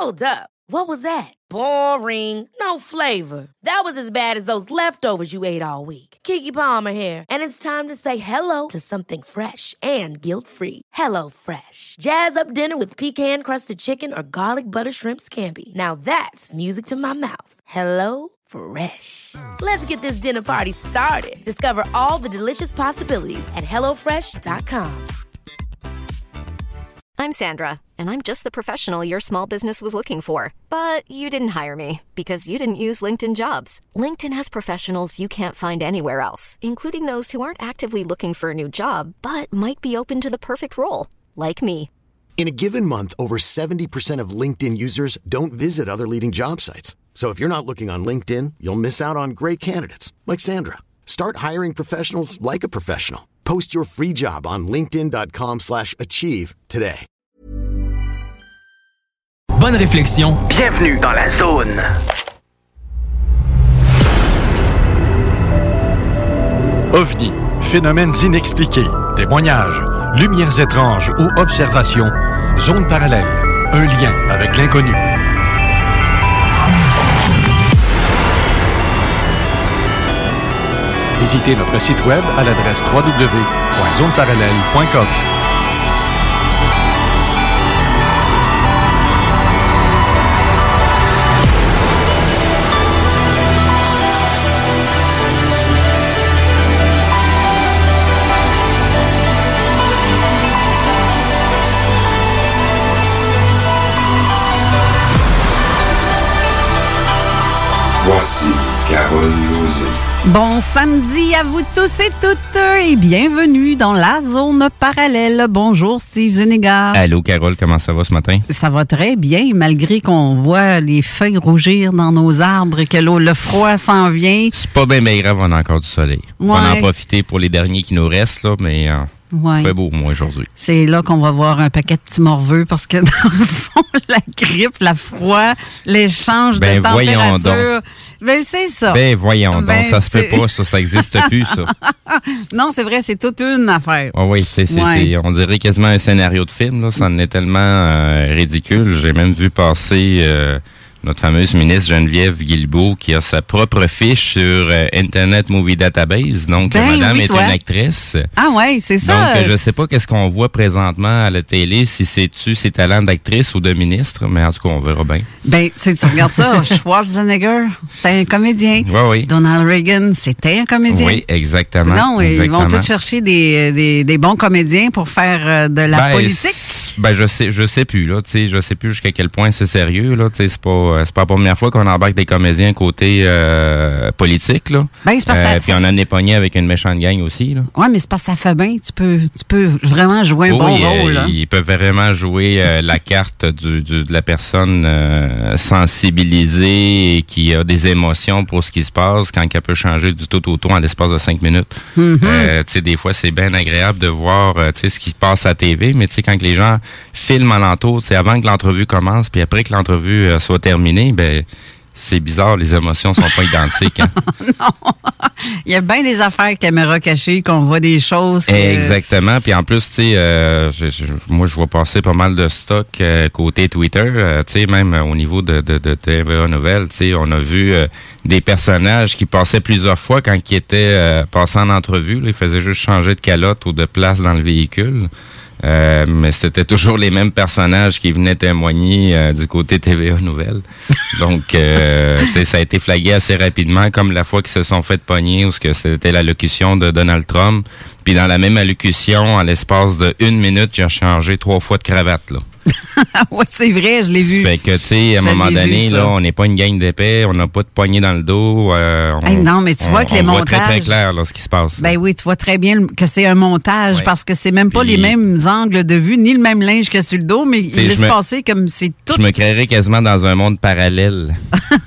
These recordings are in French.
Hold up. What was that? Boring. No flavor. That was as bad as those leftovers you ate all week. Keke Palmer here, and it's time to say hello to something fresh and guilt-free. Hello Fresh. Jazz up dinner with pecan-crusted chicken or garlic butter shrimp scampi. Now that's music to my mouth. Hello Fresh. Let's get this dinner party started. Discover all the delicious possibilities at hellofresh.com. I'm Sandra, and I'm just the professional your small business was looking for. But you didn't hire me because you didn't use LinkedIn Jobs. LinkedIn has professionals you can't find anywhere else, including those who aren't actively looking for a new job, but might be open to the perfect role, like me. In a given month, over 70% of LinkedIn users don't visit other leading job sites. So if you're not looking on LinkedIn, you'll miss out on great candidates, like Sandra. Start hiring professionals like a professional. Post your free job on linkedin.com/achieve today. Bonne réflexion. Bienvenue dans la zone. OVNI, phénomènes inexpliqués, témoignages, lumières étranges ou observations, zone parallèle, un lien avec l'inconnu. Visitez notre site web à l'adresse www.zoneparallèle.com. Voici Carole Lauzé. Bon samedi à vous tous et toutes et bienvenue dans la zone parallèle. Bonjour Steve Zuniga. Allô Carole, comment ça va ce matin? Ça va très bien malgré qu'on voit les feuilles rougir dans nos arbres et que le froid s'en vient. C'est pas bien grave, on a encore du soleil. Faut en profiter pour les derniers qui nous restent, là, mais ouais. Il fait beau moi aujourd'hui. C'est là qu'on va voir un paquet de petits morveux parce que dans le fond, la grippe, la froid, l'échange de température... Voyons donc. Ben, c'est ça. Ben, voyons donc, ça se fait pas, ça existe plus, ça. Non, c'est vrai, c'est toute une affaire. Oh oui, on dirait quasiment un scénario de film, là. Ça en est tellement ridicule. J'ai même vu passer notre fameuse ministre Geneviève Guilbeault qui a sa propre fiche sur Internet Movie Database. Donc, madame est une actrice. Ah ouais, c'est ça. Donc, je sais pas qu'est-ce qu'on voit présentement à la télé, si c'est-tu ses talents d'actrice ou de ministre, mais en tout cas, on verra bien. Ben, tu regardes ça, Schwarzenegger, c'était un comédien. Oui. Donald Reagan, c'était un comédien. Oui, exactement. Non, ils vont tous chercher des bons comédiens pour faire de la politique. Je sais plus, là, tu sais, je sais plus jusqu'à quel point c'est sérieux, là, tu sais, c'est pas la première fois qu'on embarque des comédiens côté politique, là. Ben, c'est parce que puis on en est pogné avec une méchante gang aussi, là. Ouais, mais c'est parce que ça fait bien. Tu peux vraiment jouer un bon rôle, là. Ils peuvent vraiment jouer la carte de la personne sensibilisée et qui a des émotions pour ce qui se passe quand elle peut changer du tout au tout en l'espace de 5 minutes. Mm-hmm. Tu sais, des fois, c'est bien agréable de voir, tu sais, ce qui se passe à la TV, mais tu sais, quand les gens filment alentour, tu sais, avant que l'entrevue commence, puis après que l'entrevue soit terminée, ben, c'est bizarre, les émotions sont pas identiques. Hein? Non, il y a bien des affaires caméra cachée qu'on voit des choses. Exactement, puis en plus, tu sais, moi je vois passer pas mal de stock côté Twitter, tu sais, même au niveau de TVA Nouvelles, tu sais, on a vu des personnages qui passaient plusieurs fois quand ils étaient passés en entrevue, là, ils faisaient juste changer de calotte ou de place dans le véhicule. Mais c'était toujours les mêmes personnages qui venaient témoigner du côté TVA Nouvelles. Donc, ça a été flagué assez rapidement, comme la fois qu'ils se sont fait pogner, où c'était l'allocution de Donald Trump. Puis dans la même allocution, en l'espace de 1 minute, il a changé 3 fois de cravate, là. Oui, c'est vrai, je l'ai vu. Fait que, tu sais, à un moment donné, là, on n'est pas une gang d'épais, on n'a pas de poignée dans le dos. Non, mais tu vois que les montages... On voit très, très clair, là, ce qui se passe. Ben oui, tu vois très bien que c'est un montage, parce que c'est même pas les mêmes angles de vue, ni le même linge que sur le dos, mais il laisse passer comme c'est tout... Je me créerais quasiment dans un monde parallèle.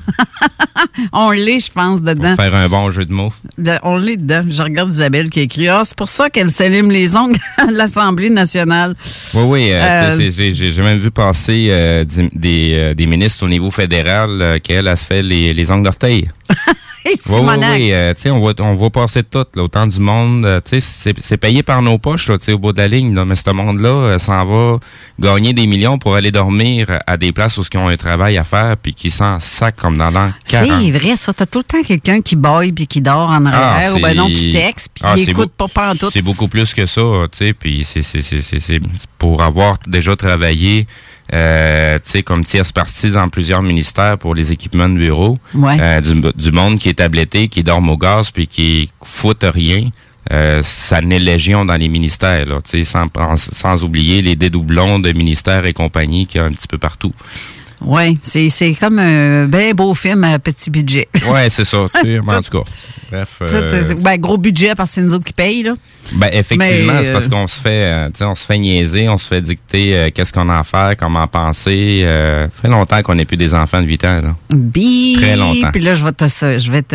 On l'est, je pense, dedans. Pour faire un bon jeu de mots. On l'est dedans. Je regarde Isabelle qui écrit « Ah, c'est pour ça qu'elle s'allume les ongles à l'Assemblée nationale. » Oui, j'ai même vu passer des ministres au niveau fédéral qu'elle se fait les ongles d'orteil. Oui, on voit passer tout, là, autant du monde. C'est payé par nos poches, là, au bout de la ligne. Là, mais ce monde-là s'en va gagner des millions pour aller dormir à des places où ils ont un travail à faire puis qui s'en sac comme dans l'an 40. C'est vrai, ça. T'as tout le temps quelqu'un qui baille puis qui dort en arrière ou non, qui texte puis qui écoute pas pantoute. C'est beaucoup plus que ça, puis c'est pour avoir déjà travaillé comme tierce partie dans plusieurs ministères pour les équipements de bureau, du monde qui est tabletté, qui dorme au gaz puis qui fout rien. Ça n'est légion dans les ministères, là, sans oublier les dédoublons de ministères et compagnie qu'il y a un petit peu partout. Oui, c'est comme un bien beau film à petit budget. Oui, c'est ça. En tout cas, bref. Gros budget parce que c'est nous autres qui payent, là. Effectivement, c'est parce qu'on se fait niaiser, on se fait dicter qu'est-ce qu'on a à faire, comment penser. Ça fait longtemps qu'on n'est plus des enfants de 8 ans, là. Très longtemps. Puis là, je vais te je vais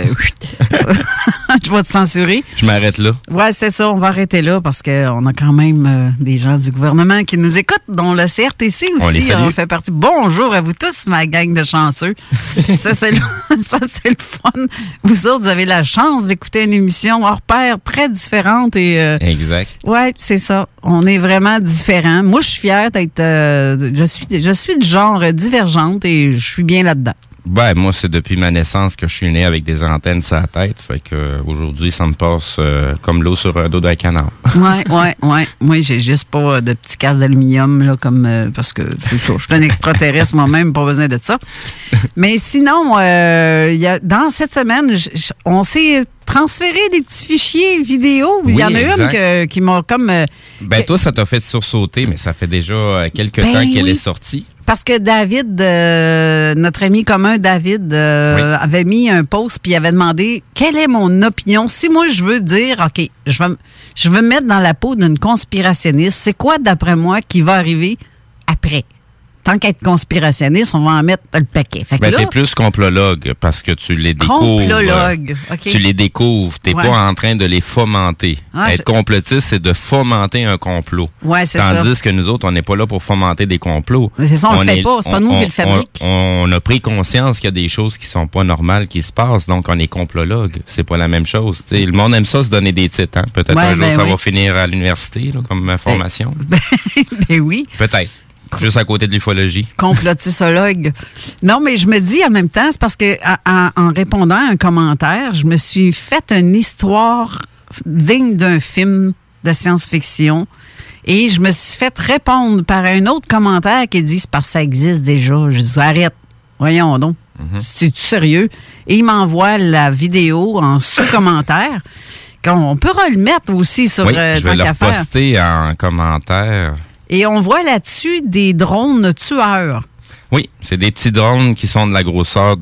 te censurer. Je m'arrête là. Oui, c'est ça. On va arrêter là parce qu'on a quand même des gens du gouvernement qui nous écoutent, dont le CRTC aussi. On fait partie. Bonjour à vous tous, ma gang de chanceux. Ça, c'est le fun. Vous autres, vous avez la chance d'écouter une émission hors pair très différente. Exact. Oui, c'est ça. On est vraiment différents. Moi, je suis fière d'être... je suis du genre divergente et je suis bien là-dedans. Moi, c'est depuis ma naissance que je suis né avec des antennes sur la tête. Fait que aujourd'hui, ça me passe comme l'eau sur un dos d'un canard. Ouais. Moi, j'ai juste pas de petits casques d'aluminium, là, comme parce que c'est ça. Je suis un extraterrestre moi-même, pas besoin de ça. Mais sinon, dans cette semaine, on s'est transféré des petits fichiers vidéo. Il y en a une qui m'a comme... toi, ça t'a fait sursauter, mais ça fait déjà quelques temps qu'elle est sortie. Parce que David, notre ami commun David, avait mis un post puis il avait demandé quelle est mon opinion. Si moi je veux dire, OK, je veux me mettre dans la peau d'une conspirationniste, c'est quoi d'après moi qui va arriver après? Tant qu'être conspirationniste, on va en mettre le paquet. Fait que t'es plus complologue parce que tu les découvres. Complologue, OK. Tu les découvres. T'es pas en train de les fomenter. Être complotiste, c'est de fomenter un complot. Ouais, c'est ça. Tandis que nous autres, on n'est pas là pour fomenter des complots. Mais c'est ça, on le fait pas. C'est pas nous qui le fabrique. On a pris conscience qu'il y a des choses qui sont pas normales qui se passent, donc on est complologue. C'est pas la même chose. T'sais, le monde aime ça se donner des titres. Hein? Peut-être un jour, ça va finir à l'université là, comme formation. Oui. Peut-être. Juste à côté de l'ufologie. Complotissologue. Non, mais je me dis en même temps, c'est parce que en répondant à un commentaire, je me suis fait une histoire digne d'un film de science-fiction et je me suis fait répondre par un autre commentaire qui dit « c'est parce que ça existe déjà ». Je dis « arrête, voyons donc, c'est-tu sérieux ?» Et il m'envoie la vidéo en sous-commentaire. On pourra le mettre aussi sur je vais le poster en commentaire. Et on voit là-dessus des drones tueurs. Oui, c'est des petits drones qui sont de la grosseur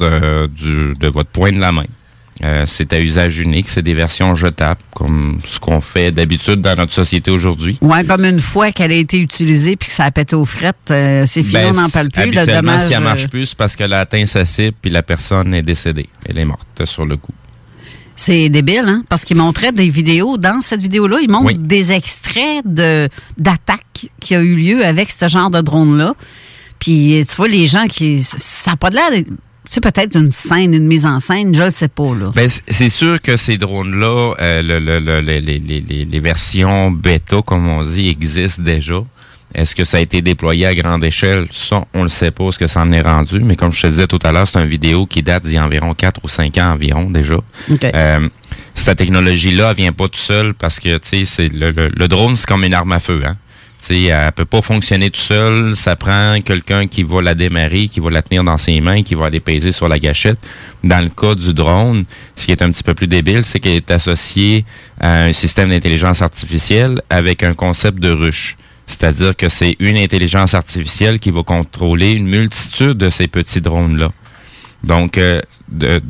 de votre poing de la main. C'est à usage unique, c'est des versions jetables, comme ce qu'on fait d'habitude dans notre société aujourd'hui. Oui, comme une fois qu'elle a été utilisée puis que ça a pété aux frettes, c'est fini, on n'en parle plus. Habituellement, si elle ne marche plus, c'est parce qu'elle a atteint sa cible puis la personne est décédée. Elle est morte sur le coup. C'est débile, hein? Parce qu'il montrait des vidéos. Dans cette vidéo-là, il montre des extraits d'attaques qui a eu lieu avec ce genre de drone-là. Puis, tu vois, les gens qui... Ça n'a pas l'air d'être... C'est peut-être une scène, une mise en scène, je ne sais pas, là. C'est sûr que ces drones-là, les versions bêta, comme on dit, existent déjà. Est-ce que ça a été déployé à grande échelle? Ça, on le sait pas, ce que ça en est rendu. Mais comme je te disais tout à l'heure, c'est une vidéo qui date d'il y a environ 4 ou 5 ans environ déjà. Okay. Cette technologie-là, elle vient pas tout seul parce que, tu sais, le drone, c'est comme une arme à feu, hein. Tu sais, elle peut pas fonctionner tout seul. Ça prend quelqu'un qui va la démarrer, qui va la tenir dans ses mains, qui va aller peser sur la gâchette. Dans le cas du drone, ce qui est un petit peu plus débile, c'est qu'elle est associée à un système d'intelligence artificielle avec un concept de ruche. C'est-à-dire que c'est une intelligence artificielle qui va contrôler une multitude de ces petits drones-là. Donc, de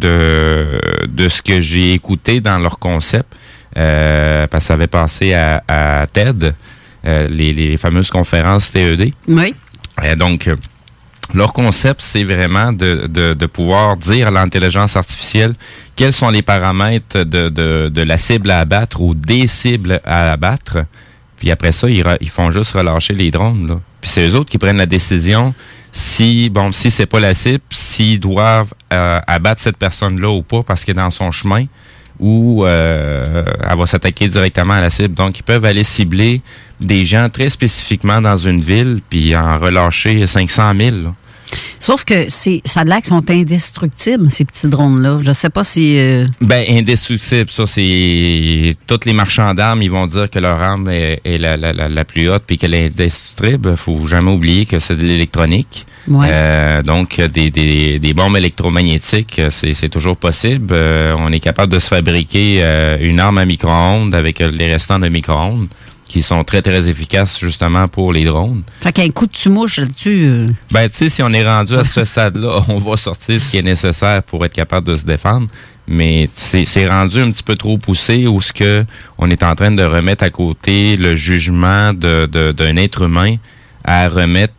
ce que j'ai écouté dans leur concept, parce que ça avait passé à TED, les fameuses conférences TED. Oui. Donc, leur concept, c'est vraiment de pouvoir dire à l'intelligence artificielle quels sont les paramètres de la cible à abattre ou des cibles à abattre. Puis après ça, ils font juste relâcher les drones, là. Puis c'est eux autres qui prennent la décision si c'est pas la cible, s'ils doivent abattre cette personne-là ou pas parce qu'elle est dans son chemin, ou elle va s'attaquer directement à la cible. Donc, ils peuvent aller cibler des gens très spécifiquement dans une ville, puis en relâcher 500 000. Là. Sauf que ça a l'air qu'ils sont indestructibles, ces petits drones-là. Je sais pas si... indestructible, ça, c'est... Tous les marchands d'armes, ils vont dire que leur arme est la plus haute puis qu'elle est indestructible. Faut jamais oublier que c'est de l'électronique. Ouais. Donc, des bombes électromagnétiques, c'est toujours possible. On est capable de se fabriquer une arme à micro-ondes avec les restants de micro-ondes qui sont très, très efficaces, justement, pour les drones. Fait qu'un coup de tumouche là-dessus... Tu sais, si on est rendu à ce stade-là, on va sortir ce qui est nécessaire pour être capable de se défendre. Mais c'est rendu un petit peu trop poussé où ce que on est en train de remettre à côté le jugement d'un être humain à remettre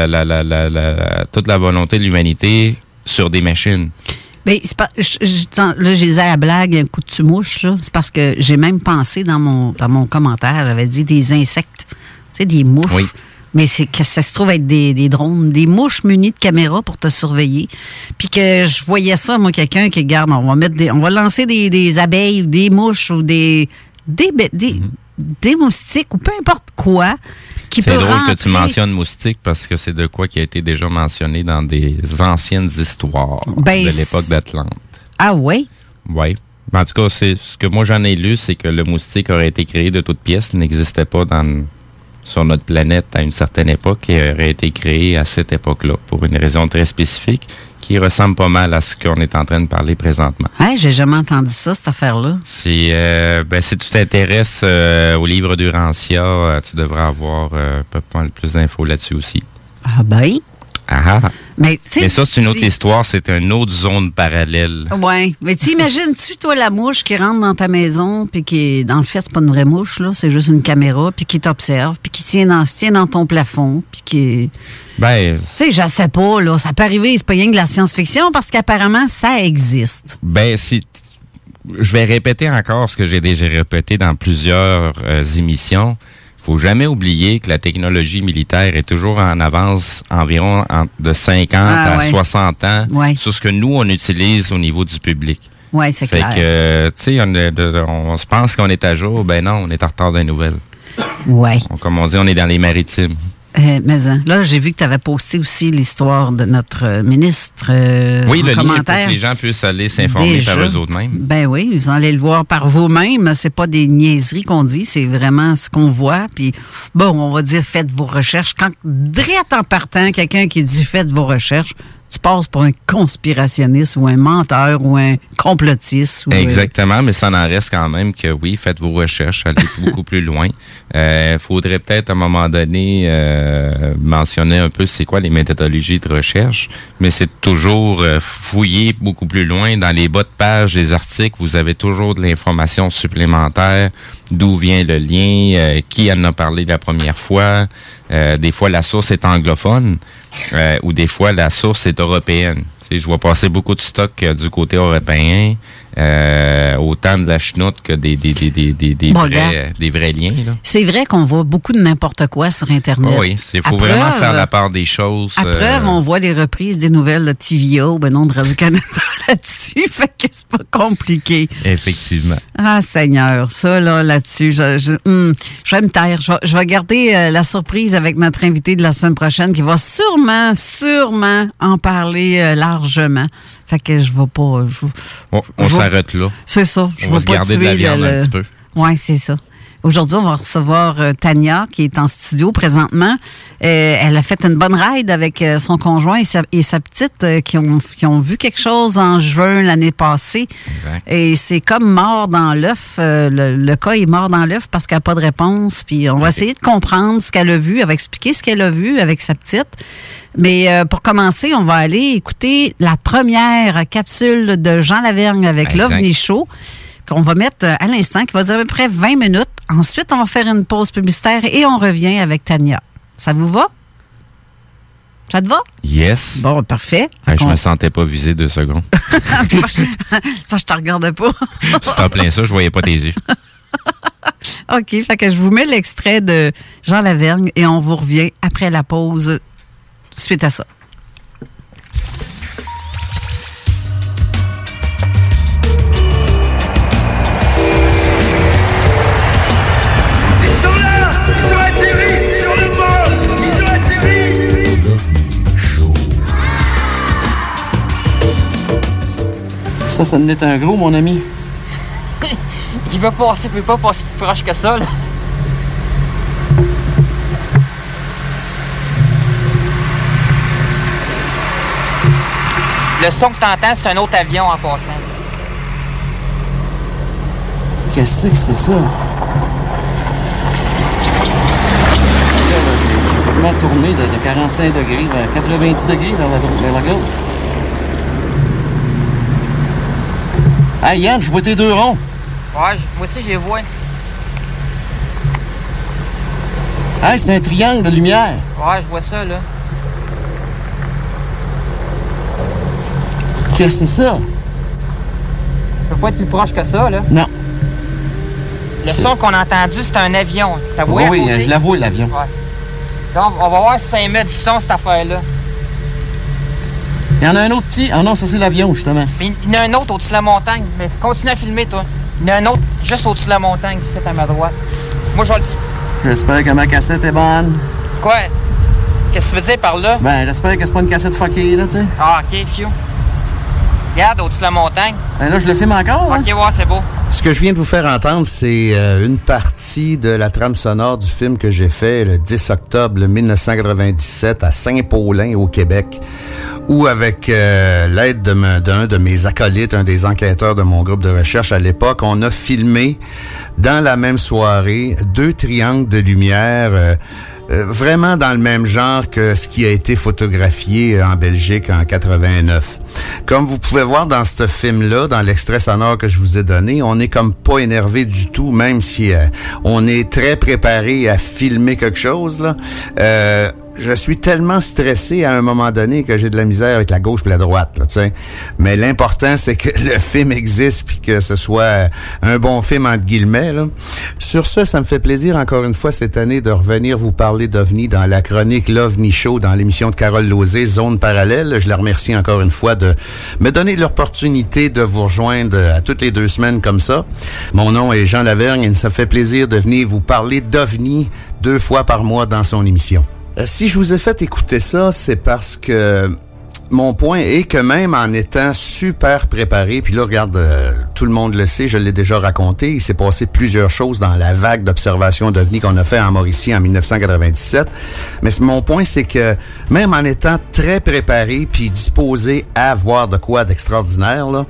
toute la volonté de l'humanité sur des machines. Mais c'est pas, là, j'ai dit à la blague, un coup de tumouche, là. C'est parce que j'ai même pensé dans mon commentaire, j'avais dit des insectes, tu sais, des mouches. Oui. Mais c'est que ça se trouve être des drones, des mouches munies de caméras pour te surveiller. Puis que je voyais ça, moi, quelqu'un qui garde, on va lancer des abeilles ou des mouches ou des moustiques ou peu importe quoi. C'est drôle que tu mentionnes moustique parce que c'est de quoi qui a été déjà mentionné dans des anciennes histoires de l'époque d'Atlante. Ah oui? Oui. En tout cas, c'est ce que moi j'en ai lu, c'est que le moustique aurait été créé de toutes pièces, n'existait pas sur notre planète à une certaine époque et aurait été créé à cette époque-là pour une raison très spécifique qui ressemble pas mal à ce qu'on est en train de parler présentement. Hey, j'ai jamais entendu ça, cette affaire-là. Si tu t'intéresses au livre d'Urantia, tu devrais avoir pas mal plus d'infos là-dessus aussi. Ah ben? Ah. Mais ça, c'est une autre histoire, c'est une autre zone parallèle. Oui. Mais t'imagines-tu, toi, la mouche qui rentre dans ta maison, puis qui, dans le fait, c'est pas une vraie mouche, là, c'est juste une caméra, puis qui t'observe, puis qui tient dans ton plafond, puis qui... tu sais, je sais pas, là, ça peut arriver, c'est pas rien que de la science-fiction, parce qu'apparemment, ça existe. Je vais répéter encore ce que j'ai déjà répété dans plusieurs émissions. Faut jamais oublier que la technologie militaire est toujours en avance environ de 50 à 60 ans sur ce que nous, on utilise au niveau du public. Oui, c'est clair. Fait que, tu sais, on se pense qu'on est à jour. Ben non, on est en retard des nouvelles. Oui. Comme on dit, on est dans les maritimes. Mais là, j'ai vu que tu avais posté aussi l'histoire de notre ministre oui, le commentaire. lien pour que les gens puissent aller s'informer par eux autres mêmes. Ben oui, vous allez le voir par vous-même. C'est pas des niaiseries qu'on dit, c'est vraiment ce qu'on voit. Puis bon, on va dire faites vos recherches. Quand direct en partant, quelqu'un qui dit faites vos recherches, tu passes pour un conspirationniste ou un menteur ou un complotiste. Exactement, mais ça en reste quand même que oui, faites vos recherches, allez beaucoup plus loin. Faudrait peut-être à un moment donné mentionner un peu c'est quoi les méthodologies de recherche, mais c'est toujours fouiller beaucoup plus loin. Dans les bas de page des articles, vous avez toujours de l'information supplémentaire, d'où vient le lien, qui en a parlé la première fois. Des fois, la source est anglophone ou des fois, la source est européenne. Tu sais, je vois passer beaucoup de stock du côté européen, autant de la chenoute que des vrais liens. Là. C'est vrai qu'on voit beaucoup de n'importe quoi sur Internet. Oui, il faut vraiment faire la part des choses. À preuve, on voit les reprises des nouvelles de TVA ou non de Radio-Canada là-dessus, fait que c'est pas compliqué. Effectivement. Ah, Seigneur, ça, là-dessus, je vais me taire. Je vais garder la surprise avec notre invité de la semaine prochaine qui va sûrement en parler largement. Fait que je vais pas... On s'arrête là. C'est ça. On va se garder de la viande un petit peu. Oui, c'est ça. Aujourd'hui, on va recevoir Tania, qui est en studio présentement. Elle a fait une bonne ride avec son conjoint et sa petite qui ont vu quelque chose en juin l'année passée. Exact. Et c'est comme mort dans l'œuf. Le cas est mort dans l'œuf parce qu'elle n'a pas de réponse. Puis on va essayer de comprendre ce qu'elle a vu. Elle va expliquer ce qu'elle a vu avec sa petite. Mais pour commencer, on va aller écouter la première capsule de Jean Lavergne avec l'OVNI Show qu'on va mettre à l'instant, qui va durer à peu près 20 minutes. Ensuite, on va faire une pause publicitaire et on revient avec Tania. Ça vous va? Ça te va? Yes. Bon, parfait. Je me sentais pas visé 2 secondes. Je te regardais pas. C'était en plein ça, je voyais pas tes yeux. OK, fait que je vous mets l'extrait de Jean Lavergne et on vous revient après la pause suite à ça. Ça en est un gros, mon ami. Il peut pas passer plus proche que ça, là. Le son que t'entends, c'est un autre avion en passant. Qu'est-ce que c'est ça? J'ai quasiment tourné de 45 degrés vers 90 degrés vers la gauche. Hey Yann, je vois tes deux ronds. Ouais, moi aussi, je les vois. Hey, c'est un triangle de lumière. Ouais, je vois ça, là. Qu'est-ce que c'est ça? Ça peut pas être plus proche que ça, là. Non. Le son qu'on a entendu, c'est un avion. T'as vu? Oui, je la vois, l'avion. Ouais. Donc, on va voir si ça émet du son, cette affaire-là. Il y en a un autre petit. Ah non, ça, c'est l'avion, justement. Puis, il y en a un autre au-dessus de la montagne. Mais continue à filmer, toi. Il y en a un autre juste au-dessus de la montagne, ici, à ma droite. Moi, je vais le filmer. J'espère que ma cassette est bonne. Quoi? Qu'est-ce que tu veux dire par là? Ben, j'espère que c'est pas une cassette fuckée, là, tu sais. Ah, OK, few. Regarde, au-dessus de la montagne. Ben là, je le filme encore, hein? OK, ouais, c'est beau. Ce que je viens de vous faire entendre, c'est une partie de la trame sonore du film que j'ai fait le 10 octobre 1997 à Saint-Paulin, au Québec, où avec l'aide d'un de mes acolytes, un des enquêteurs de mon groupe de recherche à l'époque, on a filmé dans la même soirée 2 triangles de lumière vraiment dans le même genre que ce qui a été photographié en Belgique en 89. Comme vous pouvez voir dans ce film-là, dans l'extrait sonore que je vous ai donné, on n'est comme pas énervé du tout, même si on est très préparé à filmer quelque chose, là. Je suis tellement stressé à un moment donné que j'ai de la misère avec la gauche et la droite, là, tu sais. Mais l'important, c'est que le film existe puis que ce soit un bon film, entre guillemets, là. Sur ce, ça me fait plaisir, encore une fois, cette année, de revenir vous parler d'OVNI dans la chronique L'OVNI Show, dans l'émission de Carole Lauzé, Zone Parallèle. Je la remercie encore une fois de me donner l'opportunité de vous rejoindre à toutes les 2 semaines comme ça. Mon nom est Jean Lavergne et ça fait plaisir de venir vous parler d'OVNI 2 fois par mois dans son émission. Si je vous ai fait écouter ça, c'est parce que mon point est que même en étant super préparé, puis là, regarde, tout le monde le sait, je l'ai déjà raconté, il s'est passé plusieurs choses dans la vague d'observation d'OVNI qu'on a fait en Mauricie en 1997. Mais mon point, c'est que même en étant très préparé puis disposé à voir de quoi d'extraordinaire, là,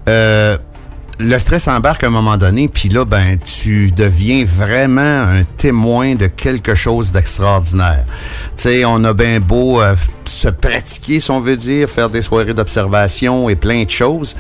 le stress embarque à un moment donné, puis là, ben, tu deviens vraiment un témoin de quelque chose d'extraordinaire. Tu sais, on a bien beau se pratiquer, si on veut dire, faire des soirées d'observation et plein de choses.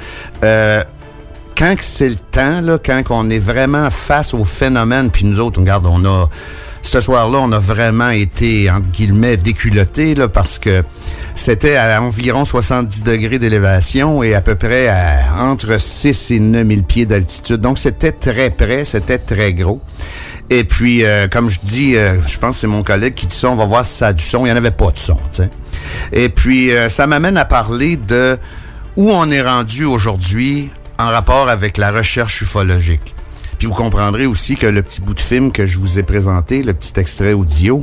Quand c'est le temps, là, quand on est vraiment face au phénomène, puis nous autres, regarde, on a... Ce soir-là, on a vraiment été, entre guillemets, déculottés, là, parce que c'était à environ 70 degrés d'élévation et à peu près à entre 6 et 9 000 pieds d'altitude. Donc, c'était très près, c'était très gros. Et puis, comme je dis, je pense que c'est mon collègue qui dit ça, on va voir si ça a du son. Il n'y en avait pas de son, tu sais. Et puis, ça m'amène à parler de où on est rendu aujourd'hui en rapport avec la recherche ufologique. Puis vous comprendrez aussi que le petit bout de film que je vous ai présenté, le petit extrait audio,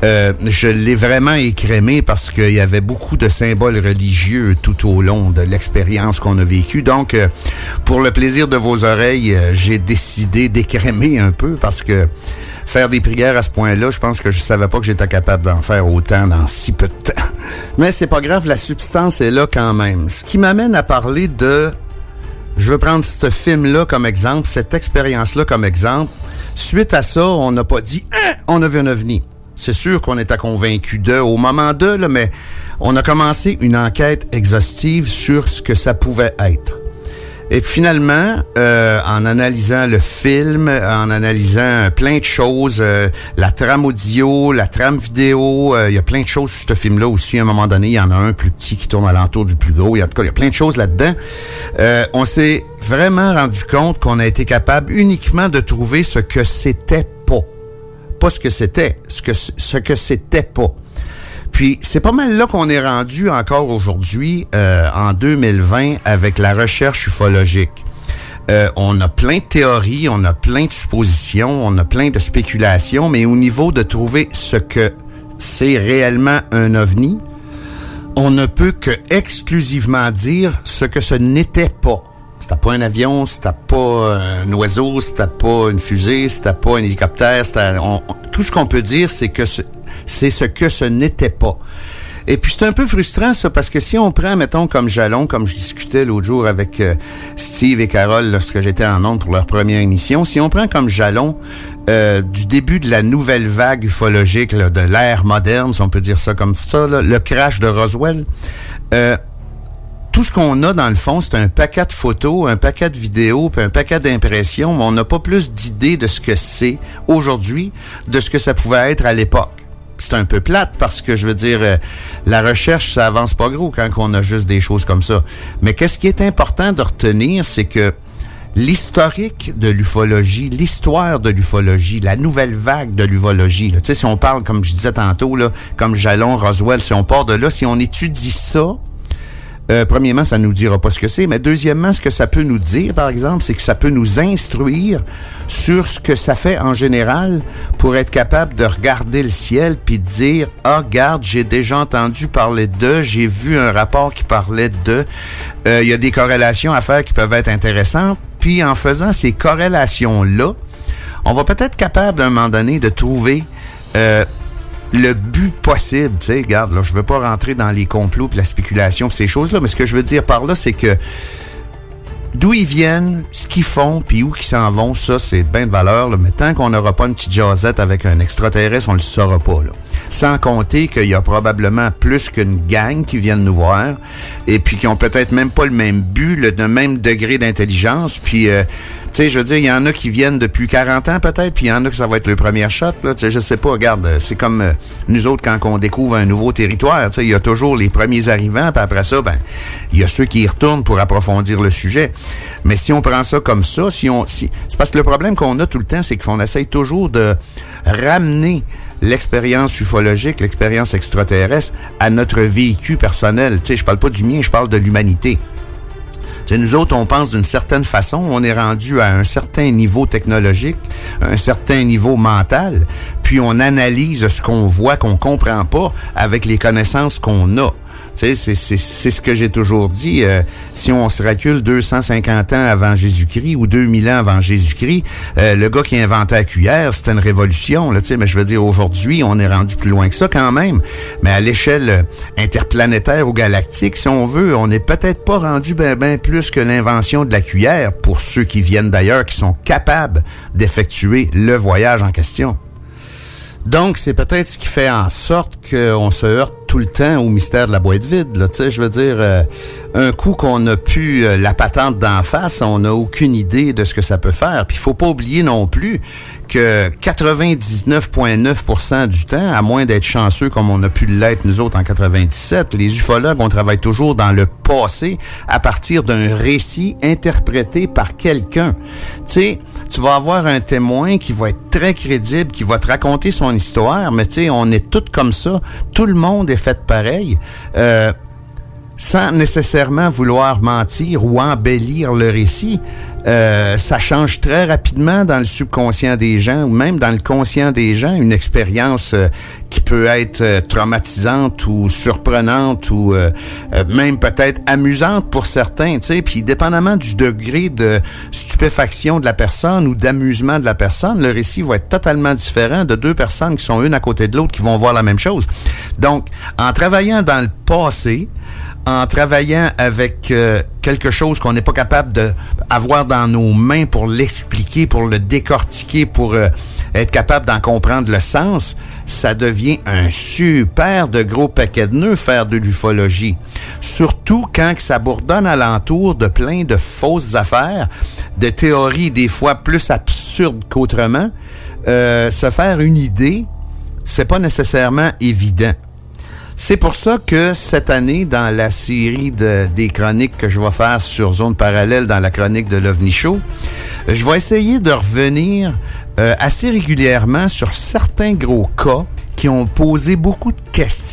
je l'ai vraiment écrémé parce qu'il y avait beaucoup de symboles religieux tout au long de l'expérience qu'on a vécue. Donc, pour le plaisir de vos oreilles, j'ai décidé d'écrémer un peu parce que faire des prières à ce point-là, je pense que je savais pas que j'étais capable d'en faire autant dans si peu de temps. Mais c'est pas grave, la substance est là quand même. Ce qui m'amène à parler de... Je veux prendre ce film-là comme exemple, cette expérience-là comme exemple. Suite à ça, on n'a pas dit « on a vu un OVNI ». C'est sûr qu'on était convaincus au moment de, là, mais on a commencé une enquête exhaustive sur ce que ça pouvait être. Et finalement, en analysant le film, en analysant plein de choses, la trame audio, la trame vidéo, il y a plein de choses sur ce film-là aussi. À un moment donné, il y en a un plus petit qui tourne alentour du plus gros. En tout cas, il y a plein de choses là-dedans. On s'est vraiment rendu compte qu'on a été capable uniquement de trouver ce que c'était pas. Pas ce que c'était, ce que c'était pas. Puis, c'est pas mal là qu'on est rendu encore aujourd'hui, en 2020, avec la recherche ufologique. On a plein de théories, on a plein de suppositions, on a plein de spéculations, mais au niveau de trouver ce que c'est réellement un OVNI, on ne peut que exclusivement dire ce que ce n'était pas. C'était pas un avion, c'était pas un oiseau, c'était pas une fusée, c'était pas un hélicoptère. Tout ce qu'on peut dire, c'est que c'est ce que ce n'était pas. Et puis, c'est un peu frustrant, ça, parce que si on prend, mettons, comme jalon, comme je discutais l'autre jour avec Steve et Carole lorsque j'étais en ondes pour leur première émission, si on prend comme jalon du début de la nouvelle vague ufologique, là, de l'ère moderne, si on peut dire ça comme ça, là, le crash de Roswell, tout ce qu'on a, dans le fond, c'est un paquet de photos, un paquet de vidéos, puis un paquet d'impressions, mais on n'a pas plus d'idées de ce que c'est aujourd'hui, de ce que ça pouvait être à l'époque. C'est un peu plate parce que, je veux dire, la recherche, ça avance pas gros quand on a juste des choses comme ça. Mais qu'est-ce qui est important de retenir, c'est que l'historique de l'ufologie, l'histoire de l'ufologie, la nouvelle vague de l'ufologie, tu sais, si on parle, comme je disais tantôt, là, comme jalon, Roswell, si on part de là, si on étudie ça, premièrement, ça nous dira pas ce que c'est, mais deuxièmement, ce que ça peut nous dire, par exemple, c'est que ça peut nous instruire sur ce que ça fait en général pour être capable de regarder le ciel puis de dire « Ah, regarde, j'ai déjà entendu parler de, j'ai vu un rapport qui parlait de, il y a des corrélations à faire qui peuvent être intéressantes. » Puis en faisant ces corrélations-là, on va peut-être capable, à un moment donné, de trouver le but possible, tu sais, regarde, là, je veux pas rentrer dans les complots pis la spéculation pis ces choses-là, mais ce que je veux dire par là, c'est que d'où ils viennent, ce qu'ils font, puis où qu'ils s'en vont, ça, c'est bien de valeur, là, mais tant qu'on n'aura pas une petite jasette avec un extraterrestre, on le saura pas, là. Sans compter qu'il y a probablement plus qu'une gang qui viennent nous voir, et puis qui ont peut-être même pas le même but, le même degré d'intelligence, puis tu sais, je veux dire, il y en a qui viennent depuis 40 ans peut-être, puis il y en a que ça va être le premier shot, là. Tu sais, je sais pas, regarde, c'est comme nous autres quand on découvre un nouveau territoire, tu sais, il y a toujours les premiers arrivants, puis après ça, ben, il y a ceux qui y retournent pour approfondir le sujet. Mais si on prend ça comme ça, c'est parce que le problème qu'on a tout le temps, c'est qu'on essaye toujours de ramener l'expérience ufologique, l'expérience extraterrestre à notre vécu personnel. Tu sais, je parle pas du mien, je parle de l'humanité. T'sais, nous autres, on pense d'une certaine façon, on est rendu à un certain niveau technologique, un certain niveau mental, puis on analyse ce qu'on voit, qu'on comprend pas avec les connaissances qu'on a. Tu sais, c'est ce que j'ai toujours dit. Si on se recule 250 ans avant Jésus-Christ ou 2000 ans avant Jésus-Christ, le gars qui a inventé la cuillère, c'était une révolution, là, tu sais, mais je veux dire, aujourd'hui, on est rendu plus loin que ça quand même. Mais à l'échelle interplanétaire ou galactique, si on veut, on n'est peut-être pas rendu ben plus que l'invention de la cuillère pour ceux qui viennent d'ailleurs, qui sont capables d'effectuer le voyage en question. Donc, c'est peut-être ce qui fait en sorte qu'on se heurte tout le temps au mystère de la boîte vide, là. Tu sais, je veux dire, un coup qu'on a pu la patente d'en face, on n'a aucune idée de ce que ça peut faire. Puis, il faut pas oublier non plus que 99,9% du temps, à moins d'être chanceux comme on a pu l'être nous autres en 97, les ufologues, on travaille toujours dans le passé à partir d'un récit interprété par quelqu'un. Tu sais, tu vas avoir un témoin qui va être très crédible, qui va te raconter son histoire, mais tu sais, on est tous comme ça. Tout le monde est fait pareil. Sans nécessairement vouloir mentir ou embellir le récit, ça change très rapidement dans le subconscient des gens ou même dans le conscient des gens, une expérience qui peut être traumatisante ou surprenante ou même peut-être amusante pour certains, tu sais, puis dépendamment du degré de stupéfaction de la personne ou d'amusement de la personne, le récit va être totalement différent de deux personnes qui sont une à côté de l'autre qui vont voir la même chose. Donc, en travaillant dans le passé, en travaillant avec quelque chose qu'on n'est pas capable de avoir dans nos mains pour l'expliquer, pour le décortiquer, pour être capable d'en comprendre le sens, ça devient un super de gros paquet de nœuds faire de l'ufologie. Surtout quand ça bourdonne alentour de plein de fausses affaires, de théories des fois plus absurdes qu'autrement. Se faire une idée, c'est pas nécessairement évident. C'est pour ça que cette année, dans la série des chroniques que je vais faire sur Zone Parallèle dans la chronique de l'OVNI Show, je vais essayer de revenir assez régulièrement sur certains gros cas qui ont posé beaucoup de questions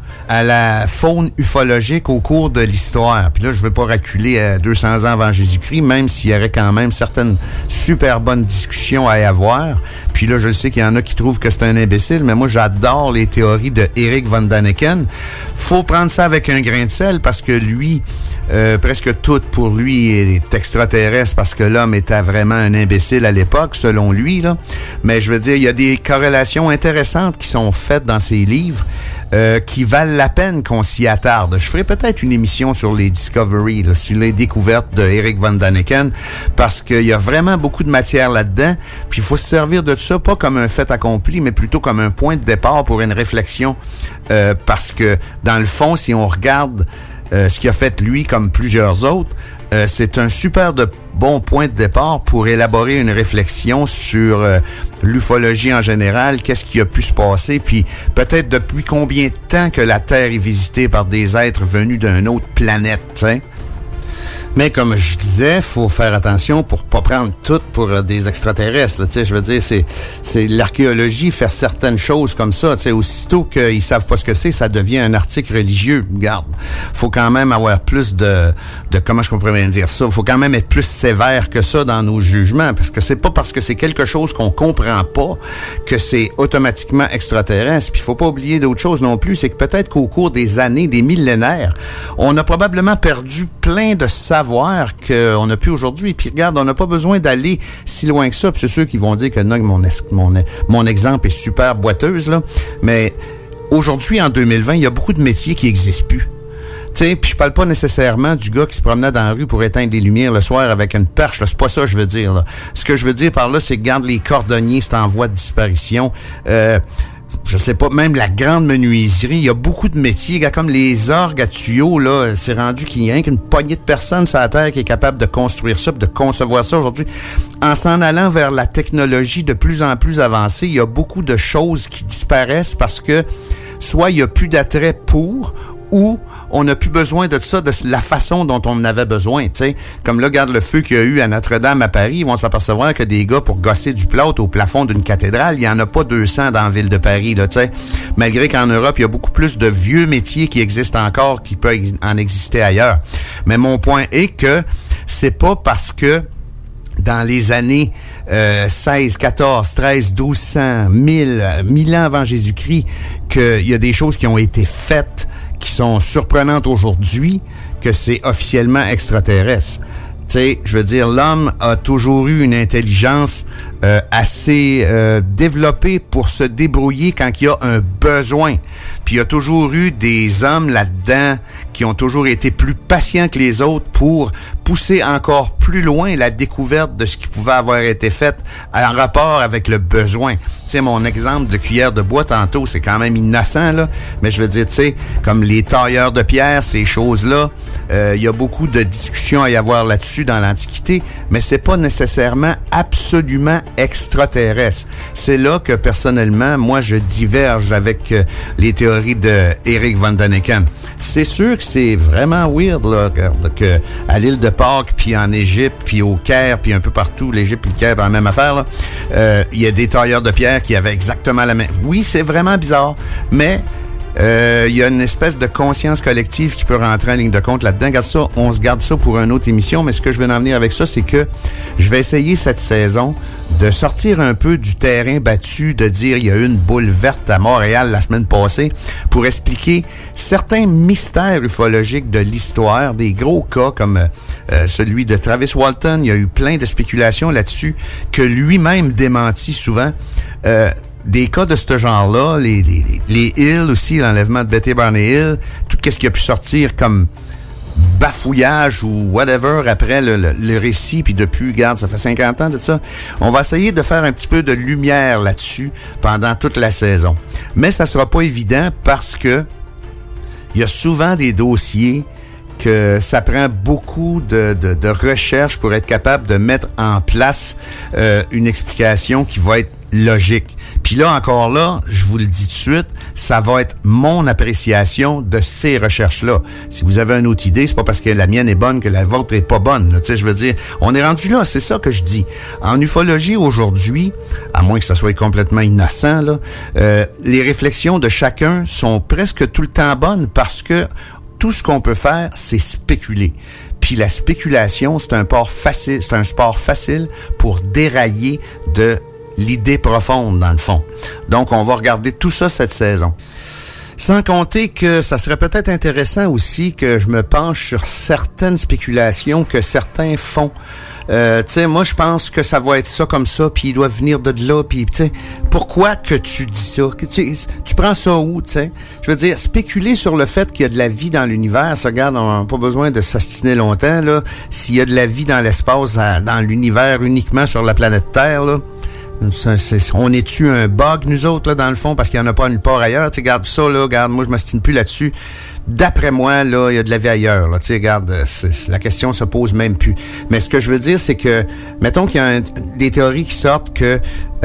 à la faune ufologique au cours de l'histoire. Puis là, je veux pas reculer à 200 ans avant Jésus-Christ, même s'il y aurait quand même certaines super bonnes discussions à y avoir. Puis là, je sais qu'il y en a qui trouvent que c'est un imbécile, mais moi, j'adore les théories de Eric von Däniken. Faut prendre ça avec un grain de sel parce que lui, presque tout pour lui est extraterrestre parce que l'homme était vraiment un imbécile à l'époque, selon lui, là. Mais je veux dire, il y a des corrélations intéressantes qui sont faites dans ses livres qui valent la peine qu'on s'y attarde. Je ferai peut-être une émission sur les discoveries, là, sur les découvertes de Eric von Däniken, parce qu'il y a vraiment beaucoup de matière là-dedans. Puis il faut se servir de ça, pas comme un fait accompli, mais plutôt comme un point de départ pour une réflexion. Parce que, dans le fond, si on regarde ce qu'il a fait lui, comme plusieurs autres, c'est un super bon point de départ pour élaborer une réflexion sur l'ufologie en général, qu'est-ce qui a pu se passer, puis peut-être depuis combien de temps que la Terre est visitée par des êtres venus d'une autre planète, t'sais. Mais comme je disais, faut faire attention pour pas prendre tout pour des extraterrestres. Tu sais, je veux dire, c'est l'archéologie faire certaines choses comme ça. Tu sais, aussitôt qu'ils savent pas ce que c'est, ça devient un article religieux. Regarde, faut quand même avoir plus de comment je pourrais bien dire ça. Faut quand même être plus sévère que ça dans nos jugements, parce que c'est pas parce que c'est quelque chose qu'on comprend pas que c'est automatiquement extraterrestre. Puis faut pas oublier d'autres choses non plus, c'est que peut-être qu'au cours des années, des millénaires, on a probablement perdu plein de savoir qu'on n'a plus aujourd'hui. Puis regarde, on n'a pas besoin d'aller si loin que ça. Puis c'est sûr qu'ils vont dire que non, mon exemple est super boiteuse, là. Mais aujourd'hui, en 2020, il y a beaucoup de métiers qui n'existent plus. Tu sais, puis je parle pas nécessairement du gars qui se promenait dans la rue pour éteindre les lumières le soir avec une perche, là. C'est pas ça que je veux dire, là. Ce que je veux dire par là, c'est que, regarde, les cordonniers, c'est en voie de disparition. Je sais pas, même la grande menuiserie, il y a beaucoup de métiers, comme les orgues à tuyaux, là, c'est rendu qu'il y a qu'une poignée de personnes sur la Terre qui est capable de construire ça, de concevoir ça aujourd'hui. En s'en allant vers la technologie de plus en plus avancée, il y a beaucoup de choses qui disparaissent parce que soit il y a plus d'attrait pour, ou on n'a plus besoin de ça de la façon dont on en avait besoin, tu sais. Comme là, regarde le feu qu'il y a eu à Notre-Dame à Paris, ils vont s'apercevoir que des gars pour gosser du plâtre au plafond d'une cathédrale, il y en a pas 200 dans la ville de Paris, là, tu sais. Malgré qu'en Europe, il y a beaucoup plus de vieux métiers qui existent encore, qui peuvent en exister ailleurs. Mais mon point est que c'est pas parce que dans les années 16, 14, 13, 1200, 1000 ans avant Jésus-Christ, qu'il y a des choses qui ont été faites qui sont surprenantes aujourd'hui, que c'est officiellement extraterrestre. Tu sais, je veux dire, l'homme a toujours eu une intelligence assez développée pour se débrouiller quand il y a un besoin. Puis il y a toujours eu des hommes là-dedans qui ont toujours été plus patients que les autres pour pousser encore plus loin la découverte de ce qui pouvait avoir été fait en rapport avec le besoin. Tu sais, mon exemple de cuillère de bois tantôt, c'est quand même innocent, là, mais je veux dire, tu sais, comme les tailleurs de pierre, ces choses-là, il y a beaucoup de discussions à y avoir là-dessus dans l'Antiquité, mais c'est pas nécessairement absolument extraterrestre. C'est là que, personnellement, moi, je diverge avec les théories de Eric von Däniken. C'est sûr que c'est vraiment weird, là, que à l'île de Pâques, puis en Égypte, puis au Caire, puis un peu partout, l'Égypte et le Caire, la même affaire, là, il y a des tailleurs de pierre qui avaient exactement la même... Oui, c'est vraiment bizarre, mais il y a une espèce de conscience collective qui peut rentrer en ligne de compte là-dedans. Regarde ça, on se garde ça pour une autre émission, mais ce que je veux en venir avec ça, c'est que je vais essayer cette saison de sortir un peu du terrain battu, de dire il y a eu une boule verte à Montréal la semaine passée, pour expliquer certains mystères ufologiques de l'histoire, des gros cas comme celui de Travis Walton. Il y a eu plein de spéculations là-dessus que lui-même démentit souvent. Des cas de ce genre-là, les Hill aussi, l'enlèvement de Betty Barney Hill, tout ce qui a pu sortir comme bafouillage ou whatever après le récit, puis depuis, regarde, ça fait 50 ans de ça. On va essayer de faire un petit peu de lumière là-dessus pendant toute la saison. Mais ça sera pas évident parce que il y a souvent des dossiers que ça prend beaucoup de recherche pour être capable de mettre en place une explication qui va être logique. Puis là, encore là, je vous le dis tout de suite, ça va être mon appréciation de ces recherches-là. Si vous avez une autre idée, c'est pas parce que la mienne est bonne que la vôtre est pas bonne. Tu sais, je veux dire, on est rendu là, c'est ça que je dis. En ufologie, aujourd'hui, à moins que ça soit complètement innocent, là, les réflexions de chacun sont presque tout le temps bonnes parce que tout ce qu'on peut faire, c'est spéculer. Puis la spéculation, c'est un sport facile pour dérailler de l'idée profonde, dans le fond. Donc, on va regarder tout ça cette saison. Sans compter que ça serait peut-être intéressant aussi que je me penche sur certaines spéculations que certains font. Tu sais, moi, je pense que ça va être ça comme ça, puis ils doivent venir de là, puis tu sais, pourquoi que tu dis ça? Tu prends ça où, tu sais? Je veux dire, spéculer sur le fait qu'il y a de la vie dans l'univers, ça, regarde, on n'a pas besoin de s'astiner longtemps, là. S'il y a de la vie dans l'espace, dans l'univers, uniquement sur la planète Terre, là, on est-tu un bug, nous autres, là, dans le fond, parce qu'il n'y en a pas nulle part ailleurs? Tu sais, regarde ça, là, regarde, moi, je m'astine plus là-dessus. D'après moi, là, il y a de la vie ailleurs, là. Tu sais, regarde, la question se pose même plus. Mais ce que je veux dire, c'est que, mettons qu'il y a des théories qui sortent que,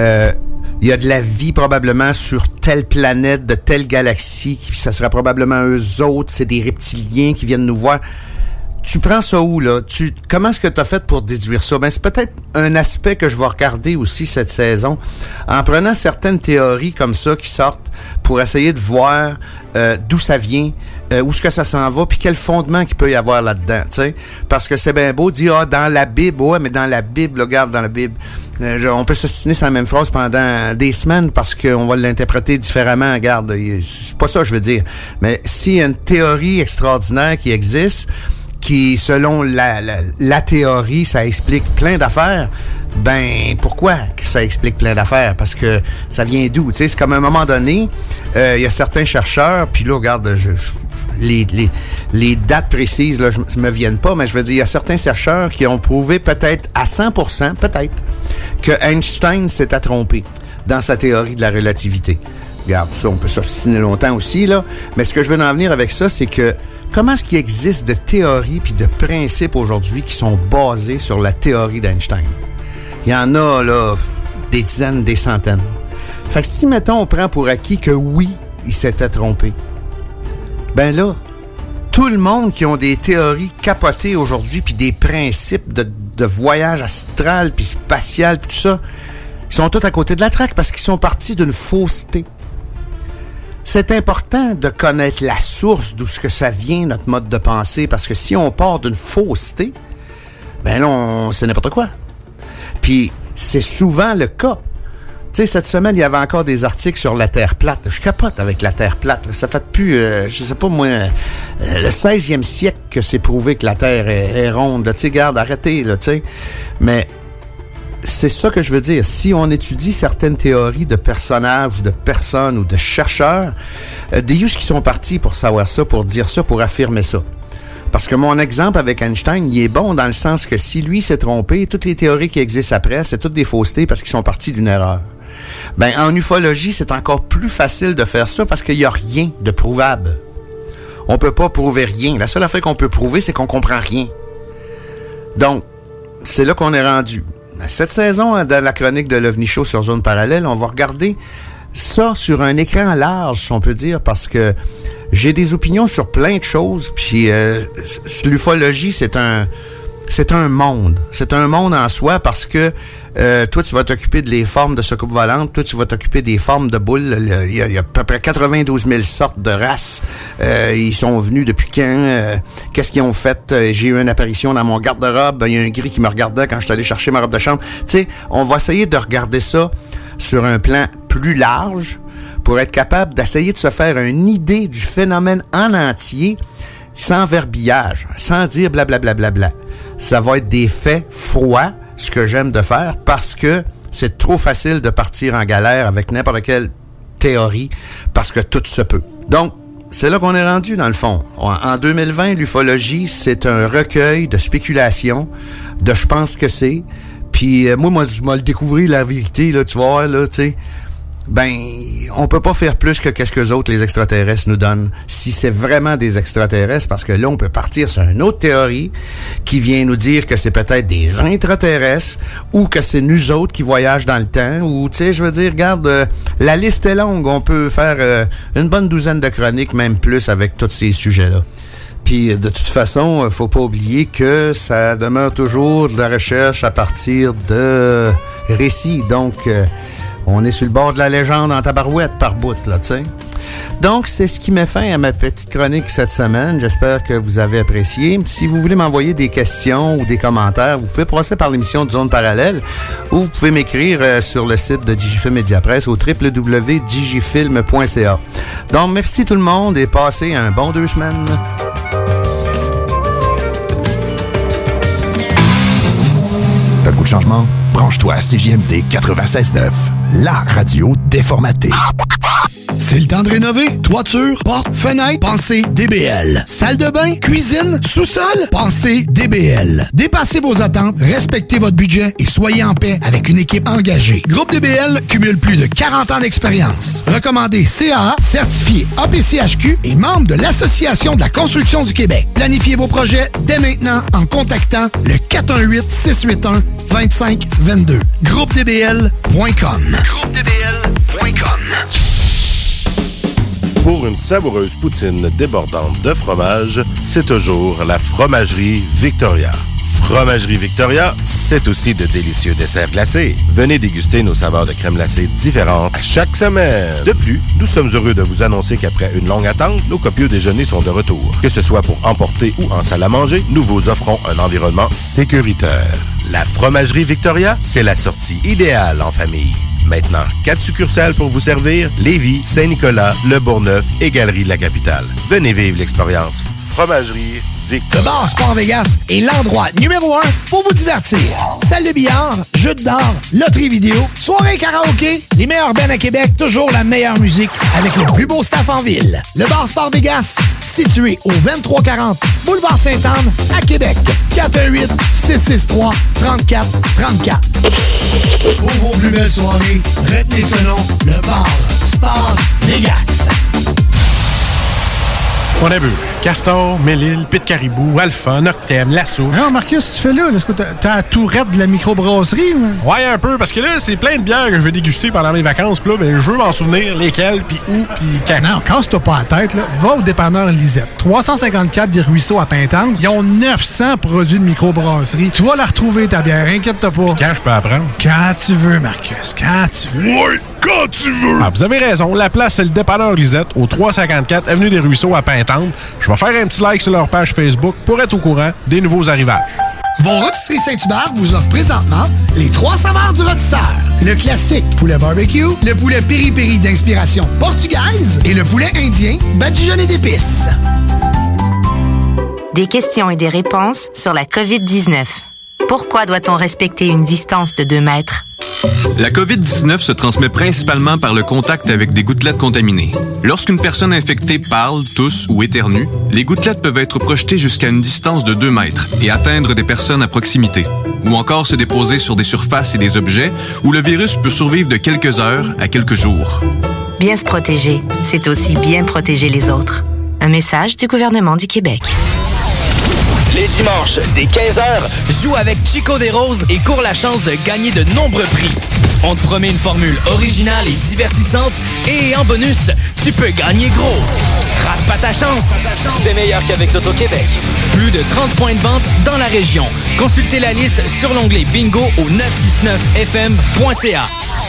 il y a de la vie probablement sur telle planète, de telle galaxie, puis ça sera probablement eux autres, c'est des reptiliens qui viennent nous voir. Tu prends ça où, là? Comment est-ce que tu as fait pour déduire ça? Ben, c'est peut-être un aspect que je vais regarder aussi cette saison, en prenant certaines théories comme ça qui sortent pour essayer de voir d'où ça vient, où est-ce que ça s'en va, puis quel fondement qu'il peut y avoir là-dedans, tu sais. Parce que c'est bien beau de dire, dans la Bible, ouais, mais dans la Bible, regarde, dans la Bible, on peut s'ostiner sur la même phrase pendant des semaines parce qu'on va l'interpréter différemment, regarde, c'est pas ça que je veux dire. Mais s'il y a une théorie extraordinaire qui existe, qui, selon la théorie, ça explique plein d'affaires, ben, pourquoi que ça explique plein d'affaires? Parce que ça vient d'où? Tu sais, c'est comme à un moment donné, il y a certains chercheurs, puis là, regarde, les dates précises, là, je me viennent pas, mais je veux dire, il y a certains chercheurs qui ont prouvé peut-être à 100%, peut-être, que Einstein s'était trompé dans sa théorie de la relativité. Regarde, ça, on peut s'obstiner longtemps aussi, là, mais ce que je veux en venir avec ça, c'est que comment est-ce qu'il existe de théories puis de principes aujourd'hui qui sont basés sur la théorie d'Einstein? Il y en a, là, des dizaines, des centaines. Fait que si, mettons, on prend pour acquis que oui, il s'était trompé, ben là, tout le monde qui ont des théories capotées aujourd'hui puis des principes de voyage astral puis spatial puis tout ça, ils sont tous à côté de la traque parce qu'ils sont partis d'une fausseté. C'est important de connaître la source d'où ce que ça vient, notre mode de pensée, parce que si on part d'une fausseté, ben là, c'est n'importe quoi. Puis, c'est souvent le cas. Tu sais, cette semaine, il y avait encore des articles sur la Terre plate. Je capote avec la Terre plate. Là. Ça fait depuis, je sais pas moi, le 16e siècle que c'est prouvé que la Terre est ronde. Tu sais, garde, arrêtez, là, tu sais. Mais c'est ça que je veux dire. Si on étudie certaines théories de personnages ou de personnes ou de chercheurs, des qui sont partis pour savoir ça, pour dire ça, pour affirmer ça. Parce que mon exemple avec Einstein, il est bon dans le sens que si lui s'est trompé, toutes les théories qui existent après, c'est toutes des faussetés parce qu'ils sont partis d'une erreur. Ben, en ufologie, c'est encore plus facile de faire ça parce qu'il n'y a rien de prouvable. On peut pas prouver rien. La seule affaire qu'on peut prouver, c'est qu'on comprend rien. Donc, c'est là qu'on est rendu. Cette saison, dans la chronique de l'OVNI Show sur Zone Parallèle, on va regarder ça sur un écran large, si on peut dire, parce que j'ai des opinions sur plein de choses, puis l'ufologie, c'est un monde. C'est un monde en soi parce que toi, tu vas t'occuper des formes de soucoupe volante, toi, tu vas t'occuper des formes de boules. Il y a à peu près 92 000 sortes de races. Ils sont venus depuis quand? Qu'est-ce qu'ils ont fait? J'ai eu une apparition dans mon garde-robe. Il y a un gris qui me regardait quand je suis allé chercher ma robe de chambre. Tu sais, on va essayer de regarder ça sur un plan plus large pour être capable d'essayer de se faire une idée du phénomène en entier sans verbillage, sans dire blablabla. Ça va être des faits froids, ce que j'aime de faire, parce que c'est trop facile de partir en galère avec n'importe quelle théorie, parce que tout se peut. Donc, c'est là qu'on est rendu, dans le fond. En 2020, l'ufologie, c'est un recueil de spéculations, de je pense que c'est. Puis moi, je m'ai découvert la vérité, là, tu vois, là, tu sais. on peut pas faire plus que qu'est-ce que les autres, les extraterrestres, nous donnent. Si c'est vraiment des extraterrestres, parce que là, on peut partir sur une autre théorie qui vient nous dire que c'est peut-être des intraterrestres ou que c'est nous autres qui voyagent dans le temps. Ou, tu sais, je veux dire, regarde, la liste est longue. On peut faire une bonne douzaine de chroniques, même plus, avec tous ces sujets-là. Puis, de toute façon, faut pas oublier que ça demeure toujours de la recherche à partir de récits. Donc, on est sur le bord de la légende en tabarouette par bout, là, tu sais. Donc, c'est ce qui met fin à ma petite chronique cette semaine. J'espère que vous avez apprécié. Si vous voulez m'envoyer des questions ou des commentaires, vous pouvez passer par l'émission de Zone Parallèle ou vous pouvez m'écrire sur le site de Digifilm Mediapresse au www.digifilm.ca. Donc, merci tout le monde et passez un bon 2 semaines. T'as le goût de changement? Branche-toi à CJMD 96.9, la radio déformatée. C'est le temps de rénover. Toiture, porte, fenêtre, pensez DBL. Salle de bain, cuisine, sous-sol, pensez DBL. Dépassez vos attentes, respectez votre budget et soyez en paix avec une équipe engagée. Groupe DBL cumule plus de 40 ans d'expérience. Recommandé CAA, certifié APCHQ et membre de l'Association de la construction du Québec. Planifiez vos projets dès maintenant en contactant le 418-681-2522. GroupeDBL.com. GroupeDBL.com. Pour une savoureuse poutine débordante de fromage, c'est toujours la Fromagerie Victoria. Fromagerie Victoria, c'est aussi de délicieux desserts glacés. Venez déguster nos saveurs de crème glacée différentes à chaque semaine. De plus, nous sommes heureux de vous annoncer qu'après une longue attente, nos copieux déjeuners sont de retour. Que ce soit pour emporter ou en salle à manger, nous vous offrons un environnement sécuritaire. La Fromagerie Victoria, c'est la sortie idéale en famille. Maintenant, 4 succursales pour vous servir: Lévis, Saint-Nicolas, Le Bourgneuf et Galerie de la Capitale. Venez vivre l'expérience Fromagerie Victoria. Le bar Sport Vegas est l'endroit numéro 1 pour vous divertir. Salle de billard, jeux d'or, loterie vidéo, soirée karaoké, les meilleurs bands à Québec, toujours la meilleure musique avec le plus beau staff en ville. Le bar Sport Vegas, situé au 2340 Boulevard Sainte-Anne à Québec. 418-663-3434. Pour vos plus belles soirées, retenez ce nom, le bar Sport Vegas. On a vu Castor, Mélile, Pit Caribou, Alpha, Noctem, Lasso. Non, Marcus, tu fais là? Est-ce que t'as la tourette de la microbrasserie? Ouais, un peu, parce que là, c'est plein de bières que je vais déguster pendant mes vacances. Puis là, ben, je veux m'en souvenir lesquelles, puis où, puis quand. Non, casse-toi pas la tête, là. Va au dépanneur Lisette. 354 des Ruisseaux à Pintante. Ils ont 900 produits de microbrasserie. Tu vas la retrouver, ta bière, inquiète-toi pas. Quand je peux apprendre? Quand tu veux, Marcus, quand tu veux. Ouais, quand tu veux! Ah, vous avez raison, la place, c'est le dépanneur Lisette, au 354 Avenue des Ruisseaux à Pintante. Je vais faire un petit like sur leur page Facebook pour être au courant des nouveaux arrivages. Vos rôtisseries Saint-Hubert vous offrent présentement les 3 saveurs du rôtisseur. Le classique poulet barbecue, le poulet piri-piri d'inspiration portugaise et le poulet indien badigeonné d'épices. Des questions et des réponses sur la COVID-19. Pourquoi doit-on respecter une distance de 2 mètres? La COVID-19 se transmet principalement par le contact avec des gouttelettes contaminées. Lorsqu'une personne infectée parle, tousse ou éternue, les gouttelettes peuvent être projetées jusqu'à une distance de 2 mètres et atteindre des personnes à proximité, ou encore se déposer sur des surfaces et des objets où le virus peut survivre de quelques heures à quelques jours. Bien se protéger, c'est aussi bien protéger les autres. Un message du gouvernement du Québec. Les dimanches, dès 15h, joue avec Chico des Roses et cours la chance de gagner de nombreux prix. On te promet une formule originale et divertissante et en bonus, tu peux gagner gros. Rate pas ta chance. C'est meilleur qu'avec l'Auto-Québec. Plus de 30 points de vente dans la région. Consultez la liste sur l'onglet Bingo au 969fm.ca.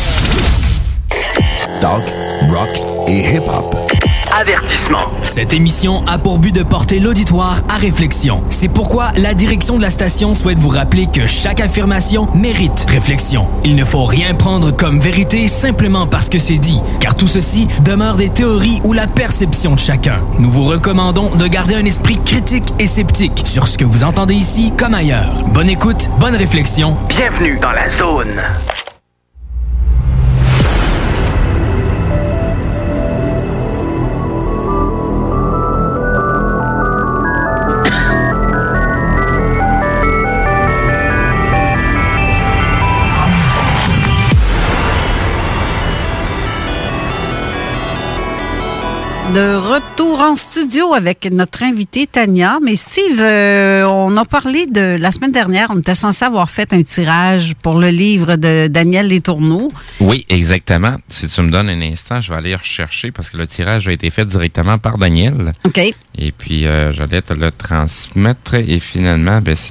Talk, rock et hip-hop. Avertissement. Cette émission a pour but de porter l'auditoire à réflexion. C'est pourquoi la direction de la station souhaite vous rappeler que chaque affirmation mérite réflexion. Il ne faut rien prendre comme vérité simplement parce que c'est dit, car tout ceci demeure des théories ou la perception de chacun. Nous vous recommandons de garder un esprit critique et sceptique sur ce que vous entendez ici comme ailleurs. Bonne écoute, bonne réflexion. Bienvenue dans la zone. De retour en studio avec notre invité Tania. Mais Steve, on a parlé de la semaine dernière, on était censé avoir fait un tirage pour le livre de Daniel Letourneau. Oui, exactement. Si tu me donnes un instant, je vais aller rechercher parce que le tirage a été fait directement par Daniel. OK. Et puis, j'allais te le transmettre et finalement, ben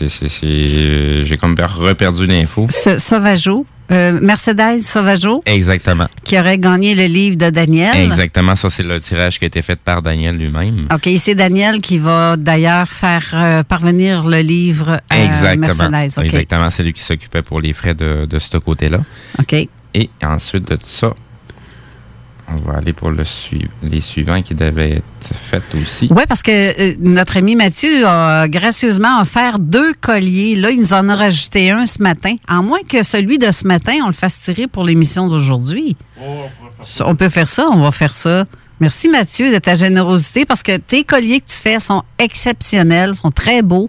j'ai comme reperdu l'info. Sauvageau. Mercedes Sauvageau. Exactement. Qui aurait gagné le livre de Daniel. Exactement. Ça, c'est le tirage qui a été fait par Daniel lui-même. OK. C'est Daniel qui va d'ailleurs faire parvenir le livre à Mercedes. Okay. Exactement. C'est lui qui s'occupait pour les frais de ce côté-là. OK. Et ensuite de ça, on va aller pour les suivants qui devaient être faits aussi. Oui, parce que notre ami Mathieu a gracieusement offert 2 colliers. Là, il nous en a rajouté un ce matin. À moins que celui de ce matin, on le fasse tirer pour l'émission d'aujourd'hui. On peut faire ça, on va faire ça. Merci Mathieu de ta générosité parce que tes colliers que tu fais sont exceptionnels, sont très beaux.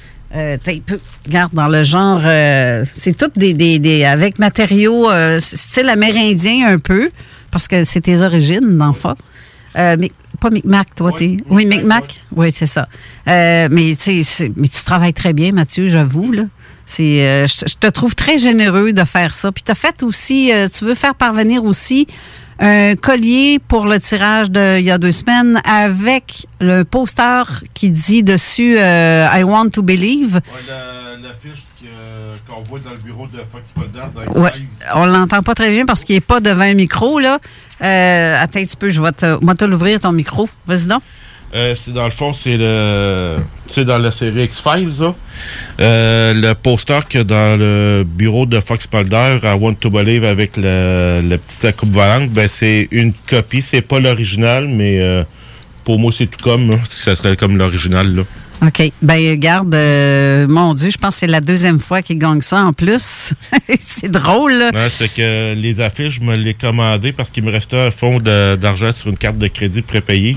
Regarde, dans le genre, c'est tout des avec matériaux style amérindien un peu. Parce que c'est tes origines, dans le fond. Mais pas Micmac, toi, t'es... Oui, Micmac. Oui, c'est ça. Mais tu travailles très bien, Mathieu, j'avoue, là. Je te trouve très généreux de faire ça. Puis tu as fait aussi, tu veux faire parvenir aussi un collier pour le tirage il y a 2 semaines avec le poster qui dit dessus I want to believe. Ouais, l'affiche qu'on voit dans le bureau de Fox Mulder. Ouais, on l'entend pas très bien parce qu'il n'est pas devant un micro, là. Attends un petit peu, je vais te l'ouvrir ton micro. Vas-y donc. C'est dans le fond, c'est dans la série X-Files, là. Le poster qu'il y a dans le bureau de Fox Mulder, I Want to Believe, avec la petite coupe volante, ben c'est une copie, c'est pas l'original, mais pour moi, c'est tout comme, ça serait comme l'original, là. OK. Ben garde, mon Dieu, je pense que c'est la 2e fois qu'il gagne ça en plus. C'est drôle, là. Ouais, c'est que les affiches, je me les commandées parce qu'il me restait un fonds d'argent sur une carte de crédit prépayée.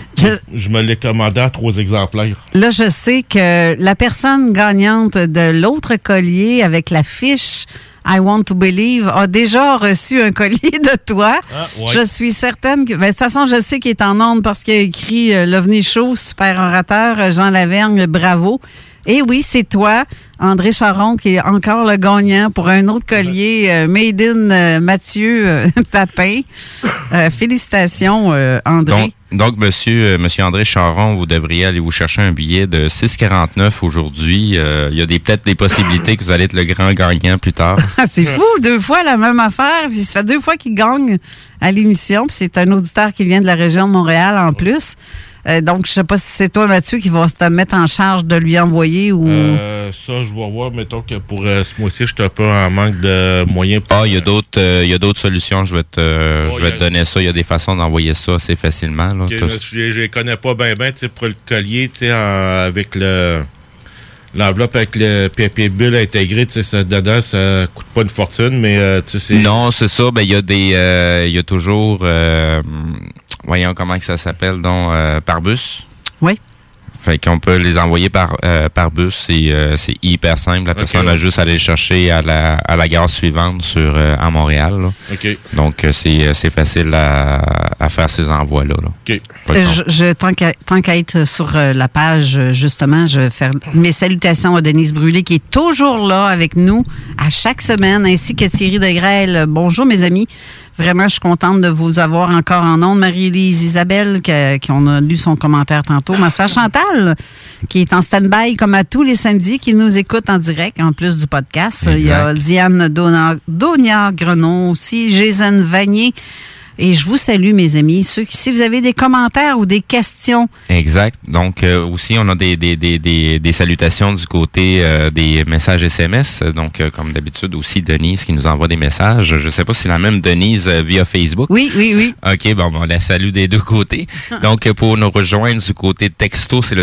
Je me l'ai commandé à 3 exemplaires. Là, je sais que la personne gagnante de l'autre collier avec la fiche I Want to Believe a déjà reçu un collier de toi. Ah, ouais. Je suis certaine que... Ben, de toute façon, je sais qu'il est en onde parce qu'il a écrit l'OVNI Show, super orateur, Jean Lavergne, bravo. Et oui, c'est toi, André Charon, qui est encore le gagnant pour un autre collier Made in Mathieu Tapin. Félicitations, André. Donc, monsieur André Charon, vous devriez aller vous chercher un billet de 6,49 aujourd'hui. Il y a peut-être des possibilités que vous allez être le grand gagnant plus tard. C'est fou, 2 fois la même affaire. Puis ça fait 2 fois qu'il gagne à l'émission. Puis c'est un auditeur qui vient de la région de Montréal en plus. Donc, je sais pas si c'est toi, Mathieu, qui va te mettre en charge de lui envoyer ou... Ça, je vais voir. Mettons que pour ce mois-ci, je suis un peu en manque de moyens. Il y a d'autres solutions. Je vais te donner ça. Il y a des façons d'envoyer ça assez facilement. Là. Okay, je les connais pas bien, pour le collier, avec l'enveloppe avec le papier bulle intégré, ça dedans, ça coûte pas une fortune, mais c'est... Non, c'est ça. Ben, il y a toujours... voyons comment que ça s'appelle, donc par bus. Oui. Fait qu'on peut les envoyer par bus. C'est hyper simple. La personne a juste à aller chercher à la gare suivante à Montréal. Là. OK. Donc, c'est facile à faire ces envois-là. Là. OK. Tant qu'à être sur la page, justement, je vais faire mes salutations à Denise Brûlé, qui est toujours là avec nous à chaque semaine, ainsi que Thierry Degrelle. Bonjour, mes amis. Vraiment, je suis contente de vous avoir encore en ondes. Marie-Élise Isabelle, qui on a lu son commentaire tantôt. Ma sœur Chantal, qui est en stand-by comme à tous les samedis, qui nous écoute en direct, en plus du podcast. Exact. Il y a Diane Donia-Grenon aussi, Jason Vanier. Et je vous salue, mes amis. Si vous avez des commentaires ou des questions. Exact. Donc, aussi, on a des salutations du côté des messages SMS. Donc, comme d'habitude, aussi, Denise qui nous envoie des messages. Je ne sais pas si c'est la même Denise via Facebook. Oui. OK, bon, on la salue des 2 côtés. Donc, pour nous rejoindre du côté texto, c'est le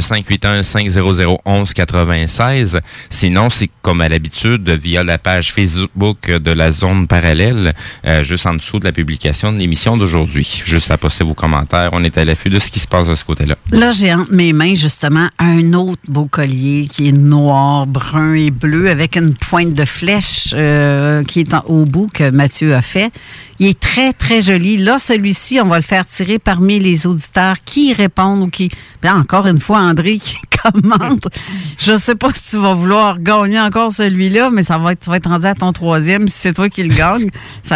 581-500-1196. Sinon, c'est comme à l'habitude, via la page Facebook de la Zone Parallèle, juste en dessous de la publication de l'émission. l'émission d'aujourd'hui. Juste à poster vos commentaires. On est à l'affût de ce qui se passe de ce côté-là. Là, j'ai entre mes mains, justement, un autre beau collier qui est noir, brun et bleu avec une pointe de flèche qui est au bout que Mathieu a fait. Il est très, très joli. Là, celui-ci, on va le faire tirer parmi les auditeurs qui répondent ou qui... Là, encore une fois, André qui commente. Je ne sais pas si tu vas vouloir gagner encore celui-là, mais tu vas être rendu à ton 3e si c'est toi qui le gagne.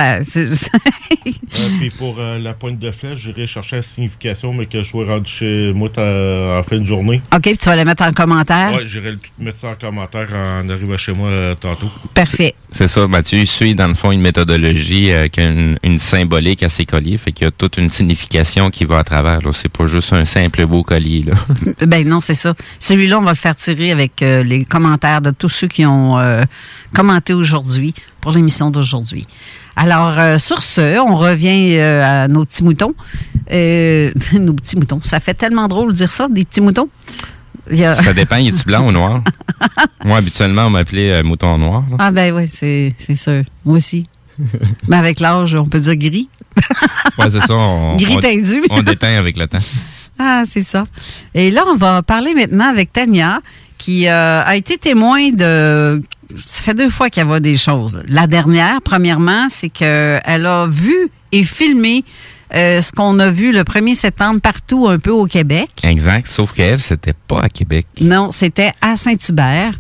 Puis pour la pointe de flèche, j'irai chercher la signification, mais que je sois rendu chez moi en fin de journée. OK, puis tu vas la mettre en commentaire? Oui, j'irai mettre ça en commentaire en arrivant chez moi tantôt. Parfait. C'est ça, Mathieu suit dans le fond une méthodologie qui a une symbolique à ses colliers, fait qu'il y a toute une signification qui va à travers. Là. C'est pas juste un simple beau collier. Là. Ben non, c'est ça. Celui-là, on va le faire tirer avec les commentaires de tous ceux qui ont commenté aujourd'hui pour l'émission d'aujourd'hui. Alors, sur ce, on revient à nos petits moutons. Nos petits moutons. Ça fait tellement drôle de dire ça, des petits moutons. Ça dépend, il est-tu blanc ou noir? Moi, habituellement, on m'appelait mouton noir. Là. Ah ben oui, c'est sûr. Moi aussi. Mais avec l'âge, on peut dire gris. Oui, c'est ça. Gris teindu. On déteint avec le temps. Ah, c'est ça. Et là, on va parler maintenant avec Tania, qui a été témoin de... Ça fait 2 fois qu'elle voit des choses. La dernière, premièrement, c'est qu'elle a vu et filmé ce qu'on a vu le 1er septembre partout un peu au Québec. Exact, sauf qu'elle, c'était pas à Québec. Non, c'était à Saint-Hubert.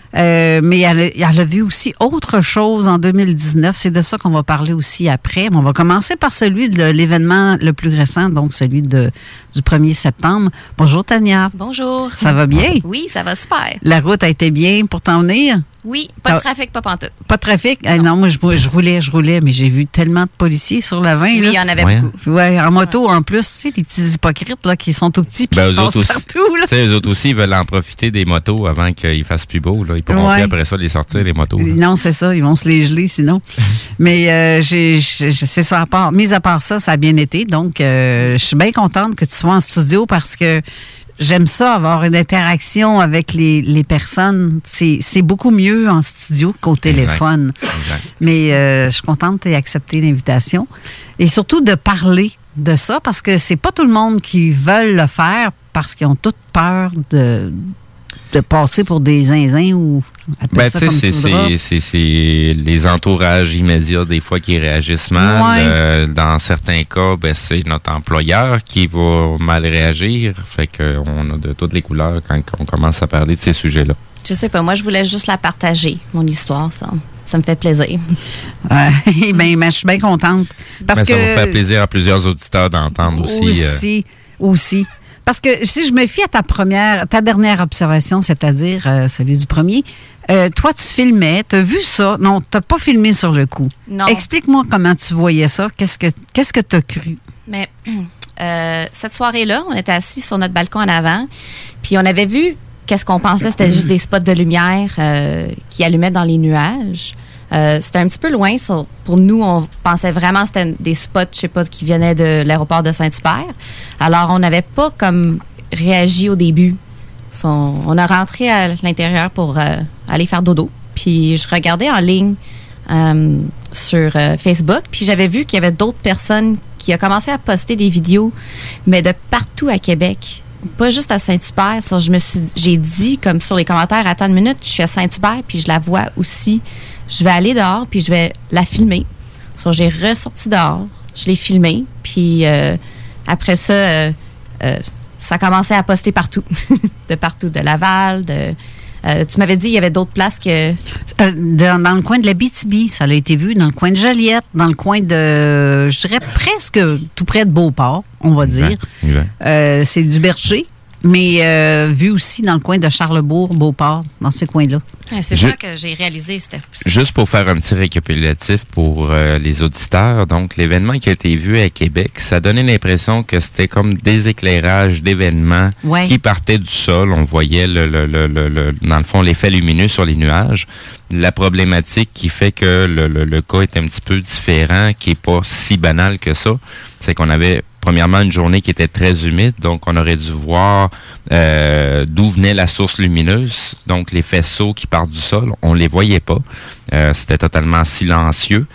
Mais elle a vu aussi autre chose en 2019. C'est de ça qu'on va parler aussi après. Mais on va commencer par celui de l'événement le plus récent, donc celui du 1er septembre. Bonjour, Tania. Bonjour. Ça va bien? Oui, ça va super. La route a été bien pour t'en venir? Oui, pas de trafic, pas pantoute. Pas de trafic? Non, moi, je roulais, mais j'ai vu tellement de policiers sur la 20. Oui, il y en avait beaucoup. Oui, en moto, en plus, tu sais, les petits hypocrites là, qui sont tout petits puis qui passent partout. Tu sais, eux autres aussi, ils veulent en profiter des motos avant qu'ils fassent plus beau. Là. Ils pourront plus après ça les sortir, les motos. Là. Non, c'est ça, ils vont se les geler sinon. Mais c'est ça, mis à part ça, ça a bien été. Donc, je suis bien contente que tu sois en studio parce que j'aime ça, avoir une interaction avec les personnes. C'est beaucoup mieux en studio qu'au téléphone. Exact. Mais je suis contente que tu aies accepté l'invitation. Et surtout de parler de ça, parce que c'est pas tout le monde qui veut le faire parce qu'ils ont toute peur de passer pour des zinzins ou appelle ça comme tu voudras. C'est les entourages immédiats des fois qui réagissent mal. Ouais. Dans certains cas, c'est notre employeur qui va mal réagir. Fait qu'on a de toutes les couleurs quand on commence à parler de ces sujets-là. Je sais pas, moi je voulais juste la partager, mon histoire, ça me fait plaisir. Ben, je suis bien contente. Parce que ça va faire plaisir à plusieurs auditeurs d'entendre aussi. Aussi. Parce que si je me fie à ta dernière observation, c'est-à-dire celui du premier, toi, tu filmais, tu as vu ça. Non, tu n'as pas filmé sur le coup. Non. Explique-moi comment tu voyais ça. Qu'est-ce que tu as cru? Mais cette soirée-là, on était assis sur notre balcon en avant, puis on avait vu qu'est-ce qu'on pensait, c'était juste des spots de lumière qui allumaient dans les nuages. C'était un petit peu loin. Pour nous, on pensait vraiment que c'était des spots, je sais pas, qui venaient de l'aéroport de Saint-Hubert. Alors, on n'avait pas comme réagi au début. On a rentré à l'intérieur pour aller faire dodo. Puis, je regardais en ligne sur Facebook. Puis, j'avais vu qu'il y avait d'autres personnes qui ont commencé à poster des vidéos, mais de partout à Québec. Pas juste à Saint-Hubert. J'ai dit, comme sur les commentaires, attends une minute, je suis à Saint-Hubert, puis je la vois aussi. Je vais aller dehors, puis je vais la filmer. J'ai ressorti dehors, je l'ai filmée, puis après ça, ça a commencé à poster partout. De partout, de Laval, tu m'avais dit qu'il y avait d'autres places que... Dans le coin de l'Abitibi, ça a été vu, dans le coin de Joliette, dans le coin de, je dirais presque tout près de Beauport, on va dire. C'est du Berger. Mais vu aussi dans le coin de Charlebourg, Beauport, dans ces coins-là. C'est ça que j'ai réalisé. Juste pour faire un petit récapitulatif pour les auditeurs, donc l'événement qui a été vu à Québec, ça donnait l'impression que c'était comme des éclairages d'événements qui partaient du sol. On voyait dans le fond l'effet lumineux sur les nuages. La problématique qui fait que le cas est un petit peu différent, qui est pas si banal que ça, c'est qu'on avait premièrement une journée qui était très humide, donc on aurait dû voir d'où venait la source lumineuse, donc les faisceaux qui partent du sol, on les voyait pas. C'était totalement silencieux.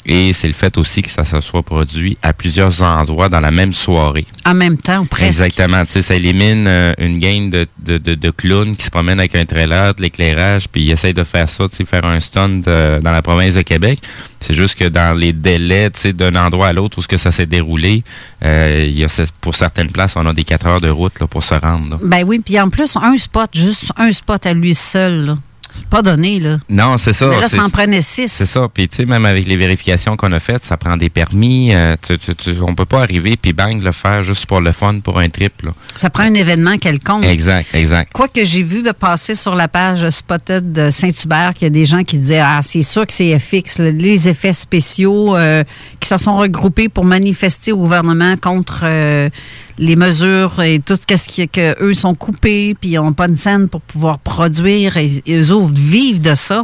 Et c'est le fait aussi que ça se soit produit à plusieurs endroits dans la même soirée. En même temps, ou presque. Exactement. Tu sais, ça élimine une gang de clowns qui se promènent avec un trailer, de l'éclairage, puis ils essayent de faire ça, tu sais, faire un stunt dans la province de Québec. C'est juste que dans les délais, tu sais, d'un endroit à l'autre où ce que ça s'est déroulé, il y a pour certaines places, on a des 4 heures de route là, pour se rendre. Là. Ben oui, puis en plus, juste un spot à lui seul, là. C'est pas donné, là. Non, c'est ça. Mais là, ça en prenait 6. C'est ça. Puis, tu sais, même avec les vérifications qu'on a faites, ça prend des permis. On peut pas arriver puis bang, le faire juste pour le fun, pour un trip, là. Ça prend un événement quelconque. Exact. Quoi que j'ai vu passer sur la page Spotted de Saint-Hubert, qu'il y a des gens qui disaient, c'est sûr que c'est FX, là, les effets spéciaux qui se sont regroupés pour manifester au gouvernement contre les mesures et tout ce que eux sont coupés, puis ils n'ont pas de scène pour pouvoir produire, et eux autres vivent de ça.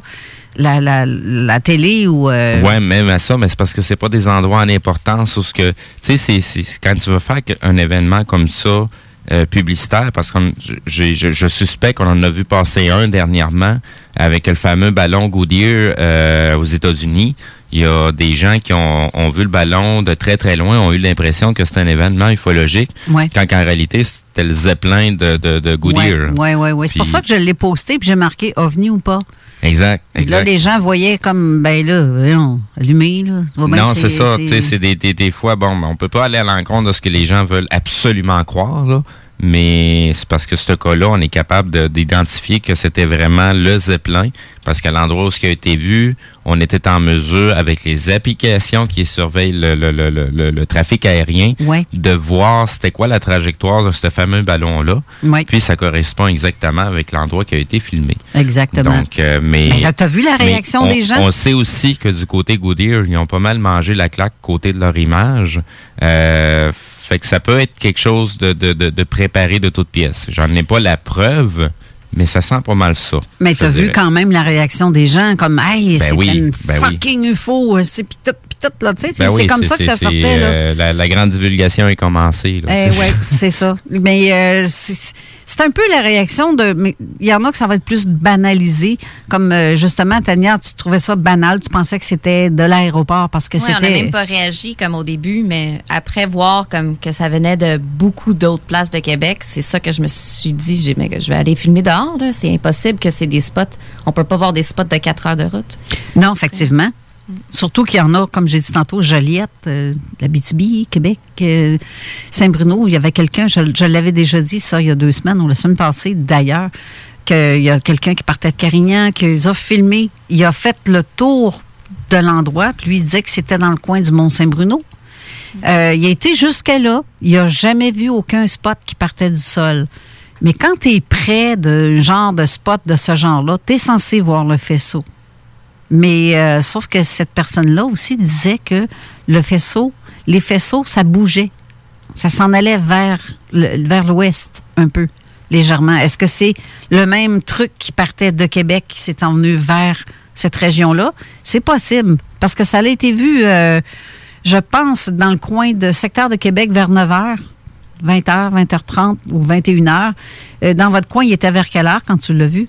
La télé ou... Ouais, même à ça, mais c'est parce que c'est pas des endroits en importance où ce que... Tu sais, c'est quand tu veux faire un événement comme ça, publicitaire, parce que je suspecte qu'on en a vu passer un dernièrement avec le fameux ballon Goodyear aux États-Unis. Il y a des gens qui ont vu le ballon de très, très loin, ont eu l'impression que c'était un événement ufologique, quand en réalité, c'était le Zeppelin de Goodyear. Oui. C'est pour ça que je l'ai posté, puis j'ai marqué OVNI ou pas. Exact. Là, les gens voyaient comme, allumé, là. Non, c'est ça. Tu sais, c'est des fois, on peut pas aller à l'encontre de ce que les gens veulent absolument croire, là. Mais c'est parce que ce cas-là, on est capable d'identifier que c'était vraiment le Zeppelin, parce qu'à l'endroit où ce qui a été vu, on était en mesure, avec les applications qui surveillent le trafic aérien, de voir c'était quoi la trajectoire de ce fameux ballon-là. Puis ça correspond exactement avec l'endroit qui a été filmé. Exactement. Donc, mais t'as vu la réaction des gens? On sait aussi que du côté Goodyear, ils ont pas mal mangé la claque côté de leur image. Fait que ça peut être quelque chose de préparé de toutes pièces. J'en ai pas la preuve, mais ça sent pas mal ça. Mais t'as vu quand même la réaction des gens, comme « Hey, c'est une fucking UFO! » Puis tout, là, tu sais, c'est comme ça que ça sortait, là. La grande divulgation est commencée, là. Oui, c'est ça. Mais c'est un peu la réaction de... Mais il y en a que ça va être plus banalisé. Comme, justement, Tania, tu trouvais ça banal. Tu pensais que c'était de l'aéroport parce que c'était... on n'a même pas réagi comme au début, mais après voir comme que ça venait de beaucoup d'autres places de Québec, c'est ça que je me suis dit, je vais aller filmer dehors, là. C'est impossible que c'est des spots. On peut pas voir des spots de 4 heures de route. Non, effectivement. Surtout qu'il y en a, comme j'ai dit tantôt, Joliette, l'Abitibi, Québec, Saint-Bruno. Il y avait quelqu'un, je l'avais déjà dit ça il y a 2 semaines, ou la semaine passée d'ailleurs, qu'il y a quelqu'un qui partait de Carignan, qui les a filmés. Il a fait le tour de l'endroit, puis lui, il disait que c'était dans le coin du Mont-Saint-Bruno. Il a été jusqu'à là. Il n'a jamais vu aucun spot qui partait du sol. Mais quand tu es près d'un genre de spot de ce genre-là, tu es censé voir le faisceau. Mais sauf que cette personne-là aussi disait que les faisceaux, ça bougeait. Ça s'en allait vers l'ouest un peu, légèrement. Est-ce que c'est le même truc qui partait de Québec qui s'est envenu vers cette région-là? C'est possible, parce que ça a été vu, je pense, dans le coin de secteur de Québec vers 9h. 20h, 20h30 ou 21h. Dans votre coin, il était vers quelle heure quand tu l'as vu?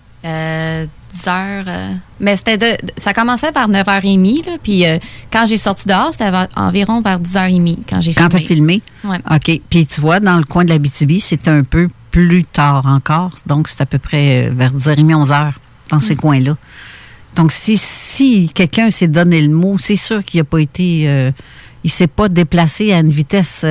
10h. Mais ça commençait vers 9h30, là, puis quand j'ai sorti dehors, c'était environ vers 10h30 quand j'ai filmé. Quand tu as filmé? Oui. OK. Puis tu vois, dans le coin de l'Abitibi, c'est un peu plus tard encore. Donc, c'est à peu près vers 10h30, 11h, dans ces coins-là. Donc, si quelqu'un s'est donné le mot, c'est sûr qu'il n'a pas été... il s'est pas déplacé à une vitesse...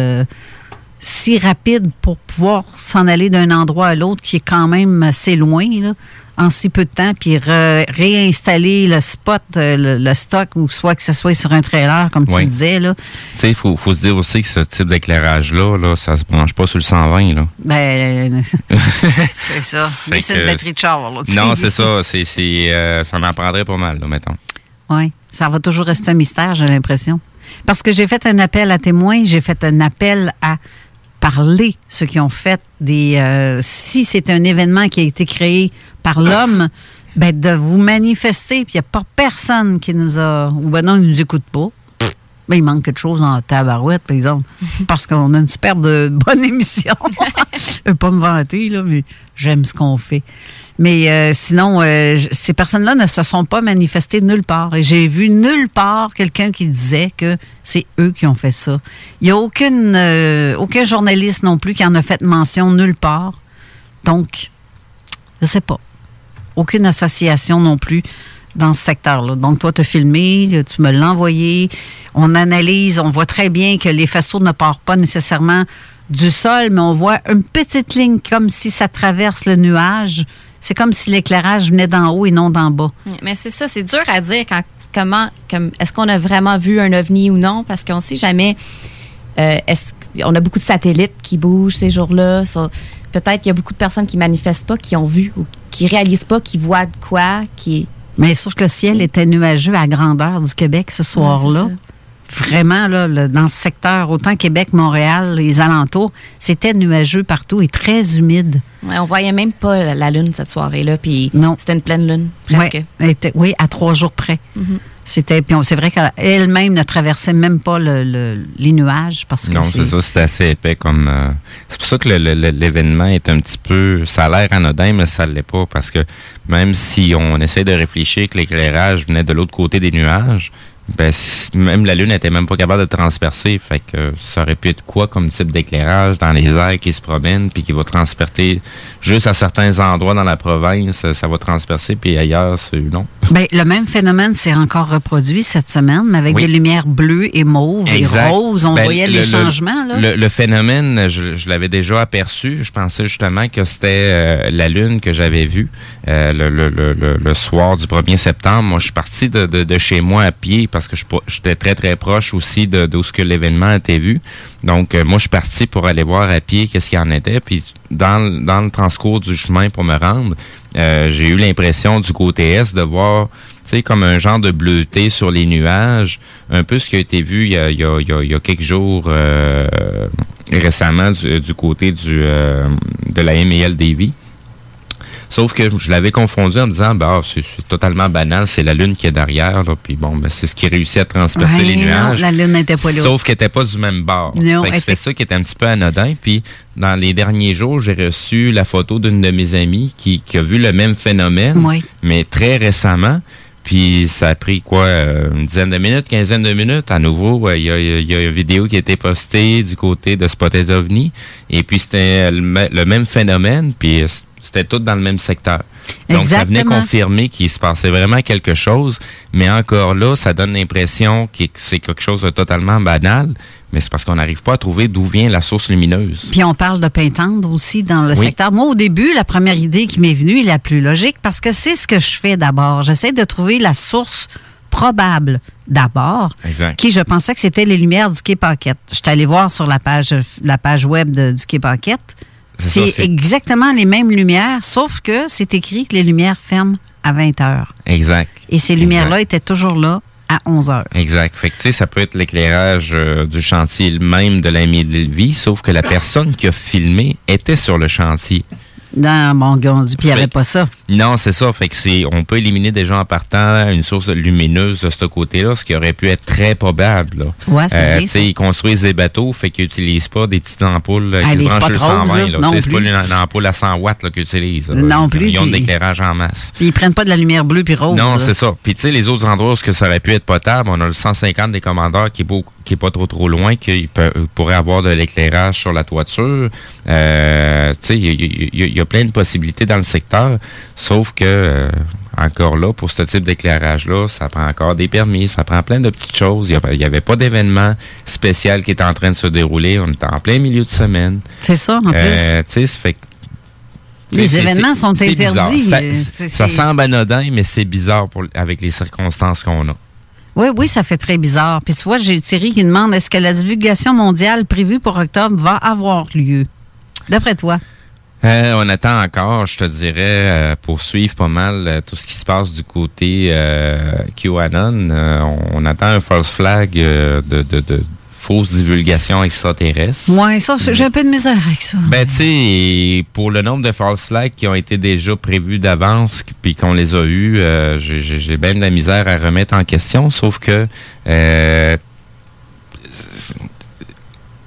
si rapide pour pouvoir s'en aller d'un endroit à l'autre qui est quand même assez loin, là, en si peu de temps, puis réinstaller le spot, le stock, ou soit que ce soit sur un trailer, comme tu disais, là. Tu sais, il faut se dire aussi que ce type d'éclairage-là, là, ça se branche pas sur le 120, là. Ben, c'est ça. Mais c'est une batterie de char, là. Non, c'est ça. Ça en prendrait pas mal, là, mettons. Oui. Ça va toujours rester un mystère, j'ai l'impression. Parce que j'ai fait un appel à témoins, j'ai fait un appel à parler, ceux qui ont fait des... si c'est un événement qui a été créé par l'homme, ben de vous manifester, puis il n'y a pas personne qui nous a... Ou ben non, ils ne nous écoutent pas. Ben, il manque quelque chose en tabarouette, par exemple, parce qu'on a une superbe bonne émission. Je ne veux pas me vanter, là, mais j'aime ce qu'on fait. Mais sinon, ces personnes-là ne se sont pas manifestées nulle part. Et j'ai vu nulle part quelqu'un qui disait que c'est eux qui ont fait ça. Il n'y a aucun journaliste non plus qui en a fait mention nulle part. Donc, je ne sais pas. Aucune association non plus dans ce secteur-là. Donc, toi, tu as filmé, tu me l'as envoyé. On analyse, on voit très bien que les faisceaux ne partent pas nécessairement du sol, mais on voit une petite ligne comme si ça traverse le nuage. C'est comme si l'éclairage venait d'en haut et non d'en bas. Mais c'est ça, c'est dur à dire est-ce qu'on a vraiment vu un ovni ou non, parce qu'on ne sait jamais. On a beaucoup de satellites qui bougent ces jours-là. Peut-être qu'il y a beaucoup de personnes qui ne manifestent pas, qui ont vu ou qui ne réalisent pas, qui voient de quoi, Mais sauf que le ciel était nuageux à grandeur du Québec ce soir-là. Vraiment, là, dans ce secteur, autant Québec, Montréal, les alentours, c'était nuageux partout et très humide. Ouais, on voyait même pas la lune cette soirée-là, puis c'était une pleine lune, presque. Oui, à 3 jours près. Mm-hmm. Puis c'est vrai qu'elle-même ne traversait même pas les nuages. Parce que non, c'est ça, c'était assez épais comme... c'est pour ça que l'événement est un petit peu... Ça a l'air anodin, mais ça ne l'est pas, parce que même si on essaie de réfléchir que l'éclairage venait de l'autre côté des nuages, ben, même la Lune n'était même pas capable de transpercer. Fait que ça aurait pu être quoi comme type d'éclairage dans les airs qui se promènent puis qui va transpercer juste à certains endroits dans la province, ça va transpercer, puis ailleurs, non. Ben, le même phénomène s'est encore reproduit cette semaine, mais avec des lumières bleues et mauves et roses. On voyait les changements. Là. Le phénomène, je l'avais déjà aperçu. Je pensais justement que c'était la Lune que j'avais vue le soir du 1er septembre. Moi, je suis parti de chez moi à pied parce que j'étais très, très proche aussi d'où ce que l'événement a été vu. Donc, moi, je suis parti pour aller voir à pied qu'est-ce qu'il y en était. Puis, dans le transcours du chemin pour me rendre, j'ai eu l'impression du côté est de voir, tu sais, comme un genre de bleuté sur les nuages, un peu ce qui a été vu il y a quelques jours récemment du côté de la MEL Davy. Sauf que je l'avais confondu en me disant, c'est totalement banal, c'est la Lune qui est derrière, là, puis bon, c'est ce qui réussit à transpercer les nuages. Non, la Lune n'était pas là. Sauf qu'elle n'était pas du même bord. C'était ça qui était un petit peu anodin. Puis, dans les derniers jours, j'ai reçu la photo d'une de mes amies qui a vu le même phénomène, mais très récemment. Puis, ça a pris une dizaine de minutes, quinzaine de minutes. À nouveau, il y a une vidéo qui a été postée du côté de Spotted OVNI. Et puis, c'était le même phénomène, puis c'était tout dans le même secteur. Donc, ça venait confirmer qu'il se passait vraiment quelque chose, mais encore là, ça donne l'impression que c'est quelque chose de totalement banal, mais c'est parce qu'on n'arrive pas à trouver d'où vient la source lumineuse. Puis on parle de Pintendre aussi dans le secteur. Moi, au début, la première idée qui m'est venue est la plus logique, parce que c'est ce que je fais d'abord. J'essaie de trouver la source probable d'abord, qui je pensais que c'était les lumières du Quai Paquette. Je suis allée voir sur la page web du Quai Paquette. C'est exactement les mêmes lumières, sauf que c'est écrit que les lumières ferment à 20 heures. Exact. Et ces lumières-là étaient toujours là à 11 heures. Exact. Fait que, tu sais, ça peut être l'éclairage du chantier même de la Lévis, sauf que la personne qui a filmé était sur le chantier. Non, mon gars, puis il n'y avait pas ça. Non, c'est ça. Fait que on peut éliminer déjà en partant une source lumineuse de ce côté-là, ce qui aurait pu être très probable. Là. Tu vois, c'est bien ça. Ils construisent des bateaux, fait qu'ils n'utilisent pas des petites ampoules qui se branchent le 120. C'est pas une ampoule à 100 watts qu'ils utilisent. Non plus. Ils ont de l'éclairage en masse. Puis ils prennent pas de la lumière bleue puis rose. Non, c'est ça. Puis tu sais, les autres endroits où ça aurait pu être potable, on a le 150 des commandeurs qui est pas trop loin, qui pourrait avoir de l'éclairage sur la toiture. Tu sais, il y a plein de possibilités dans le secteur, sauf que encore là, pour ce type d'éclairage-là, ça prend encore des permis, ça prend plein de petites choses. Il n'y avait pas d'événement spécial qui était en train de se dérouler. On était en plein milieu de semaine. C'est ça, en plus. Tu sais, ça fait que les événements sont interdits. Ça semble anodin, mais c'est bizarre avec les circonstances qu'on a. Oui, ça fait très bizarre. Puis tu vois, j'ai Thierry qui demande, est-ce que la divulgation mondiale prévue pour octobre va avoir lieu? D'après toi? On attend encore, je te dirais, pour suivre pas mal tout ce qui se passe du côté QAnon. On attend un false flag de fausse divulgation extraterrestre. Oui, ça, j'ai un peu de misère avec ça. Ben, tu sais, pour le nombre de false flags qui ont été déjà prévus d'avance puis qu'on les a eus, j'ai bien de la misère à remettre en question, sauf que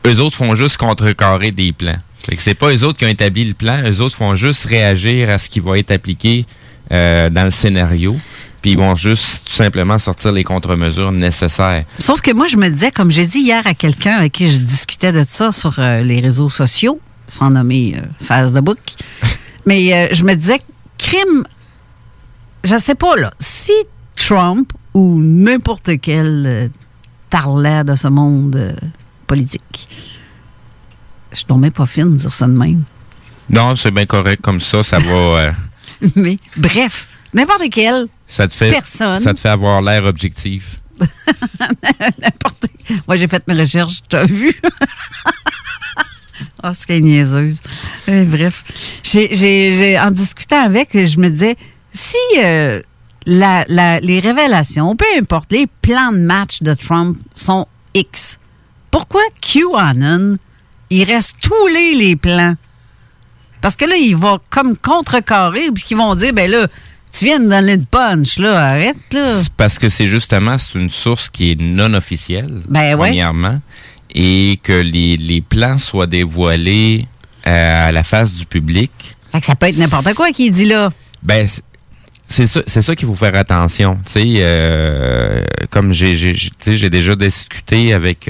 eux autres font juste contrecarrer des plans. Fait que c'est pas eux autres qui ont établi le plan, eux autres font juste réagir à ce qui va être appliqué dans le scénario. Puis ils vont juste tout simplement sortir les contre-mesures nécessaires. Sauf que moi, je me disais, comme j'ai dit hier à quelqu'un avec qui je discutais de ça sur les réseaux sociaux, sans nommer Facebook, mais je me disais, crime, je sais pas, là, si Trump ou n'importe quel tarlet de ce monde politique, je ne tombais pas fine de dire ça de même. Non, c'est bien correct comme ça va... Mais bref, n'importe quel personne... Ça te fait avoir l'air objectif. Moi, j'ai fait mes recherches, tu as vu? Oh, c'est qu'elle est niaiseuse. Bref, j'ai en discutant avec, je me disais, si les révélations, peu importe, les plans de match de Trump sont X, pourquoi QAnon, il reste tous les plans? Parce que là, il va comme contrecarrer, puis qu'ils vont dire, ben là, tu viens de donner le punch, là, arrête, là. C'est parce que c'est une source qui est non officielle, premièrement, et que les plans soient dévoilés à la face du public. Fait que ça peut être n'importe quoi qui dit là. Ben, c'est ça qu'il faut faire attention. Tu sais, comme j'ai déjà discuté avec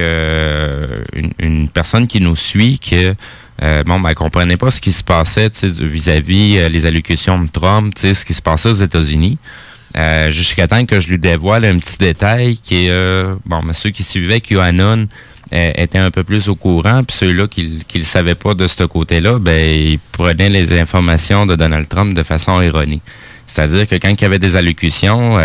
une personne qui nous suit que elle comprenait pas ce qui se passait vis-à-vis les allocutions de Trump, ce qui se passait aux États-Unis. Jusqu'à temps que je lui dévoile un petit détail qui est ceux qui suivaient QAnon étaient un peu plus au courant, puis ceux-là qui le savaient pas de ce côté-là, ils prenaient les informations de Donald Trump de façon erronée. C'est-à-dire que quand il y avait des allocutions,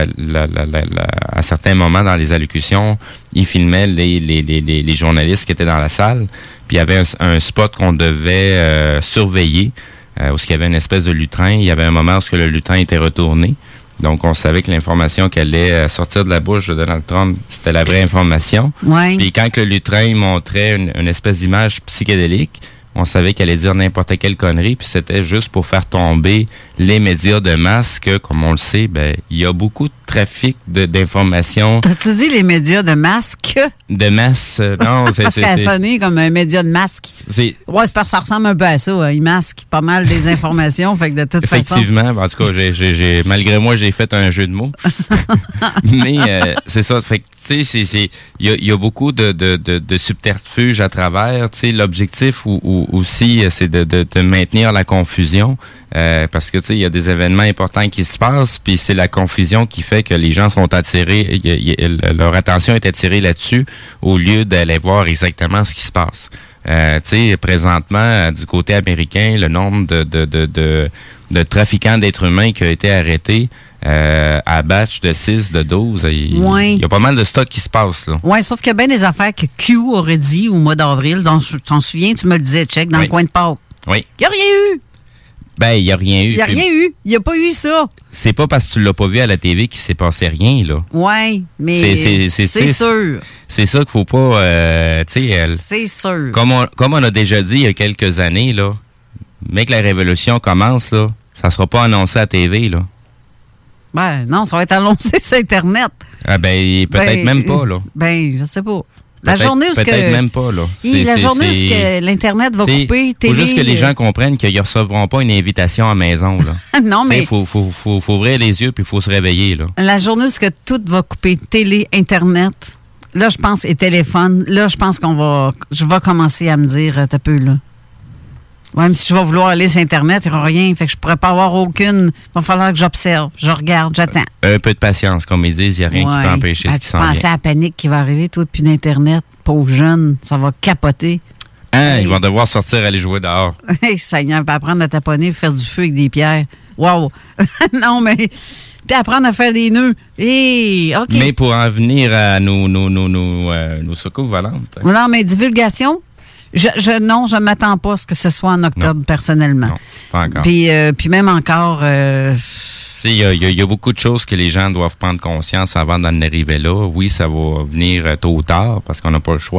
à certains moments dans les allocutions, il filmait les journalistes qui étaient dans la salle, puis il y avait un spot qu'on devait surveiller, où il y avait une espèce de lutrin. Il y avait un moment où le lutrin était retourné. Donc, on savait que l'information qui allait sortir de la bouche de Donald Trump, c'était la vraie information. Ouais. Puis quand le lutrin montrait une espèce d'image psychédélique, on savait qu'elle allait dire n'importe quelle connerie, puis c'était juste pour faire tomber les médias de masse, que, comme on le sait, il y a beaucoup de trafic d'informations. T'as-tu dit les médias de masque? De masse, non. Parce qu'elle a sonné comme un média de masque. Ouais, c'est parce que ça ressemble un peu à ça. Hein. Ils masquent pas mal des informations, fait que de toute façon... Effectivement. En tout cas, malgré moi, j'ai fait un jeu de mots. Mais c'est ça. Fait que, tu sais, il y a beaucoup de subterfuges à travers. Tu sais, l'objectif aussi, c'est de maintenir la confusion. Parce que, tu sais, il y a des événements importants qui se passent, puis c'est la confusion qui fait que les gens sont attirés, leur attention est attirée là-dessus, au lieu d'aller voir exactement ce qui se passe. Tu sais, présentement, du côté américain, le nombre de trafiquants d'êtres humains qui a été arrêtés à batch de 6, de 12, il y a pas mal de stock qui se passe, là. Oui, sauf qu'il y a bien des affaires que Q aurait dit au mois d'avril. T'en souviens, tu me le disais, check, dans le coin de Pâques. Oui. Il n'y a rien eu. Il n'y a rien eu. Il n'y a rien eu. Il n'y a pas eu ça. C'est pas parce que tu l'as pas vu à la TV qu'il s'est passé rien, là. Oui, mais c'est sûr. C'est ça qu'il faut pas... c'est sûr. Comme on a déjà dit il y a quelques années, là, mais que la révolution commence, là, ça sera pas annoncé à la TV, là. Non, ça va être annoncé sur Internet. Peut-être même pas, là. Je sais pas. La journée où peut-être même pas, là. La journée où l'Internet va couper, télé... faut juste que les gens comprennent qu'ils ne recevront pas une invitation à la maison, là. Non, mais... Il faut ouvrir les yeux puis il faut se réveiller, là. La journée où tout va couper, télé, Internet, là, je pense, et téléphone, là, je pense je vais commencer à me dire, t'as peu, là. Ouais, mais si je vais vouloir aller sur Internet, il n'y aura rien. Fait que je pourrais pas avoir aucune. Il va falloir que j'observe, je regarde, j'attends. Un peu de patience, comme ils disent, il n'y a rien qui peut empêcher ce qui s'en vient. Tu pensais à la panique qui va arriver, toi, plus d'Internet, pauvre jeune, ça va capoter. Ils vont devoir sortir, aller jouer dehors. Seigneur, puis apprendre à taponner, faire du feu avec des pierres. Wow! Non, mais... Puis apprendre à faire des nœuds. OK. Mais pour en venir à nos secours volantes. Non, mais divulgation... Non, je ne m'attends pas à ce que ce soit en octobre, personnellement. Non, pas encore. Puis même encore... Il y a beaucoup de choses que les gens doivent prendre conscience avant d'en arriver là. Oui, ça va venir tôt ou tard, parce qu'on n'a pas le choix.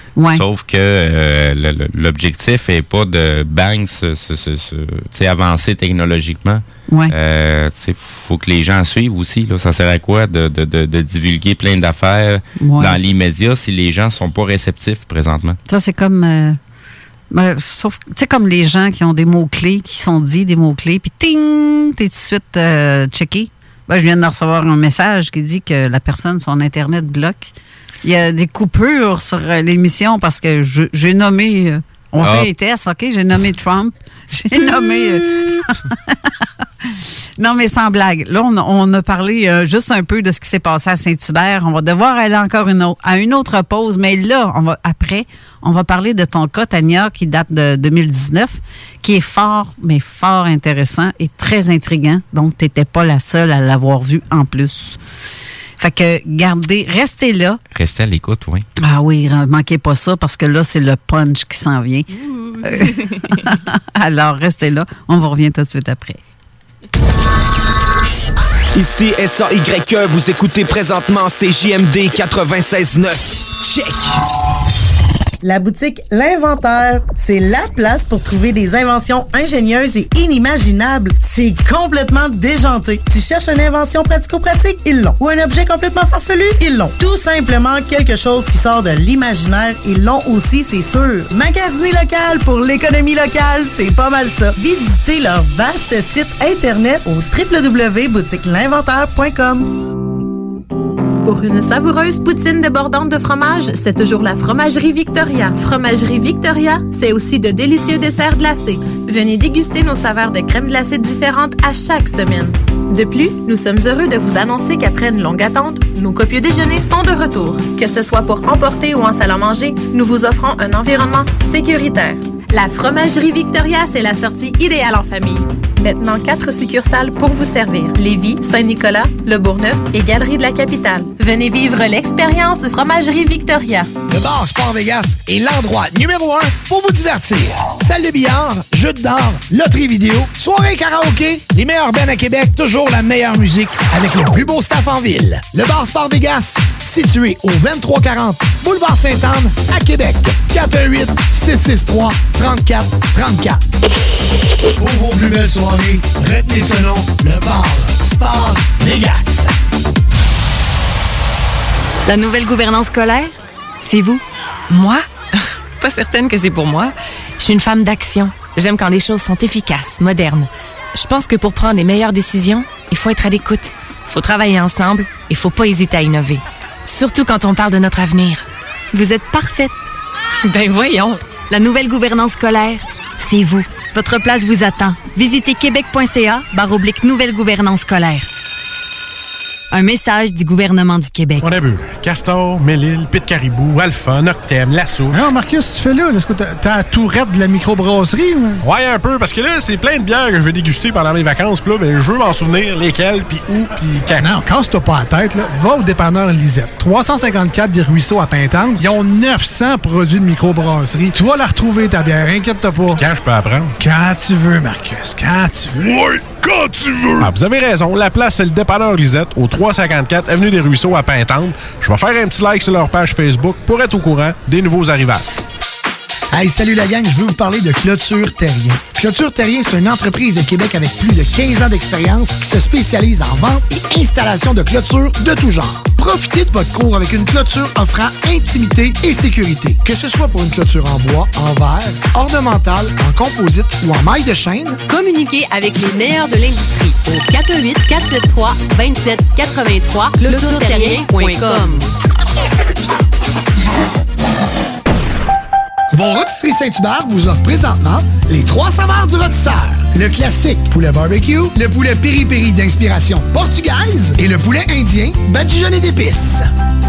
Ouais. Sauf que l'objectif n'est pas de bang avancer technologiquement. Ouais. Faut que les gens suivent aussi. Là. Ça sert à quoi de divulguer plein d'affaires dans l'immédiat si les gens sont pas réceptifs présentement? Ça, c'est comme... sauf, tu sais, comme les gens qui ont des mots-clés, qui sont dits des mots-clés, puis ting, t'es tout de suite checké. Je viens de recevoir un message qui dit que la personne, son Internet bloque. Il y a des coupures sur l'émission parce que j'ai nommé... on fait les tests, OK? J'ai nommé Trump. J'ai nommé... Non, mais sans blague. Là, on a parlé juste un peu de ce qui s'est passé à Saint-Hubert. On va devoir aller encore à une autre pause. Mais là, on va parler de ton cas, Tania, qui date de 2019, qui est fort, mais fort intéressant et très intriguant. Donc, tu n'étais pas la seule à l'avoir vu en plus. Fait que, restez là. Restez à l'écoute, oui. Ah oui, ne manquez pas ça parce que là, c'est le punch qui s'en vient. Alors, restez là. On vous revient tout de suite après. Ici SAYE, vous écoutez présentement CJMD 96.9. Check! La boutique L'Inventaire, c'est la place pour trouver des inventions ingénieuses et inimaginables. C'est complètement déjanté. Tu cherches une invention pratico-pratique? Ils l'ont. Ou un objet complètement farfelu? Ils l'ont. Tout simplement quelque chose qui sort de l'imaginaire. Ils l'ont aussi, c'est sûr. Magasiner local pour l'économie locale, c'est pas mal ça. Visitez leur vaste site internet au www.boutiquelinventaire.com. Pour une savoureuse poutine débordante de fromage, c'est toujours la Fromagerie Victoria. Fromagerie Victoria, c'est aussi de délicieux desserts glacés. Venez déguster nos saveurs de crème glacée différentes à chaque semaine. De plus, nous sommes heureux de vous annoncer qu'après une longue attente, nos copieux déjeuners sont de retour. Que ce soit pour emporter ou en salle à manger, nous vous offrons un environnement sécuritaire. La Fromagerie Victoria, c'est la sortie idéale en famille. Maintenant, 4 succursales pour vous servir. Lévis, Saint-Nicolas, Le Bourgneuf et Galerie de la Capitale. Venez vivre l'expérience Fromagerie Victoria. Le bar Sport Vegas est l'endroit numéro 1 pour vous divertir. Salle de billard, jeux de dard, loterie vidéo, soirée karaoké, les meilleurs bands à Québec, toujours la meilleure musique avec le plus beau staff en ville. Le bar Sport Vegas, situé au 2340 Boulevard Sainte-Anne à Québec. 418-663-3434. Pour vos plus belles soirées, retenez ce nom, le bar Sport Vegas. La nouvelle gouvernance scolaire, c'est vous. Moi? Pas certaine que c'est pour moi. Je suis une femme d'action. J'aime quand les choses sont efficaces, modernes. Je pense que pour prendre les meilleures décisions, il faut être à l'écoute. Il faut travailler ensemble et il faut pas hésiter à innover. Surtout quand on parle de notre avenir. Vous êtes parfaite. Ben voyons. La nouvelle gouvernance scolaire, c'est vous. Votre place vous attend. Visitez québec.ca/nouvelle gouvernance scolaire. Un message du gouvernement du Québec. On a vu Castor, Mélile, Pit Caribou, Alpha, Noctem, Lasso. Non, Marcus, tu fais là? Est-ce que t'as la tourette de la microbrasserie? Ouais, un peu, parce que là, c'est plein de bières que je vais déguster pendant mes vacances. Puis là, ben, je veux m'en souvenir lesquelles, puis où, puis quand. Non, casse-toi pas la tête, là. Va au dépanneur Lisette. 354 des Ruisseaux à Pintante. Ils ont 900 produits de microbrasserie. Tu vas la retrouver, ta bière, inquiète-toi pas. Quand je peux apprendre? Quand tu veux, Marcus, quand tu veux. Ouais, quand tu veux! Ah, vous avez raison, la place, c'est le dépanneur Lisette, au 354 Avenue des Ruisseaux à Pintante. Je vais faire un petit like sur leur page Facebook pour être au courant des nouveaux arrivages. Hey, salut la gang, je veux vous parler de Clôture Terrien. Clôture Terrien, c'est une entreprise de Québec avec plus de 15 ans d'expérience qui se spécialise en vente et installation de clôtures de tout genre. Profitez de votre cour avec une clôture offrant intimité et sécurité. Que ce soit pour une clôture en bois, en verre, ornementale, en composite ou en maille de chaîne, communiquez avec les meilleurs de l'industrie au 418-473-2783 clôtureterrien.com. Vos Rôtisseries Saint-Hubert vous offre présentement les 3 saveurs du rôtisseur. Le classique poulet barbecue, le poulet piri-piri d'inspiration portugaise et le poulet indien badigeonné d'épices.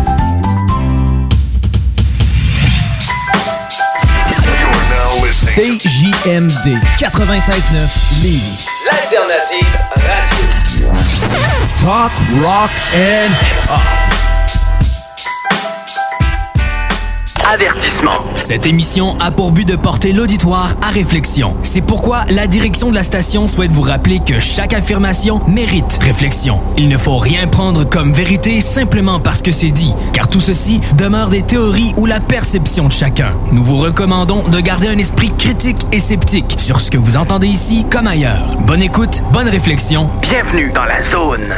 CJMD 96.9 Lévis. L'alternative radio. Talk, rock and hip-hop. Avertissement. Cette émission a pour but de porter l'auditoire à réflexion. C'est pourquoi la direction de la station souhaite vous rappeler que chaque affirmation mérite réflexion. Il ne faut rien prendre comme vérité simplement parce que c'est dit, car tout ceci demeure des théories ou la perception de chacun. Nous vous recommandons de garder un esprit critique et sceptique sur ce que vous entendez ici comme ailleurs. Bonne écoute, bonne réflexion. Bienvenue dans la zone.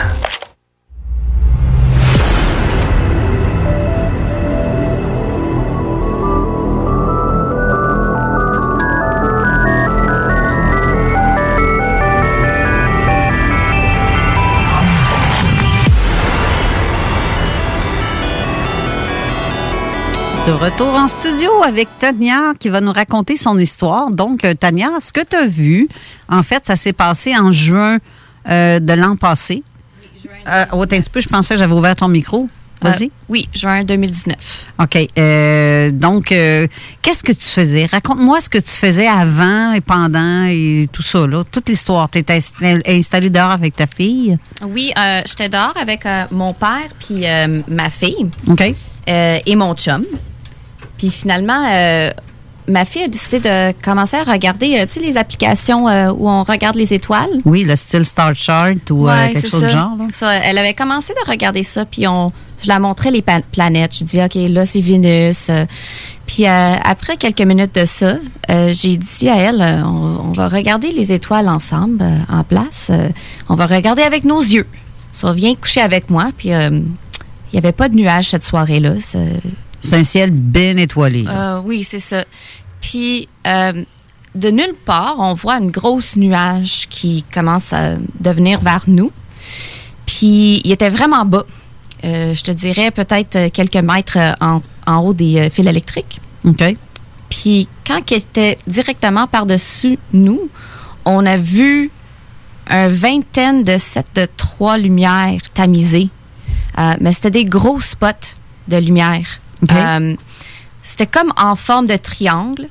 De retour en studio avec Tania qui va nous raconter son histoire. Donc, Tania, ce que tu as vu, en fait, ça s'est passé en juin de l'an passé. Un petit peu, je pensais que j'avais ouvert ton micro. Vas-y. Oui, juin 2019. OK. Donc, qu'est-ce que tu faisais? Raconte-moi ce que tu faisais avant et pendant et tout ça, là. Toute l'histoire. Tu étais installée dehors avec ta fille? Oui, j'étais dehors avec mon père puis ma fille. OK. Et mon chum. Puis finalement, ma fille a décidé de commencer à regarder, tu sais, les applications où on regarde les étoiles. Oui, le style Star Chart ou quelque chose de genre. Là. Ça, elle avait commencé de regarder ça, puis je la montrais les planètes. Je dis, OK, là, c'est Vénus. Puis après quelques minutes de ça, j'ai dit à elle, on va regarder les étoiles ensemble, en place. On va regarder avec nos yeux. Ça, viens coucher avec moi, puis il n'y avait pas de nuages cette soirée-là. C'est un ciel bien étoilé. Oui, c'est ça. Puis, de nulle part, on voit une grosse nuage qui commence à devenir vers nous. Puis, il était vraiment bas. Je te dirais peut-être quelques mètres en haut des fils électriques. OK. Puis, quand il était directement par-dessus nous, on a vu une vingtaine de sets de 3 lumières tamisées. Mais c'était des gros spots de lumière. Okay. C'était comme en forme de triangle.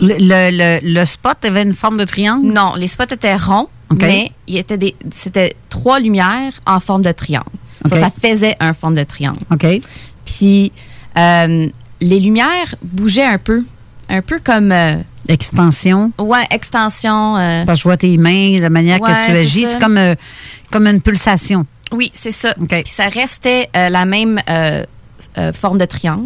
Le spot avait une forme de triangle? Non, les spots étaient ronds, mais c'était 3 lumières en forme de triangle. Okay. Ça faisait une forme de triangle. OK. Puis, les lumières bougeaient un peu comme... extension? Ouais, extension. Parce que je vois tes mains, la manière que tu agis, c'est comme une pulsation. Oui, c'est ça. Okay. Puis ça restait la même forme de triangle.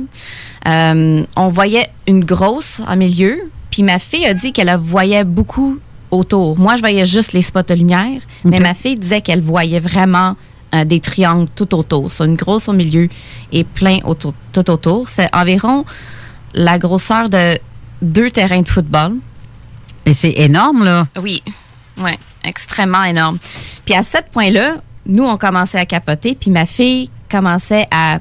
On voyait une grosse en milieu, puis ma fille a dit qu'elle voyait beaucoup autour. Moi, je voyais juste les spots de lumière, mais ma fille disait qu'elle voyait vraiment des triangles tout autour. C'est une grosse au milieu et plein tout autour. C'est environ la grosseur de 2 terrains de football. Et c'est énorme, là? Oui, extrêmement énorme. Puis à ce point-là, nous, on commençait à capoter, puis ma fille commençait à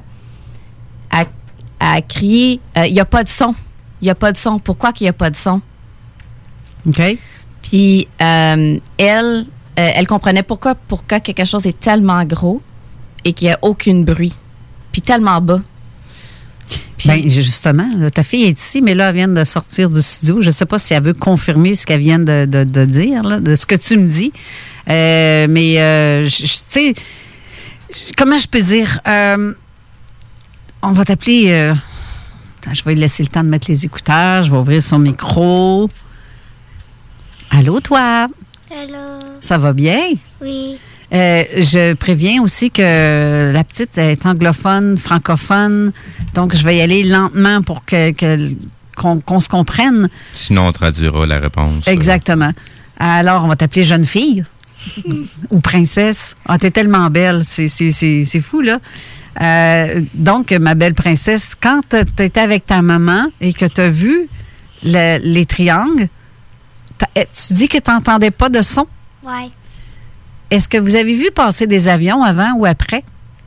crier « Il n'y a pas de son. Il n'y a pas de son. Pourquoi qu'il n'y a pas de son? » OK. Puis elle comprenait pourquoi quelque chose est tellement gros et qu'il n'y a aucun bruit. Puis tellement bas. Puis, ben, justement, là, ta fille est ici, mais là, elle vient de sortir du studio. Je ne sais pas si elle veut confirmer ce qu'elle vient de dire, là, de ce que tu me dis. Mais, tu sais, comment je peux dire? On va t'appeler... je vais lui laisser le temps de mettre les écouteurs. Je vais ouvrir son micro. Allô, toi? Allô? Ça va bien? Oui. Je préviens aussi que la petite est anglophone, francophone. Donc, je vais y aller lentement pour qu'on se comprenne. Sinon, on traduira la réponse. Exactement. Alors, on va t'appeler jeune fille ou princesse. Ah, t'es tellement belle. C'est fou, là. Donc, ma belle princesse, quand tu étais avec ta maman et que tu as vu les triangles, tu dis que tu n'entendais pas de son? Oui. Est-ce que vous avez vu passer des avions avant ou après?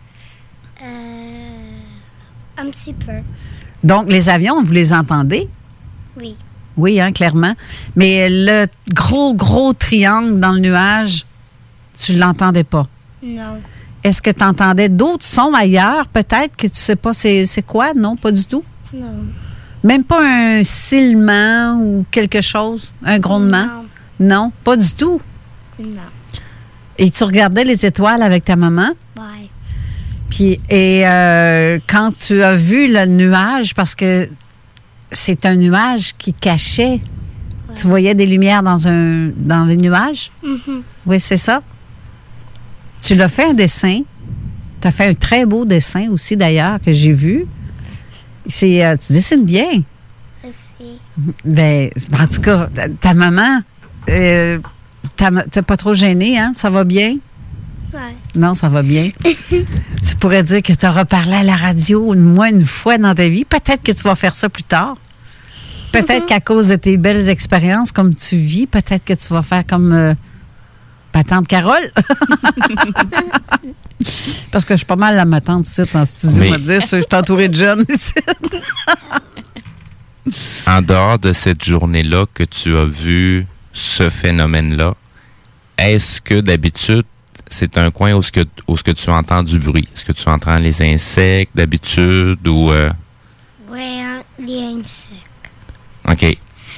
Un petit peu. Donc, les avions, vous les entendez? Oui. Oui, hein, clairement. Mais le gros triangle dans le nuage, tu ne l'entendais pas? Non. Est-ce que tu entendais d'autres sons ailleurs, peut-être, que tu ne sais pas c'est quoi? Non, pas du tout? Non. Même pas un sifflement ou quelque chose? Un grondement? Non. Non, pas du tout? Non. Et tu regardais les étoiles avec ta maman? Oui. Puis, quand tu as vu le nuage, parce que c'est un nuage qui cachait. Ouais. Tu voyais des lumières dans les nuages? Mm-hmm. Oui, c'est ça. Tu l'as fait un dessin. Tu as fait un très beau dessin aussi, d'ailleurs, que j'ai vu. Tu dessines bien. Merci. Ben, en tout cas, ta maman, t'as pas trop gêné, hein? Ça va bien? Ouais. Non, ça va bien. Tu pourrais dire que tu auras parlé à la radio au moins une fois dans ta vie. Peut-être que tu vas faire ça plus tard. Peut-être qu'à cause de tes belles expériences, comme tu vis, peut-être que tu vas faire comme ma tante Carole. Parce que je suis pas mal ma tante ici en studio. Je suis entourée de jeunes ici. En dehors de cette journée-là que tu as vu ce phénomène-là, est-ce que d'habitude, c'est un coin où ce que tu entends du bruit? Est-ce que tu entends les insectes d'habitude ou... Oui, les insectes. OK.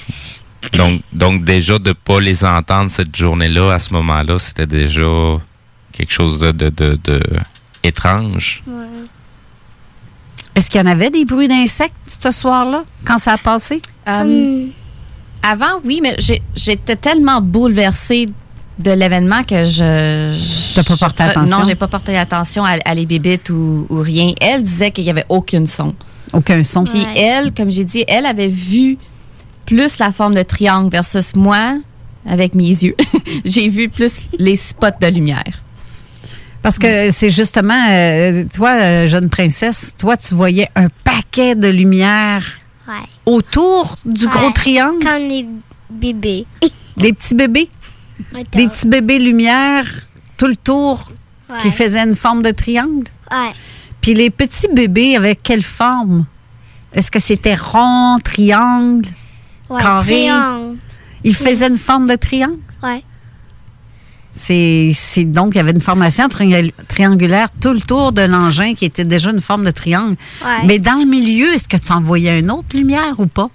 Donc déjà, de ne pas les entendre cette journée-là, à ce moment-là, c'était déjà quelque chose de étrange. Oui. Est-ce qu'il y en avait des bruits d'insectes ce soir-là, quand ça a passé? Avant, oui, mais j'étais tellement bouleversée de l'événement que je n'ai pas porté attention. Non, j'ai pas porté attention à les bébites ou rien. Elle disait qu'il n'y avait aucun son. Aucun son. Puis elle, comme j'ai dit, elle avait vu plus la forme de triangle versus moi, avec mes yeux. J'ai vu plus les spots de lumière. Parce que c'est justement, toi, jeune princesse, toi, tu voyais un paquet de lumière autour du gros triangle. Comme les bébés. Des petits bébés? Des petits bébés lumière tout le tour qui faisaient une forme de triangle? Ouais. Puis les petits bébés, avec quelle forme? Est-ce que c'était rond, triangle, carré? Triangle. Ils faisaient une forme de triangle? Oui. C'est donc, il y avait une formation triangulaire tout le tour de l'engin qui était déjà une forme de triangle. Ouais. Mais dans le milieu, est-ce que tu en voyais une autre lumière ou pas?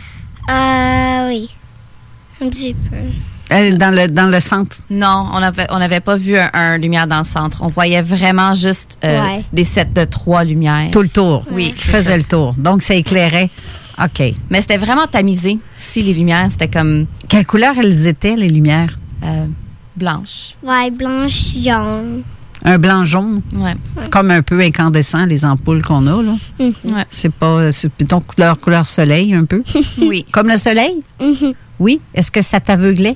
Oui. Un petit peu. Dans le centre? Non, on n'avait pas vu un lumière dans le centre. On voyait vraiment juste des sets de 3 lumières. Tout le tour? Oui. Qui faisait le tour. Donc, ça éclairait. OK. Mais c'était vraiment tamisé. Si les lumières, c'était comme... Quelle couleur elles étaient, les lumières? Blanche. Oui, blanche, jaune. Un blanc-jaune? Oui. Comme un peu incandescent, les ampoules qu'on a, là. Ouais. C'est plutôt couleur soleil, un peu? Oui. Comme le soleil? Mm-hmm. Oui. Est-ce que ça t'aveuglait?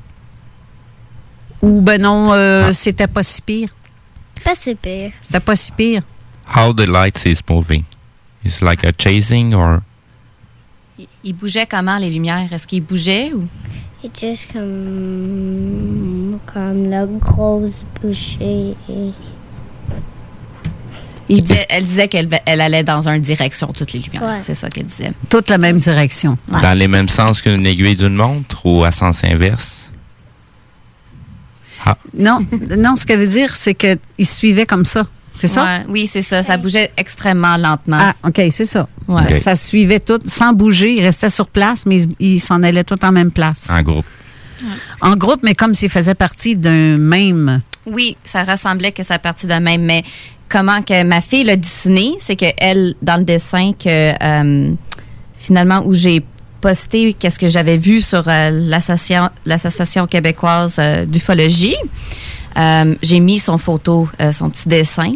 Ou ben non, c'était pas si pire? Pas si pire. C'était pas si pire. How the lights is moving? It's like a chasing or... Il bougeait comment, les lumières? Est-ce qu'il bougeait ou... C'est juste comme la grosse bouchée. Elle disait qu'elle allait dans une direction, toutes les lumières. Ouais. C'est ça qu'elle disait. Toute la même direction. Ouais. Dans les mêmes sens qu'une aiguille d'une montre ou à sens inverse? Ah. Non, ce qu'elle veut dire, c'est qu'il suivait comme ça. C'est ça? Ouais, oui, c'est ça. Ça bougeait extrêmement lentement. Ah, OK, c'est ça. Ouais. Okay. Ça suivait tout, sans bouger. Il restait sur place, mais il s'en allait tout en même place. En groupe. Ouais. En groupe, mais comme s'il faisait partie d'un même... Oui, ça ressemblait que ça partit d'un même, mais comment que ma fille l'a dessiné, c'est qu'elle, dans le dessin, que finalement, où j'ai posté qu'est-ce que j'avais vu sur l'Association québécoise d'ufologie, j'ai mis son photo, son petit dessin.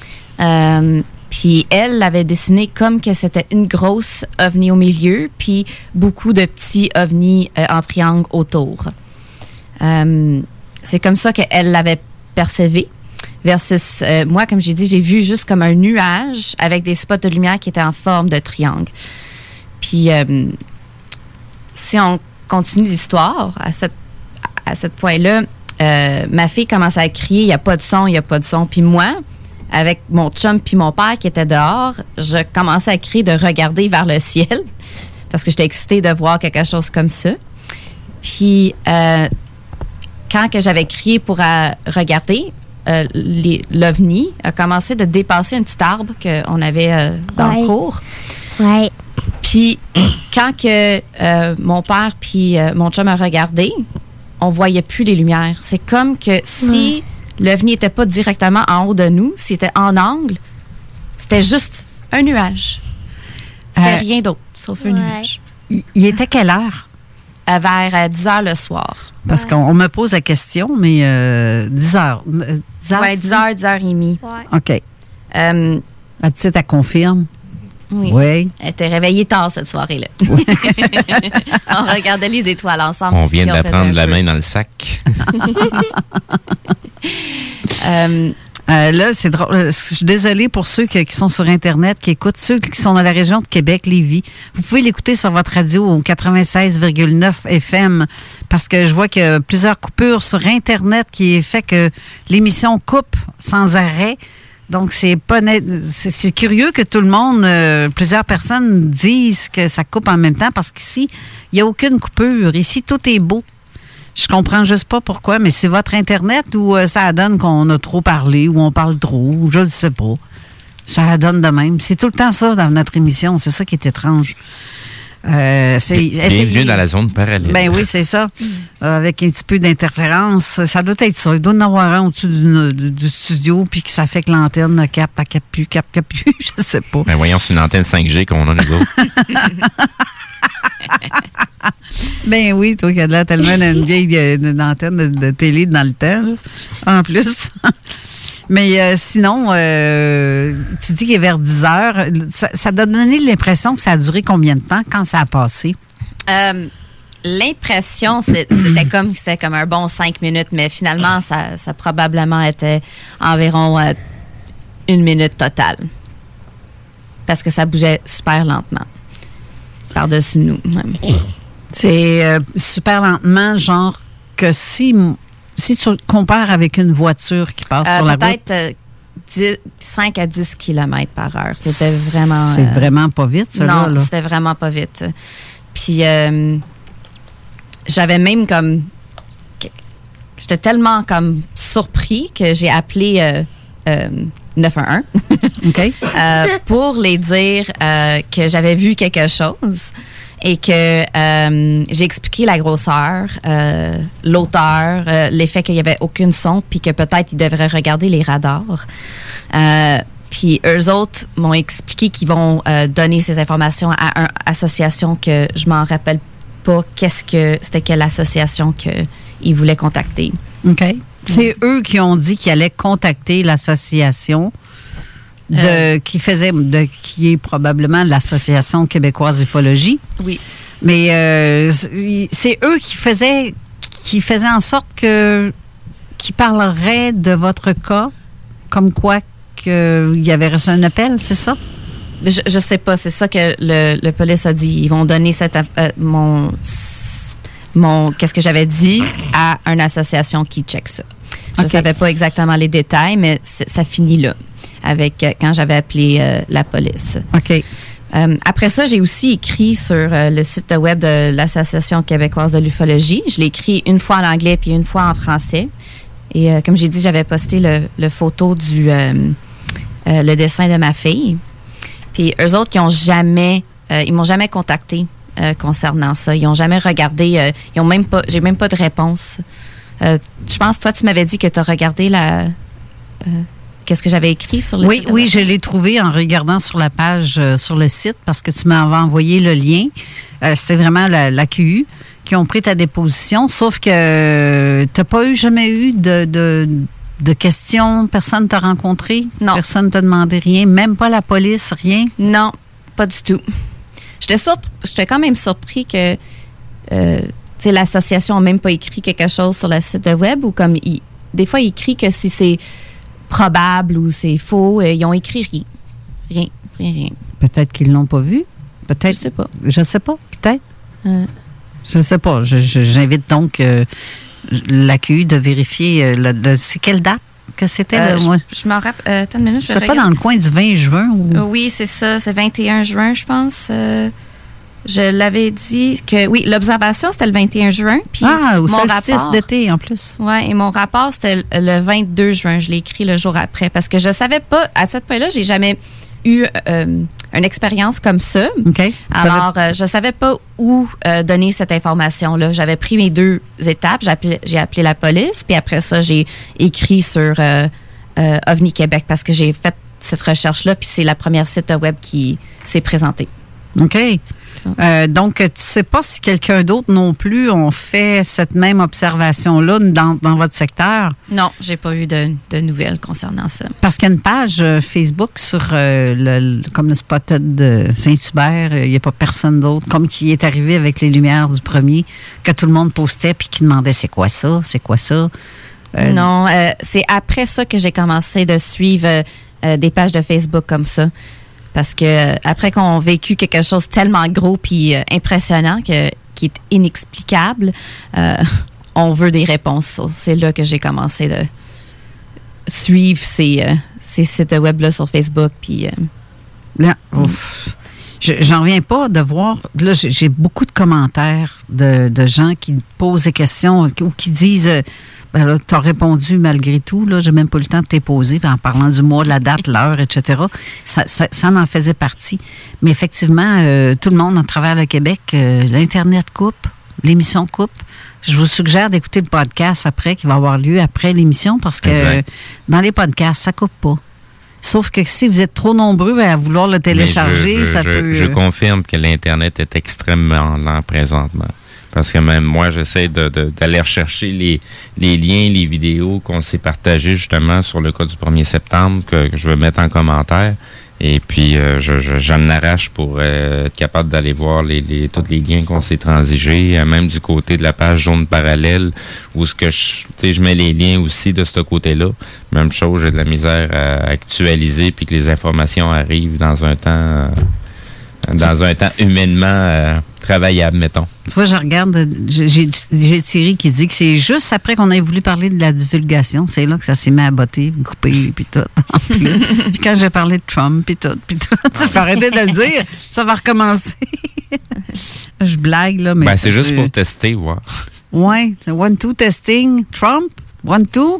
Puis elle l'avait dessiné comme que c'était une grosse ovni au milieu, puis beaucoup de petits ovnis en triangle autour. C'est comme ça qu'elle l'avait percevé. Versus moi, comme j'ai dit, j'ai vu juste comme un nuage avec des spots de lumière qui étaient en forme de triangle. Puis si on continue l'histoire à cette point-là, ma fille commence à crier, il n'y a pas de son, il n'y a pas de son. Puis moi, avec mon chum puis mon père qui était dehors, je commençais à crier de regarder vers le ciel parce que j'étais excitée de voir quelque chose comme ça. Puis quand que j'avais crié pour regarder, l'OVNI a commencé de dépasser un petit arbre qu'on avait dans le cours. Ouais. Puis quand que mon père puis mon chum a regardé, on voyait plus les lumières. C'est comme que si l'OVNI n'était pas directement en haut de nous, s'il était en angle, c'était juste un nuage. C'était rien d'autre, sauf un nuage. Il était quelle heure? Vers 10 heures le soir. Parce qu'on me pose la question, mais 10 heures. 10 heures, ouais, 10 heures, 10 heures et demie. Ouais. OK. La petite, elle confirme? Oui. Elle était réveillée tard cette soirée-là. Oui. On regardait les étoiles ensemble. On vient de la prendre la main dans le sac. Là, c'est drôle. Je suis désolée pour ceux qui sont sur Internet, qui écoutent, ceux qui sont dans la région de Québec, Lévis. Vous pouvez l'écouter sur votre radio au 96,9 FM parce que je vois qu'il y a plusieurs coupures sur Internet qui fait que l'émission coupe sans arrêt. Donc, c'est pas net. C'est curieux que tout le monde, plusieurs personnes disent que ça coupe en même temps parce qu'ici, il n'y a aucune coupure. Ici, tout est beau. Je comprends juste pas pourquoi, mais c'est votre Internet ou ça donne qu'on a trop parlé ou on parle trop, ou je ne sais pas. Ça donne de même. C'est tout le temps ça dans notre émission. C'est ça qui est étrange. Bienvenue dans la zone parallèle. Ben oui, c'est ça. Avec un petit peu d'interférence. Ça doit être ça. Il doit y en avoir un au-dessus du studio, puis que ça fait que l'antenne ne capte plus. Je sais pas. Ben voyons, c'est une antenne 5G qu'on a, nous autres. Ben oui, toi qui as l'air tellement d'une vieille antenne de télé dans le temps, là, en plus. Mais sinon, tu dis qu'il est vers 10 heures. Ça doit donner l'impression que ça a duré combien de temps quand ça a passé? L'impression, c'était comme un bon 5 minutes, mais finalement, ça probablement était environ 1 minute totale. Parce que ça bougeait super lentement. Par-dessus nous, même. C'est super lentement, genre que si tu compares avec une voiture qui passe sur la route... Peut-être 5 à 10 km par heure. C'était vraiment... C'est vraiment pas vite, ça, non, là? C'était vraiment pas vite. Puis, j'avais même comme... J'étais tellement comme surpris que j'ai appelé 911 OK. pour les dire que j'avais vu quelque chose et que j'ai expliqué la grosseur, l'auteur, l'effet qu'il n'y avait aucune son, puis que peut-être ils devraient regarder les radars. Puis eux autres m'ont expliqué qu'ils vont donner ces informations à une association que je m'en rappelle pas c'était quelle association qu'ils voulaient contacter. OK. C'est eux qui ont dit qu'ils allaient contacter l'association qui est probablement l'Association québécoise d'ufologie. Oui. Mais c'est eux qui faisaient en sorte qu'ils parleraient de votre cas, comme quoi qu'il y avait reçu un appel, c'est ça? Je sais pas, c'est ça que le police a dit. Ils vont donner qu'est-ce que j'avais dit à une association qui check ça. Je ne savais pas exactement les détails, mais ça finit là, avec quand j'avais appelé la police. OK. Après ça, j'ai aussi écrit sur le site web de l'Association québécoise de l'ufologie. Je l'ai écrit une fois en anglais puis une fois en français. Et comme j'ai dit, j'avais posté le photo le dessin de ma fille. Puis eux autres, ils m'ont jamais contacté concernant ça. Ils n'ont jamais regardé. J'ai même pas de réponse. Je pense, toi, tu m'avais dit que tu as regardé qu'est-ce que j'avais écrit sur le site? Oui, je l'ai trouvé en regardant sur la page, sur le site, parce que tu m'avais envoyé le lien. C'était vraiment la QU qui ont pris ta déposition, sauf que tu n'as jamais eu de questions, personne t'a rencontré? Non. Personne t'a demandé rien, même pas la police, rien? Non, pas du tout. J'étais quand même surpris que l'association n'a même pas écrit quelque chose sur le site web ou comme des fois, ils écrivent que si c'est probable ou c'est faux, ils ont écrit rien. Rien. Peut-être qu'ils l'ont pas vu. Peut-être. Je sais pas. Peut-être. Je sais pas. J'invite donc l'AQU de vérifier c'est quelle date que c'était. Je m'en rappelle. Attends une minute. C'était pas dans le coin du 20 juin? Oui, c'est ça. C'est 21 juin, je pense. Je l'avais dit que, oui, l'observation, c'était le 21 juin. Puis au solstice d'été, en plus. Oui, et mon rapport, c'était le 22 juin. Je l'ai écrit le jour après. Parce que je savais pas, à cette point-là, j'ai jamais eu une expérience comme ça. OK. Alors, je savais pas où donner cette information-là. J'avais pris mes 2 étapes. J'ai appelé la police. Puis après ça, j'ai écrit sur OVNI Québec parce que j'ai fait cette recherche-là. Puis c'est la première site web qui s'est présentée. OK. Donc, tu ne sais pas si quelqu'un d'autre non plus ont fait cette même observation-là dans votre secteur? Non, j'ai pas eu de nouvelles concernant ça. Parce qu'il y a une page Facebook sur comme le Spotted de Saint-Hubert, il n'y a pas personne d'autre, comme qui est arrivé avec les lumières du premier, que tout le monde postait puis qui demandait c'est quoi ça? Non, c'est après ça que j'ai commencé de suivre des pages de Facebook comme ça. Parce que après qu'on a vécu quelque chose tellement gros puis impressionnant qui est inexplicable, on veut des réponses. C'est là que j'ai commencé de suivre ces sites web-là sur Facebook. Puis, là, j'en reviens pas de voir. Là, j'ai beaucoup de commentaires de gens qui posent des questions ou qui disent... Ben là, tu as répondu malgré tout. Là, j'ai même pas eu le temps de t'y poser en parlant du mois, de la date, l'heure, etc. Ça en faisait partie. Mais effectivement, tout le monde à travers le Québec, l'Internet coupe, l'émission coupe. Je vous suggère d'écouter le podcast après, qui va avoir lieu après l'émission, parce que dans les podcasts, ça coupe pas. Sauf que si vous êtes trop nombreux à vouloir le télécharger, ça peut... Je confirme que l'Internet est extrêmement lent présentement. Parce que même moi, j'essaie d'aller rechercher les liens, les vidéos qu'on s'est partagés justement sur le cas du 1er septembre que je vais mettre en commentaire. Et puis, j'en arrache pour être capable d'aller voir tous les liens qu'on s'est transigés, même du côté de la page jaune parallèle, où je mets les liens aussi de ce côté-là. Même chose, j'ai de la misère à actualiser, puis que les informations arrivent dans un temps humainement travaillable, mettons. Tu vois, je regarde, j'ai Thierry qui dit que c'est juste après qu'on ait voulu parler de la divulgation, c'est là que ça s'est mis à botter, couper, puis tout, en plus. Puis quand j'ai parlé de Trump, puis tout, faut arrêter de le dire, ça va recommencer. Je blague, là, mais... c'est juste pour tester, voir. Ouais, 1-2 testing, Trump, 1-2.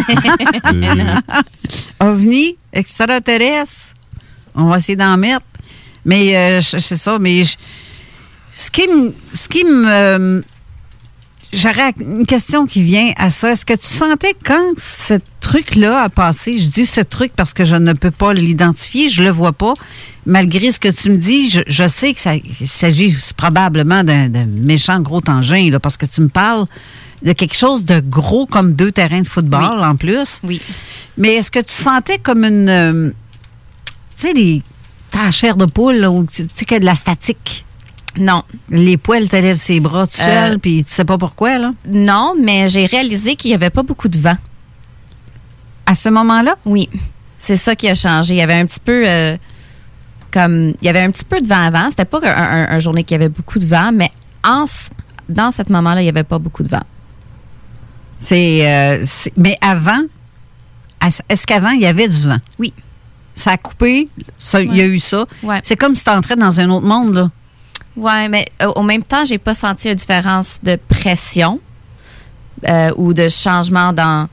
OVNI, extraterrestre, on va essayer d'en mettre. Mais c'est ça, mais ce qui me j'aurais une question qui vient à ça. Est-ce que tu sentais quand ce truc-là a passé, je dis ce truc parce que je ne peux pas l'identifier, je le vois pas, malgré ce que tu me dis, je sais que il s'agit probablement d'un méchant gros engin, là, parce que tu me parles de quelque chose de gros comme 2 terrains de football en plus. Oui. Mais est-ce que tu sentais comme une... tu sais, ta chair de poule, là, où tu sais qu'il y a de la statique? Non. Les poils te lèvent ses bras tout seul, puis tu sais pas pourquoi, là? Non, mais j'ai réalisé qu'il n'y avait pas beaucoup de vent. À ce moment-là? Oui. C'est ça qui a changé. Il y avait un petit peu il y avait un petit peu de vent avant. C'était pas un journée qu'il y avait beaucoup de vent, mais dans ce moment-là, il n'y avait pas beaucoup de vent. Mais avant, est-ce qu'avant, il y avait du vent? Oui. Ça a coupé, il y a eu ça. Ouais. C'est comme si tu entrais dans un autre monde, là. Oui, mais au même temps, j'ai pas senti une différence de pression ou de changement dans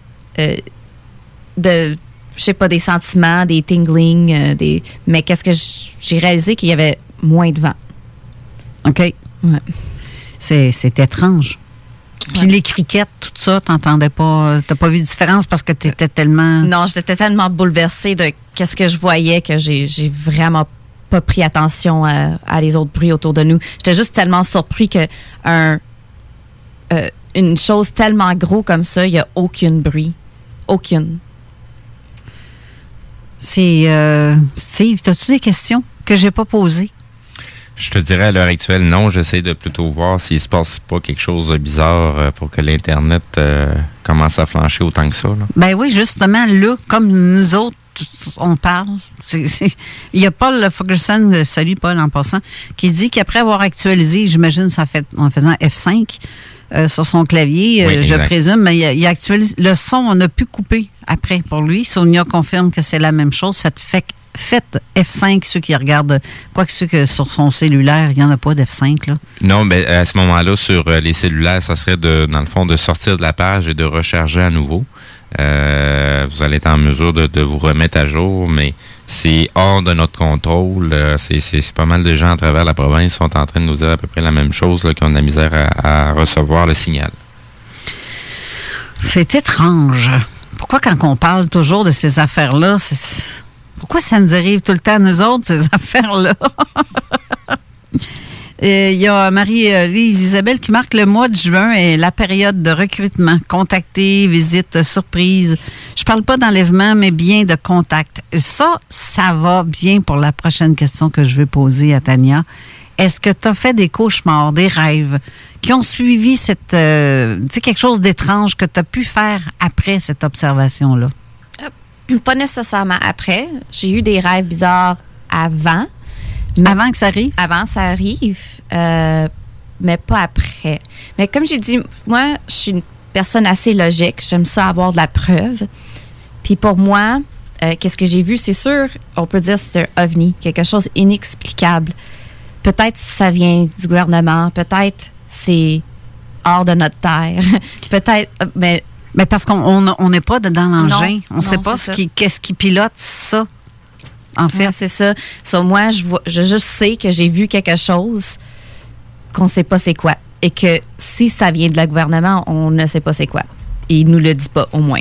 je sais pas, des sentiments, des tingling, mais qu'est-ce que j'ai réalisé qu'il y avait moins de vent. OK. Ouais. C'est étrange. Puis les criquettes, tout ça, t'entendais pas, t'as pas vu de différence parce que t'étais tellement... Non, j'étais tellement bouleversée de qu'est-ce que je voyais que j'ai vraiment pas pris attention à les autres bruits autour de nous. J'étais juste tellement surpris que une chose tellement gros comme ça, il y a aucun bruit. Aucune. Steve, as-tu des questions que j'ai pas posées? Je te dirais à l'heure actuelle, non. J'essaie de plutôt voir s'il se passe pas quelque chose de bizarre pour que l'Internet commence à flancher autant que ça. Là. Ben oui, justement, là, comme nous autres, on parle. Il y a Paul Ferguson, salut Paul en passant, qui dit qu'après avoir actualisé, j'imagine ça fait en faisant F5 sur son clavier, oui, je présume, mais il actualise le son, on a pu couper après pour lui. Sonia confirme que c'est la même chose. Faites F5, ceux qui regardent, quoique ceux que sur son cellulaire, il n'y en a pas d'F5, là. Non, mais à ce moment-là, sur les cellulaires, ça serait dans le fond, de sortir de la page et de recharger à nouveau. Vous allez être en mesure de vous remettre à jour, mais c'est hors de notre contrôle. C'est pas mal de gens à travers la province qui sont en train de nous dire à peu près la même chose, là, qui ont de la misère à recevoir le signal. C'est étrange. Pourquoi quand on parle toujours de ces affaires-là, pourquoi ça nous arrive tout le temps à nous autres, ces affaires-là? Il y a Marie-Lise Isabelle qui marque le mois de juin et la période de recrutement. Contacter, visite, surprise. Je parle pas d'enlèvement, mais bien de contact. Ça va bien pour la prochaine question que je vais poser à Tania. Est-ce que tu as fait des cauchemars, des rêves qui ont suivi quelque chose d'étrange que tu as pu faire après cette observation-là? Pas nécessairement après. J'ai eu des rêves bizarres avant. Avant que ça arrive? Avant que ça arrive, mais pas après. Mais comme j'ai dit, moi, je suis une personne assez logique. J'aime ça avoir de la preuve. Puis pour moi, qu'est-ce que j'ai vu? C'est sûr, on peut dire que c'est un ovni, quelque chose d'inexplicable. Peut-être ça vient du gouvernement, peut-être c'est hors de notre terre, peut-être, mais parce qu'on n'est pas dans l'engin, on ne sait pas qu'est-ce qui pilote ça. En fait, c'est ça. Moi, je juste sais que j'ai vu quelque chose qu'on ne sait pas c'est quoi, et que si ça vient de le gouvernement, on ne sait pas c'est quoi. Et il nous le dit pas au moins.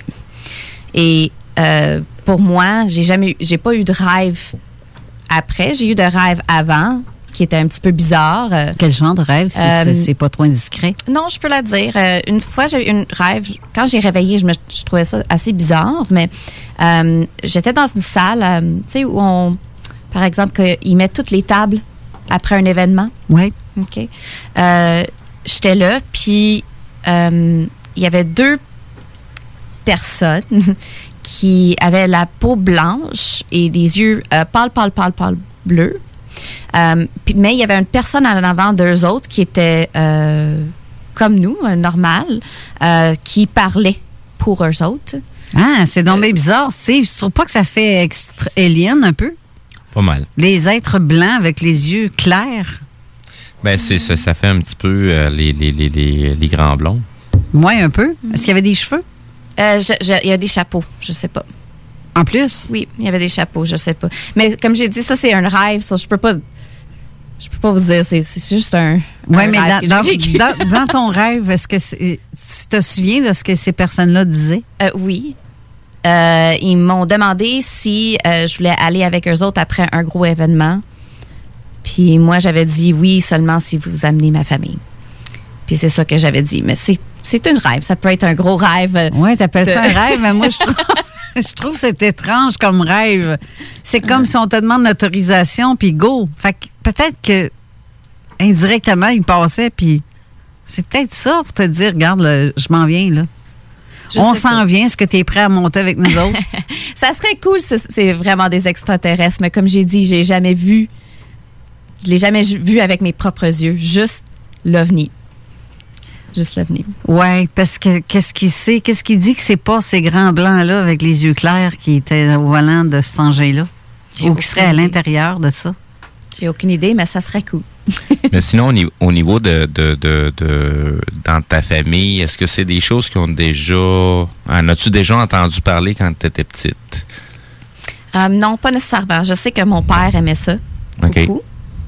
Et pour moi, j'ai pas eu de rêve après, j'ai eu de rêve avant, qui était un petit peu bizarre. Quel genre de rêve, si c'est pas trop indiscret? Non, je peux la dire. Une fois, j'ai eu un rêve. Quand j'ai réveillé, je trouvais ça assez bizarre, mais j'étais dans une salle, tu sais, où par exemple, ils mettent toutes les tables après un événement. Oui. OK. J'étais là, puis il y avait 2 personnes qui avaient la peau blanche et des yeux pâle bleus. Mais il y avait une personne en avant d'eux autres qui était comme nous, normal, qui parlait pour eux autres. Ah, c'est donc bien bizarre, Steve. Je trouve pas que ça fait alien un peu? Pas mal. Les êtres blancs avec les yeux clairs. Ben, ça fait un petit peu les grands blonds. Oui, un peu. Est-ce qu'il y avait des cheveux? Il y a des chapeaux, je sais pas. En plus? Oui, il y avait des chapeaux, je sais pas. Mais comme j'ai dit, ça, c'est un rêve. Ça, je peux pas vous dire. C'est juste un Oui, mais rêve dans ton rêve, est-ce que tu te souviens de ce que ces personnes-là disaient? Oui. Ils m'ont demandé si je voulais aller avec eux autres après un gros événement. Puis moi, j'avais dit oui, seulement si vous amenez ma famille. Puis c'est ça que j'avais dit. Mais c'est un rêve. Ça peut être un gros rêve. Oui, t'appelles ça un rêve, mais moi, je trouve que c'est étrange comme rêve. C'est comme si on te demande l'autorisation, puis go. Fait que peut-être que indirectement, il passait, puis c'est peut-être ça pour te dire, regarde, je m'en viens, là. On s'en vient. Est-ce que tu es prêt à monter avec nous autres? Ça serait cool, c'est vraiment des extraterrestres. Mais comme j'ai dit, je l'ai jamais vu avec mes propres yeux. Juste l'OVNI. Juste l'OVNI. Oui, parce que qu'est-ce qu'il dit que c'est pas ces grands blancs-là avec les yeux clairs qui étaient au volant de cet engin-là? Ou qui seraient à l'intérieur de ça? J'ai aucune idée, mais ça serait cool. Mais sinon, au niveau de dans ta famille, est-ce que c'est des choses qui ont déjà... En as-tu déjà entendu parler quand tu étais petite? Non, pas nécessairement. Je sais que mon père aimait ça beaucoup.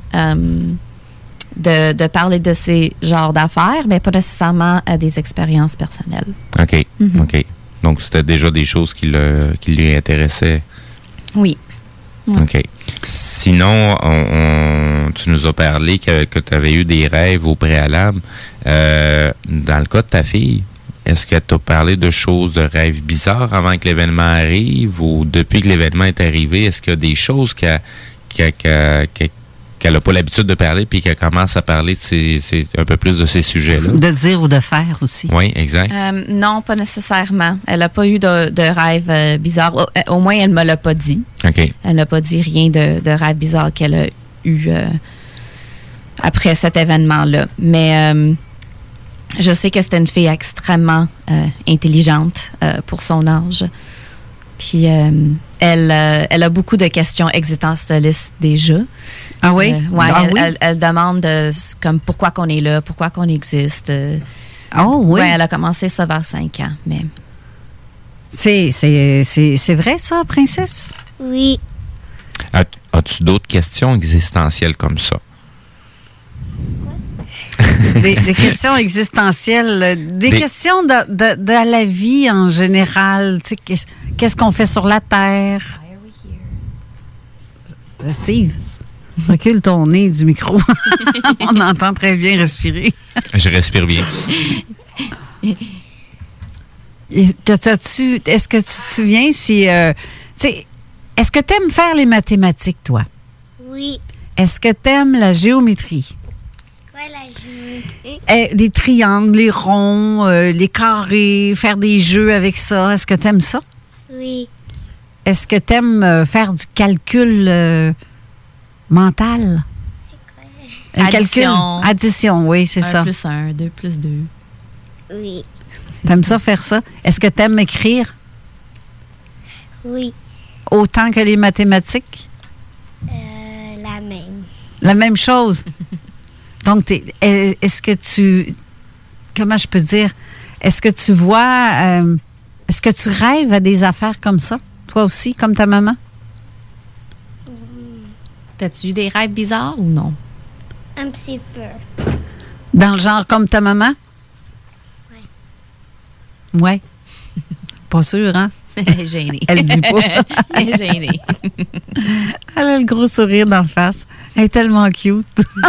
De parler de ces genres d'affaires, mais pas nécessairement des expériences personnelles. OK. OK. Donc, c'était déjà des choses qui lui intéressaient. Oui. Ouais. OK. Sinon, tu nous as parlé que tu avais eu des rêves au préalable. Dans le cas de ta fille, est-ce qu'elle t'a parlé de choses, de rêves bizarres avant que l'événement arrive ou depuis que l'événement est arrivé? Est-ce qu'il y a des choses qu'elle n'a pas l'habitude de parler puis qu'elle commence à parler de un peu plus de ces sujets-là? De dire ou de faire aussi. Oui, exact. Non, pas nécessairement. Elle n'a pas eu de rêve bizarre. Au moins, elle ne me l'a pas dit. OK. Elle n'a pas dit rien de rêve bizarre qu'elle a eu après cet événement-là. Mais je sais que c'était une fille extrêmement intelligente pour son âge. Puis elle a beaucoup de questions existentialistes déjà. Ah oui? Ouais, oui? Elle demande comme pourquoi qu'on est là, pourquoi qu'on existe. Oh oui? Ouais, elle a commencé ça vers 5 ans. Mais... C'est vrai ça, princesse? Oui. As-tu d'autres questions existentielles comme ça? Des questions existentielles, des questions de la vie en général. Tu sais, qu'est-ce qu'on fait sur la Terre? Steve? Recule ton nez du micro. On entend très bien respirer. Je respire bien. Est-ce que tu te souviens si... est-ce que tu aimes faire les mathématiques, toi? Oui. Est-ce que tu aimes la géométrie? Quoi, la géométrie? Les triangles, les ronds, les carrés, faire des jeux avec ça. Est-ce que tu aimes ça? Oui. Est-ce que tu aimes faire du calcul mental? C'est quoi? Calcul. Addition, oui, c'est ça. 1 plus 1, 2 plus 2. Oui. T'aimes ça, faire ça? Est-ce que t'aimes écrire? Oui. Autant que les mathématiques? La même. La même chose? Donc, est-ce que tu... Comment je peux dire? Est-ce que tu vois... est-ce que tu rêves à des affaires comme ça? Toi aussi, comme ta maman? T'as-tu eu des rêves bizarres ou non? Un petit peu. Dans le genre comme ta maman? Oui. Ouais. Pas sûr, hein? Elle est gênée. Elle dit pas. Elle est gênée. Elle a le gros sourire d'en face. Elle est tellement cute.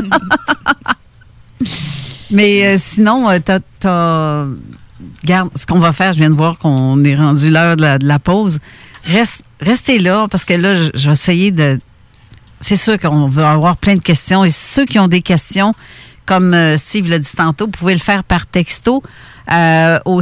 Mais sinon, regarde, ce qu'on va faire, je viens de voir qu'on est rendu l'heure de la pause. Restez là, parce que là, je vais essayer de... C'est sûr qu'on va avoir plein de questions. Et ceux qui ont des questions, comme Steve l'a dit tantôt, vous pouvez le faire par texto au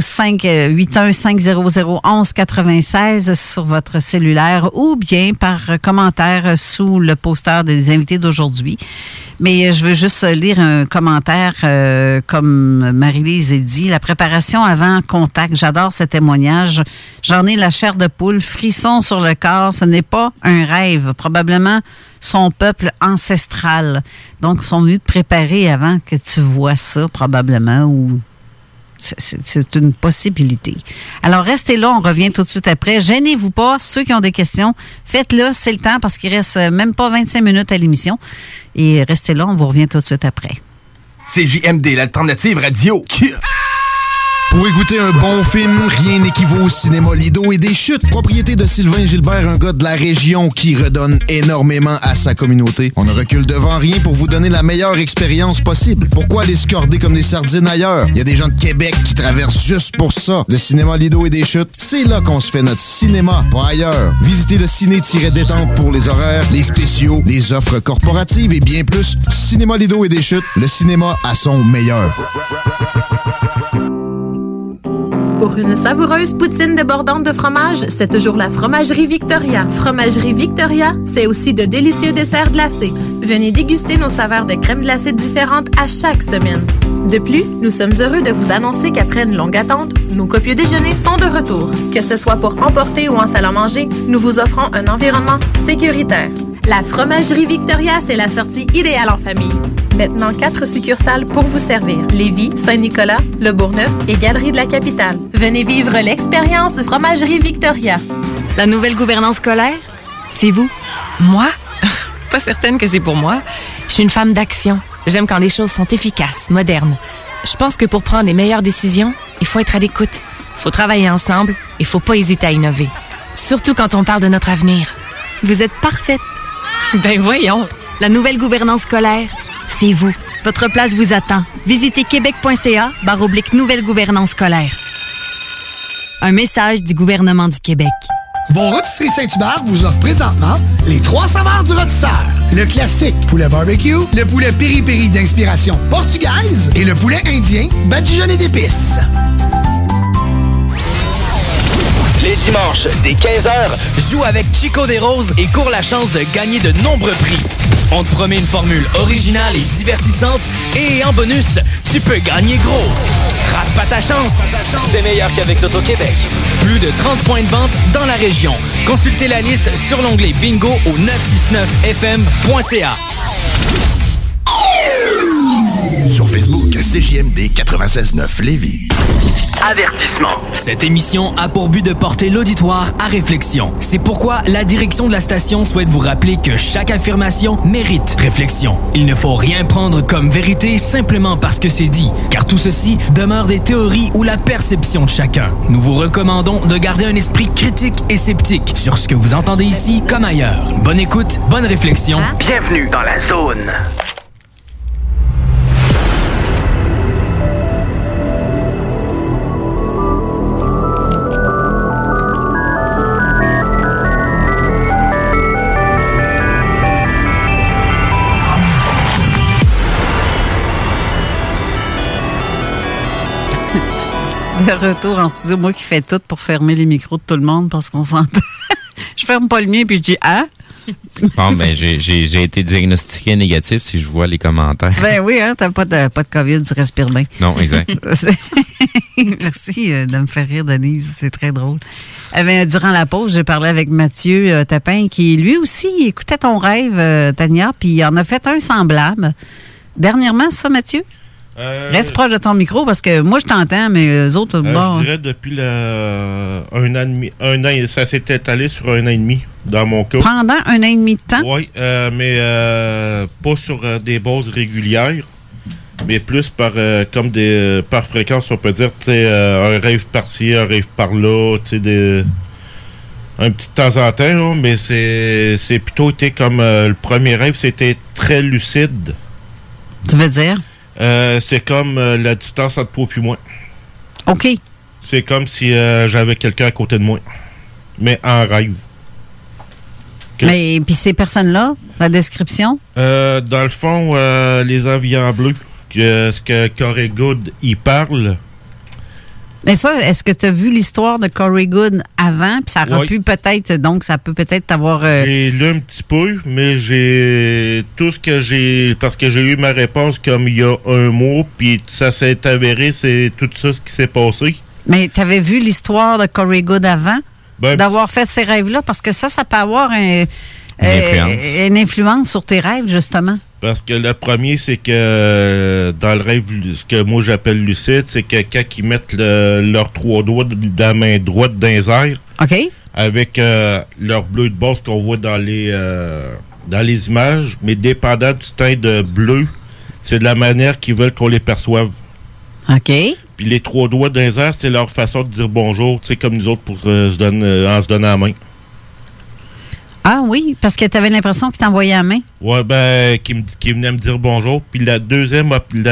581-500-1196 sur votre cellulaire ou bien par commentaire sous le poster des invités d'aujourd'hui. Mais je veux juste lire un commentaire comme Marie-Lise a dit. La préparation avant contact, j'adore ce témoignage. J'en ai la chair de poule, frisson sur le corps. Ce n'est pas un rêve, probablement son peuple ancestral. Donc, ils sont venus te préparer avant que tu vois ça, probablement, ou... C'est une possibilité. Alors, restez là, on revient tout de suite après. Gênez-vous pas, ceux qui ont des questions, faites-le, c'est le temps, parce qu'il reste même pas 25 minutes à l'émission. Et restez là, on vous revient tout de suite après. CJMD, l'alternative radio. Pour écouter un bon film, rien n'équivaut au cinéma Lido et des chutes. Propriété de Sylvain Gilbert, un gars de la région qui redonne énormément à sa communauté. On ne recule devant rien pour vous donner la meilleure expérience possible. Pourquoi aller se corder comme des sardines ailleurs? Il y a des gens de Québec qui traversent juste pour ça. Le cinéma Lido et des chutes, c'est là qu'on se fait notre cinéma, pas ailleurs. Visitez le ciné-détente pour les horaires, les spéciaux, les offres corporatives et bien plus. Cinéma Lido et des chutes, le cinéma à son meilleur. Pour une savoureuse poutine débordante de fromage, c'est toujours la Fromagerie Victoria. Fromagerie Victoria, c'est aussi de délicieux desserts glacés. Venez déguster nos saveurs de crème glacée différentes à chaque semaine. De plus, nous sommes heureux de vous annoncer qu'après une longue attente, nos copieux déjeuners sont de retour. Que ce soit pour emporter ou en salle à manger, nous vous offrons un environnement sécuritaire. La Fromagerie Victoria, c'est la sortie idéale en famille. Maintenant, 4 succursales pour vous servir. Lévis, Saint-Nicolas, Le Bourgneuf et Galerie de la Capitale. Venez vivre l'expérience Fromagerie Victoria. La nouvelle gouvernance scolaire, c'est vous. Moi? Pas certaine que c'est pour moi. Je suis une femme d'action. J'aime quand les choses sont efficaces, modernes. Je pense que pour prendre les meilleures décisions, il faut être à l'écoute. Il faut travailler ensemble et il faut pas hésiter à innover. Surtout quand on parle de notre avenir. Vous êtes parfaite. Ben voyons. La nouvelle gouvernance scolaire, c'est vous. Votre place vous attend. Visitez québec.ca/nouvelle gouvernance scolaire. Un message du gouvernement du Québec. Vos Rôtisseries Saint-Hubert vous offre présentement les 3 saveurs du rôtisseur. Le classique poulet barbecue, le poulet piri-piri d'inspiration portugaise et le poulet indien badigeonné d'épices. Les dimanches, dès 15h, joue avec Chico des Roses et cours la chance de gagner de nombreux prix. On te promet une formule originale et divertissante et en bonus, tu peux gagner gros. Rate pas ta chance, c'est meilleur qu'avec l'Auto-Québec. Plus de 30 points de vente dans la région. Consultez la liste sur l'onglet Bingo au 969fm.ca. Sur Facebook, CJMD 96.9 Lévis. Avertissement. Cette émission a pour but de porter l'auditoire à réflexion. C'est pourquoi la direction de la station souhaite vous rappeler que chaque affirmation mérite réflexion. Il ne faut rien prendre comme vérité simplement parce que c'est dit, car tout ceci demeure des théories ou la perception de chacun. Nous vous recommandons de garder un esprit critique et sceptique sur ce que vous entendez ici comme ailleurs. Bonne écoute, bonne réflexion. Bienvenue dans la zone. De retour en studio, moi qui fais tout pour fermer les micros de tout le monde parce qu'on s'entend. Je ferme pas le mien puis je dis « Ah! » Bon, ben, j'ai été diagnostiqué négatif si je vois les commentaires. Ben oui, hein, t'as pas de COVID, tu respires bien. Non, exact. Merci de me faire rire, Denise, c'est très drôle. Ben, durant la pause, j'ai parlé avec Mathieu Tapin qui, lui aussi, écoutait ton rêve, Tania, puis il en a fait un semblable. Dernièrement, c'est ça, Mathieu? Reste proche de ton micro parce que moi, je t'entends, mais eux autres, bon. Je dirais depuis un an et demi. Ça s'est étalé sur un an et demi, dans mon cas. Pendant un an et demi de temps? Oui, mais pas sur des bases régulières, mais plus par fréquence, on peut dire, un rêve par-ci, un rêve par-là, un petit de temps en temps, là, mais c'est plutôt été comme le premier rêve, c'était très lucide. Tu veux dire? C'est comme la distance entre toi et moi. OK. C'est comme si j'avais quelqu'un à côté de moi, mais en rêve. Mais puis ces personnes-là, la description? Dans le fond, les enviants bleus, ce que Corey Good y parle. Mais ça, est-ce que tu as vu l'histoire de Corey Good avant? Puis ça aurait pu peut-être, donc ça peut peut-être t'avoir... J'ai lu un petit peu, mais j'ai tout ce que j'ai... Parce que j'ai eu ma réponse comme il y a un mois, puis ça s'est avéré, c'est tout ça ce qui s'est passé. Mais tu avais vu l'histoire de Corey Good avant? D'avoir fait ces rêves-là? Parce que ça peut avoir une influence sur tes rêves, justement. Parce que le premier, c'est que dans le rêve, ce que moi j'appelle lucide, c'est que quand ils mettent leurs 3 doigts de la main droite dans les airs, avec leur bleu de base qu'on voit dans les images, mais dépendant du teint de bleu, c'est de la manière qu'ils veulent qu'on les perçoive. OK. Puis les 3 doigts dans les airs, c'est leur façon de dire bonjour, tu sais, comme nous autres en se donnant la main. Ah oui, parce que tu avais l'impression qu'il t'envoyait la main. Oui, ben, qui venait me dire bonjour. Puis la deuxième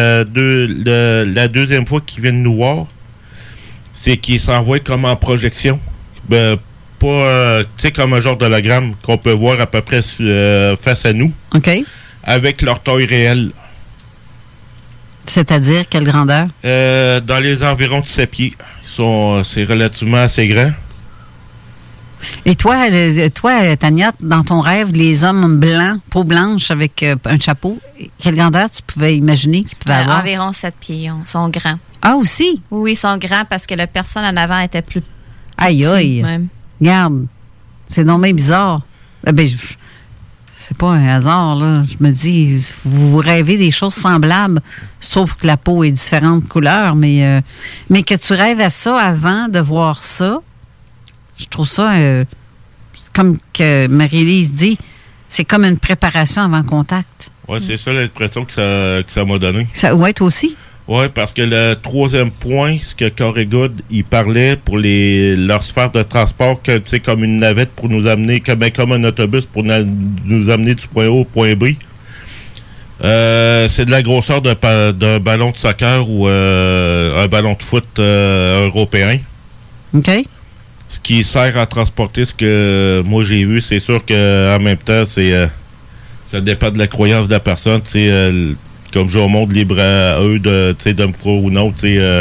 fois qu'ils viennent nous voir, c'est qu'ils s'envoient comme en projection. Ben, pas, tu sais, comme un genre d'hologramme qu'on peut voir à peu près face à nous. OK. Avec leur taille réelle. C'est-à-dire, quelle grandeur? Dans les environs de 7 pieds. C'est relativement assez grand. Et toi, Tania, dans ton rêve, les hommes blancs, peau blanche avec un chapeau, quelle grandeur tu pouvais imaginer qu'ils pouvaient avoir? Environ 7 pieds. Ils sont grands. Ah, aussi? Oui, ils sont grands parce que la personne en avant était plus aïe, aïe. Même. Regarde, c'est non mais bizarre. C'est pas un hasard, là. Je me dis, vous rêvez des choses semblables, sauf que la peau est différente couleur, mais que tu rêves à ça avant de voir ça, je trouve ça, comme que Marie-Lise dit, c'est comme une préparation avant contact. Oui, c'est ça l'impression que ça m'a donné. Oui, toi aussi? Oui, parce que le troisième point, ce que Corey Good, il parlait pour leur sphère de transport, que c'est comme une navette pour nous amener, comme un autobus pour nous amener du point A au point B. C'est de la grosseur d'un ballon de soccer ou un ballon de foot européen. OK. Ce qui sert à transporter ce que moi j'ai vu, c'est sûr qu'en même temps, ça dépend de la croyance de la personne. Comme je remonte libre à eux de me croire ou non.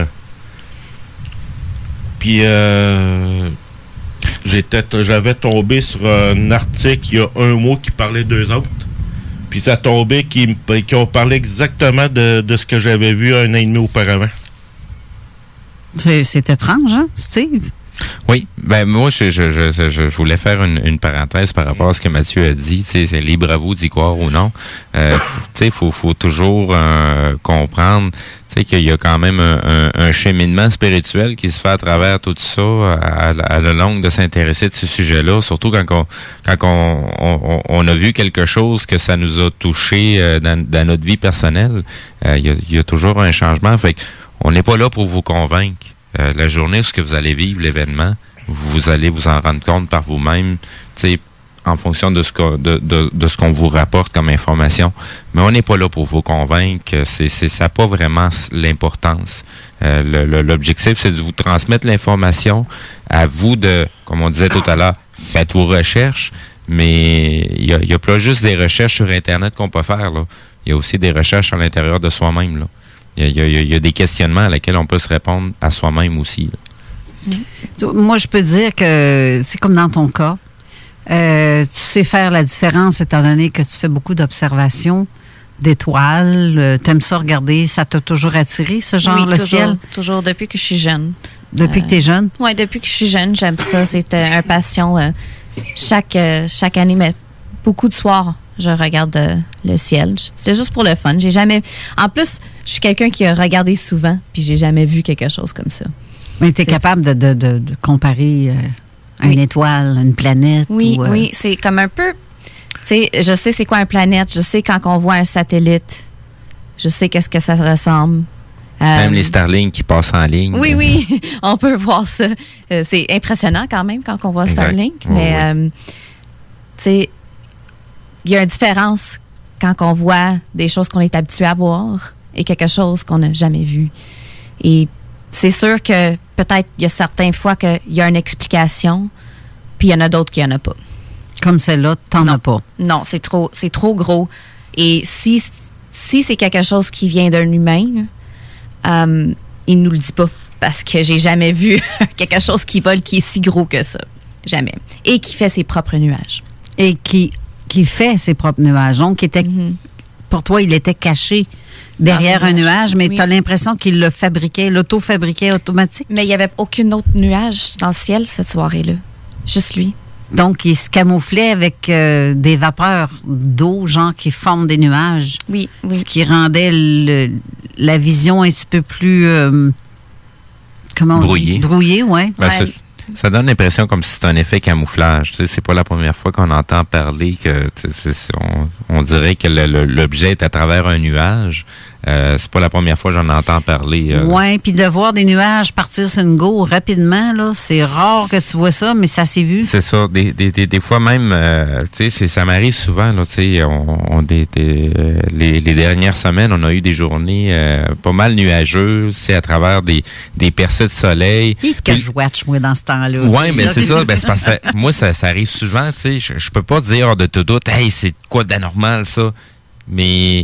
Puis j'avais tombé sur un article il y a un mois qui parlait d'eux autres. Puis ça tombait qui ont parlé exactement de ce que j'avais vu un an et demi auparavant. C'est étrange, hein, Steve? Oui, ben moi, je voulais faire une parenthèse par rapport à ce que Mathieu a dit. C'est libre à vous d'y croire ou non. Faut toujours comprendre qu'il y a quand même un cheminement spirituel qui se fait à travers tout ça, à la longue de s'intéresser de ce sujet-là, surtout quand on a vu quelque chose que ça nous a touché dans notre vie personnelle. Il y a toujours un changement. Fait qu'on n'est pas là pour vous convaincre. La journée où vous allez vivre l'événement, vous allez vous en rendre compte par vous-même, en fonction de ce qu'on vous rapporte comme information. Mais on n'est pas là pour vous convaincre. Ça n'a pas vraiment l'importance. L'objectif, c'est de vous transmettre l'information. À vous de, comme on disait tout à l'heure, faites vos recherches. Mais il y a pas juste des recherches sur Internet qu'on peut faire, là. Il y a aussi des recherches à l'intérieur de soi-même, là. Il y a des questionnements à lesquels on peut se répondre à soi-même aussi, là. Moi, je peux dire que c'est comme dans ton cas. Tu sais faire la différence étant donné que tu fais beaucoup d'observations, d'étoiles. T'aimes ça regarder? Ça t'a toujours attiré, ce genre, le ciel? Toujours, depuis que je suis jeune. Depuis que tu es jeune? Oui, depuis que je suis jeune, j'aime ça. C'est un passion. Chaque année, mais beaucoup de soirs, je regarde le ciel. C'était juste pour le fun. J'ai jamais... En plus, je suis quelqu'un qui a regardé souvent, puis j'ai jamais vu quelque chose comme ça. Mais tu es capable de comparer une étoile, une planète? Oui, oui. C'est comme un peu... Tu sais, je sais c'est quoi une planète. Je sais quand on voit un satellite. Je sais qu'est-ce que ça ressemble. Même les Starlink qui passent en ligne. Oui, oui. On peut voir ça. C'est impressionnant quand même quand on voit Starlink. Oui, mais, tu sais, il y a une différence quand on voit des choses qu'on est habitué à voir et quelque chose qu'on n'a jamais vu. Et c'est sûr que peut-être il y a certaines fois qu'il y a une explication, puis il y en a d'autres qui n'en a pas. Comme celle-là, t'en as pas. Non, c'est trop gros. Et si c'est quelque chose qui vient d'un humain, il nous le dit pas. Parce que j'ai jamais vu quelque chose qui vole qui est si gros que ça. Jamais. Et qui fait ses propres nuages. Et qui fait ses propres nuages. Donc, pour toi, il était caché derrière un nuage, mais tu as l'impression qu'il le fabriquait, l'auto-fabriquait automatique. Mais il n'y avait aucun autre nuage dans le ciel cette soirée-là. Juste lui. Donc, il se camouflait avec des vapeurs d'eau, genre qui forment des nuages. Oui, oui. Ce qui rendait la vision un petit peu plus... Brouillée, oui. Ben, ça donne l'impression comme si c'est un effet camouflage. Tu sais, c'est pas la première fois qu'on entend parler que on dirait que l'objet est à travers un nuage. C'est pas la première fois que j'en entends parler. Oui, puis de voir des nuages partir sur une go rapidement, là, c'est rare que tu vois ça, mais ça s'est vu. C'est ça. Des fois même, tu sais, ça m'arrive souvent, là, tu sais, les dernières semaines, on a eu des journées pas mal nuageuses, c'est à travers des percées de soleil. Que je watch, moi, dans ce temps-là. Oui, mais c'est ça. Ben, c'est parce que moi, ça arrive souvent, tu sais, je peux pas dire de tout doute, hey, c'est quoi d'anormal, ça? Mais...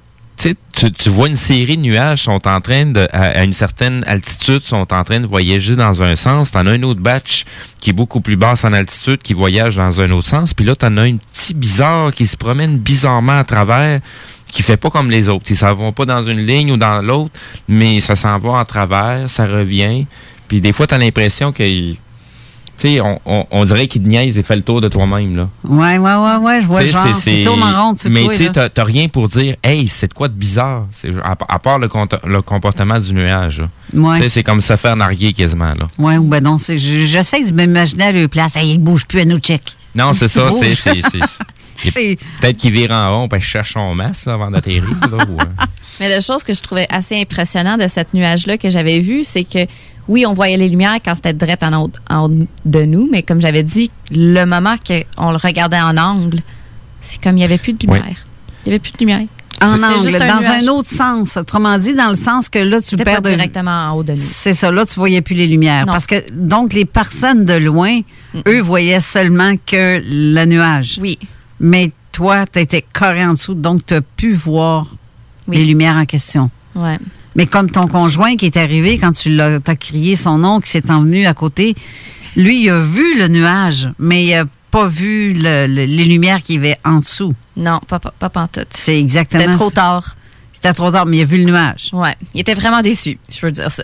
Tu vois une série de nuages sont en train à une certaine altitude, sont en train de voyager dans un sens. T'en as un autre batch qui est beaucoup plus basse en altitude, qui voyage dans un autre sens. Puis là, t'en as un petit bizarre qui se promène bizarrement à travers, qui fait pas comme les autres. Ils s'en vont pas dans une ligne ou dans l'autre, mais ça s'en va en travers, ça revient. Puis des fois, t'as l'impression qu'il... Tu sais, on dirait qu'il te niaise et fait le tour de toi-même, là. Ouais, je vois le genre. Il tourne en rond, mais tu sais, t'as rien pour dire, hey, c'est de quoi de bizarre? À part le comportement du nuage, là. Ouais. Tu sais, c'est comme se faire narguer quasiment, là. Ouais, ben non, j'essaie de m'imaginer à leur place. Hey, il bouge plus à nous check. Non, c'est ça, tu sais, peut-être qu'il vire en rond, puis je cherche son masque, là, avant d'atterrir, là. Mais la chose que je trouvais assez impressionnante de cette nuage-là que j'avais vu, c'est que oui, on voyait les lumières quand c'était direct en haut de nous, mais comme j'avais dit, le moment qu'on le regardait en angle, c'est comme il n'y avait plus de lumière. Oui. Il n'y avait plus de lumière. En angle, dans un autre sens. Autrement dit, dans le sens que là, tu le perds directement en haut de nous. C'est ça, là, tu ne voyais plus les lumières. Non. Parce que, donc, les personnes de loin, eux, voyaient seulement que le nuage. Oui. Mais toi, tu étais carré en dessous, donc tu as pu voir les lumières en question. Oui. Mais comme ton conjoint qui est arrivé quand tu as crié son nom, qui s'est envenu à côté, lui, il a vu le nuage, mais il n'a pas vu les lumières qui avaient en dessous. Non, pas pantoute. C'est exactement... C'était trop tard. C'était trop tard, mais il a vu le nuage. Ouais. Il était vraiment déçu, je peux dire ça.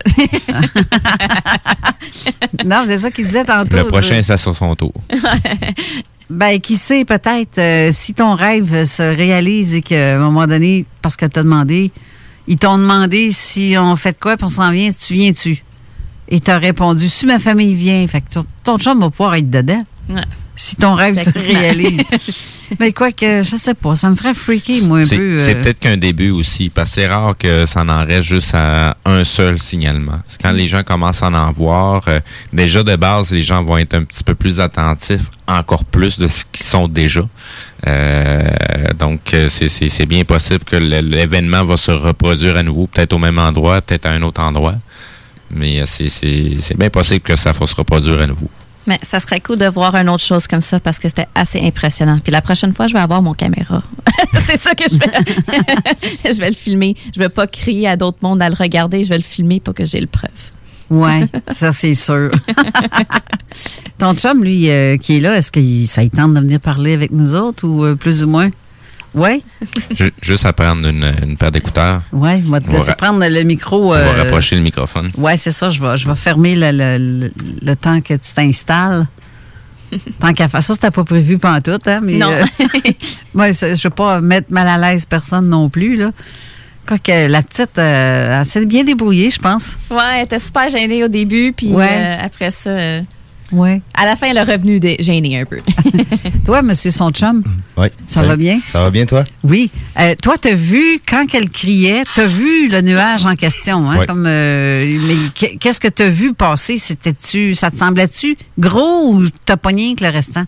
Non, c'est ça qu'il disait tantôt. Le prochain, c'est sur son tour. Ben, qui sait, peut-être, si ton rêve se réalise et qu'à un moment donné, parce que tu as demandé, ils t'ont demandé si on fait de quoi, puis on s'en vient, tu viens-tu? Et tu as répondu, si ma famille vient, fait que ton chum va pouvoir être dedans. Ouais. Si ton rêve se réalise. Ben, quoi que, je sais pas, ça me ferait freaker, moi, un peu. C'est peut-être qu'un début aussi, parce que c'est rare que ça en reste juste à un seul signalement. C'est quand les gens commencent à en voir, déjà de base, les gens vont être un petit peu plus attentifs, encore plus de ce qu'ils sont déjà. Donc, c'est bien possible que l'événement va se reproduire à nouveau, peut-être au même endroit, peut-être à un autre endroit. Mais c'est bien possible que ça va se reproduire à nouveau. Mais ça serait cool de voir une autre chose comme ça parce que c'était assez impressionnant. Puis la prochaine fois, je vais avoir mon caméra. C'est ça que je fais. Je vais le filmer. Je ne vais pas crier à d'autres mondes à le regarder. Je vais le filmer pour que j'ai le preuve. Oui, ça, c'est sûr. Ton chum, lui, qui est là, est-ce que ça lui tente de venir parler avec nous autres ou plus ou moins? Oui? Juste à prendre une paire d'écouteurs. Oui, on va te laisser prendre le micro. On va rapprocher le microphone. Oui, c'est ça. Je vais fermer le temps que tu t'installes. Tant qu'à faire ça, c'était pas prévu pantoute, hein? Mais, non. Moi, je ne veux pas mettre mal à l'aise personne non plus, là. Quoique la petite, elle s'est bien débrouillée, je pense. Oui, elle était super gênée au début, puis après ça... Ouais. À la fin, elle est revenue gênée un peu. Toi, monsieur son chum? Oui. Ça va bien? Ça va bien, toi? Oui. Toi, t'as vu, quand qu'elle criait, t'as vu le nuage en question, hein? Oui. Comme, mais qu'est-ce que t'as vu passer? Ça te semblait-tu gros ou t'as pogné avec le restant?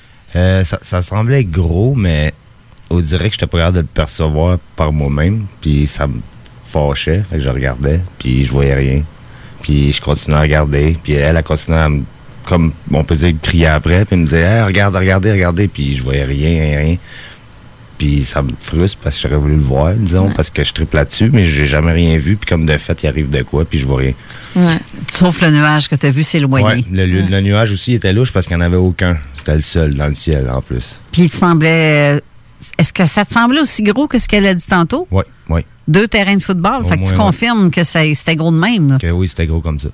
Ça semblait gros, mais on dirait que je n'étais pas capable de le percevoir par moi-même. Puis ça me fâchait. Fait que je regardais, puis je voyais rien. Puis je continuais à regarder. Puis elle a continué à me... Comme on peut dire, crier après, puis elle me disait hey, regardez, puis je voyais rien. Puis ça me frustre parce que j'aurais voulu le voir, disons, parce que je tripe là-dessus, mais j'ai jamais rien vu, puis comme de fait, il arrive de quoi, puis je vois rien. Ouais. Sauf le nuage que tu as vu s'éloigner. Ouais, le nuage aussi était louche parce qu'il n'y en avait aucun. C'était le seul dans le ciel, en plus. Puis il te semblait... Est-ce que ça te semblait aussi gros que ce qu'elle a dit tantôt? Oui. 2 terrains de football. Fait que tu confirmes que c'était gros de même, là. Que oui, c'était gros comme ça.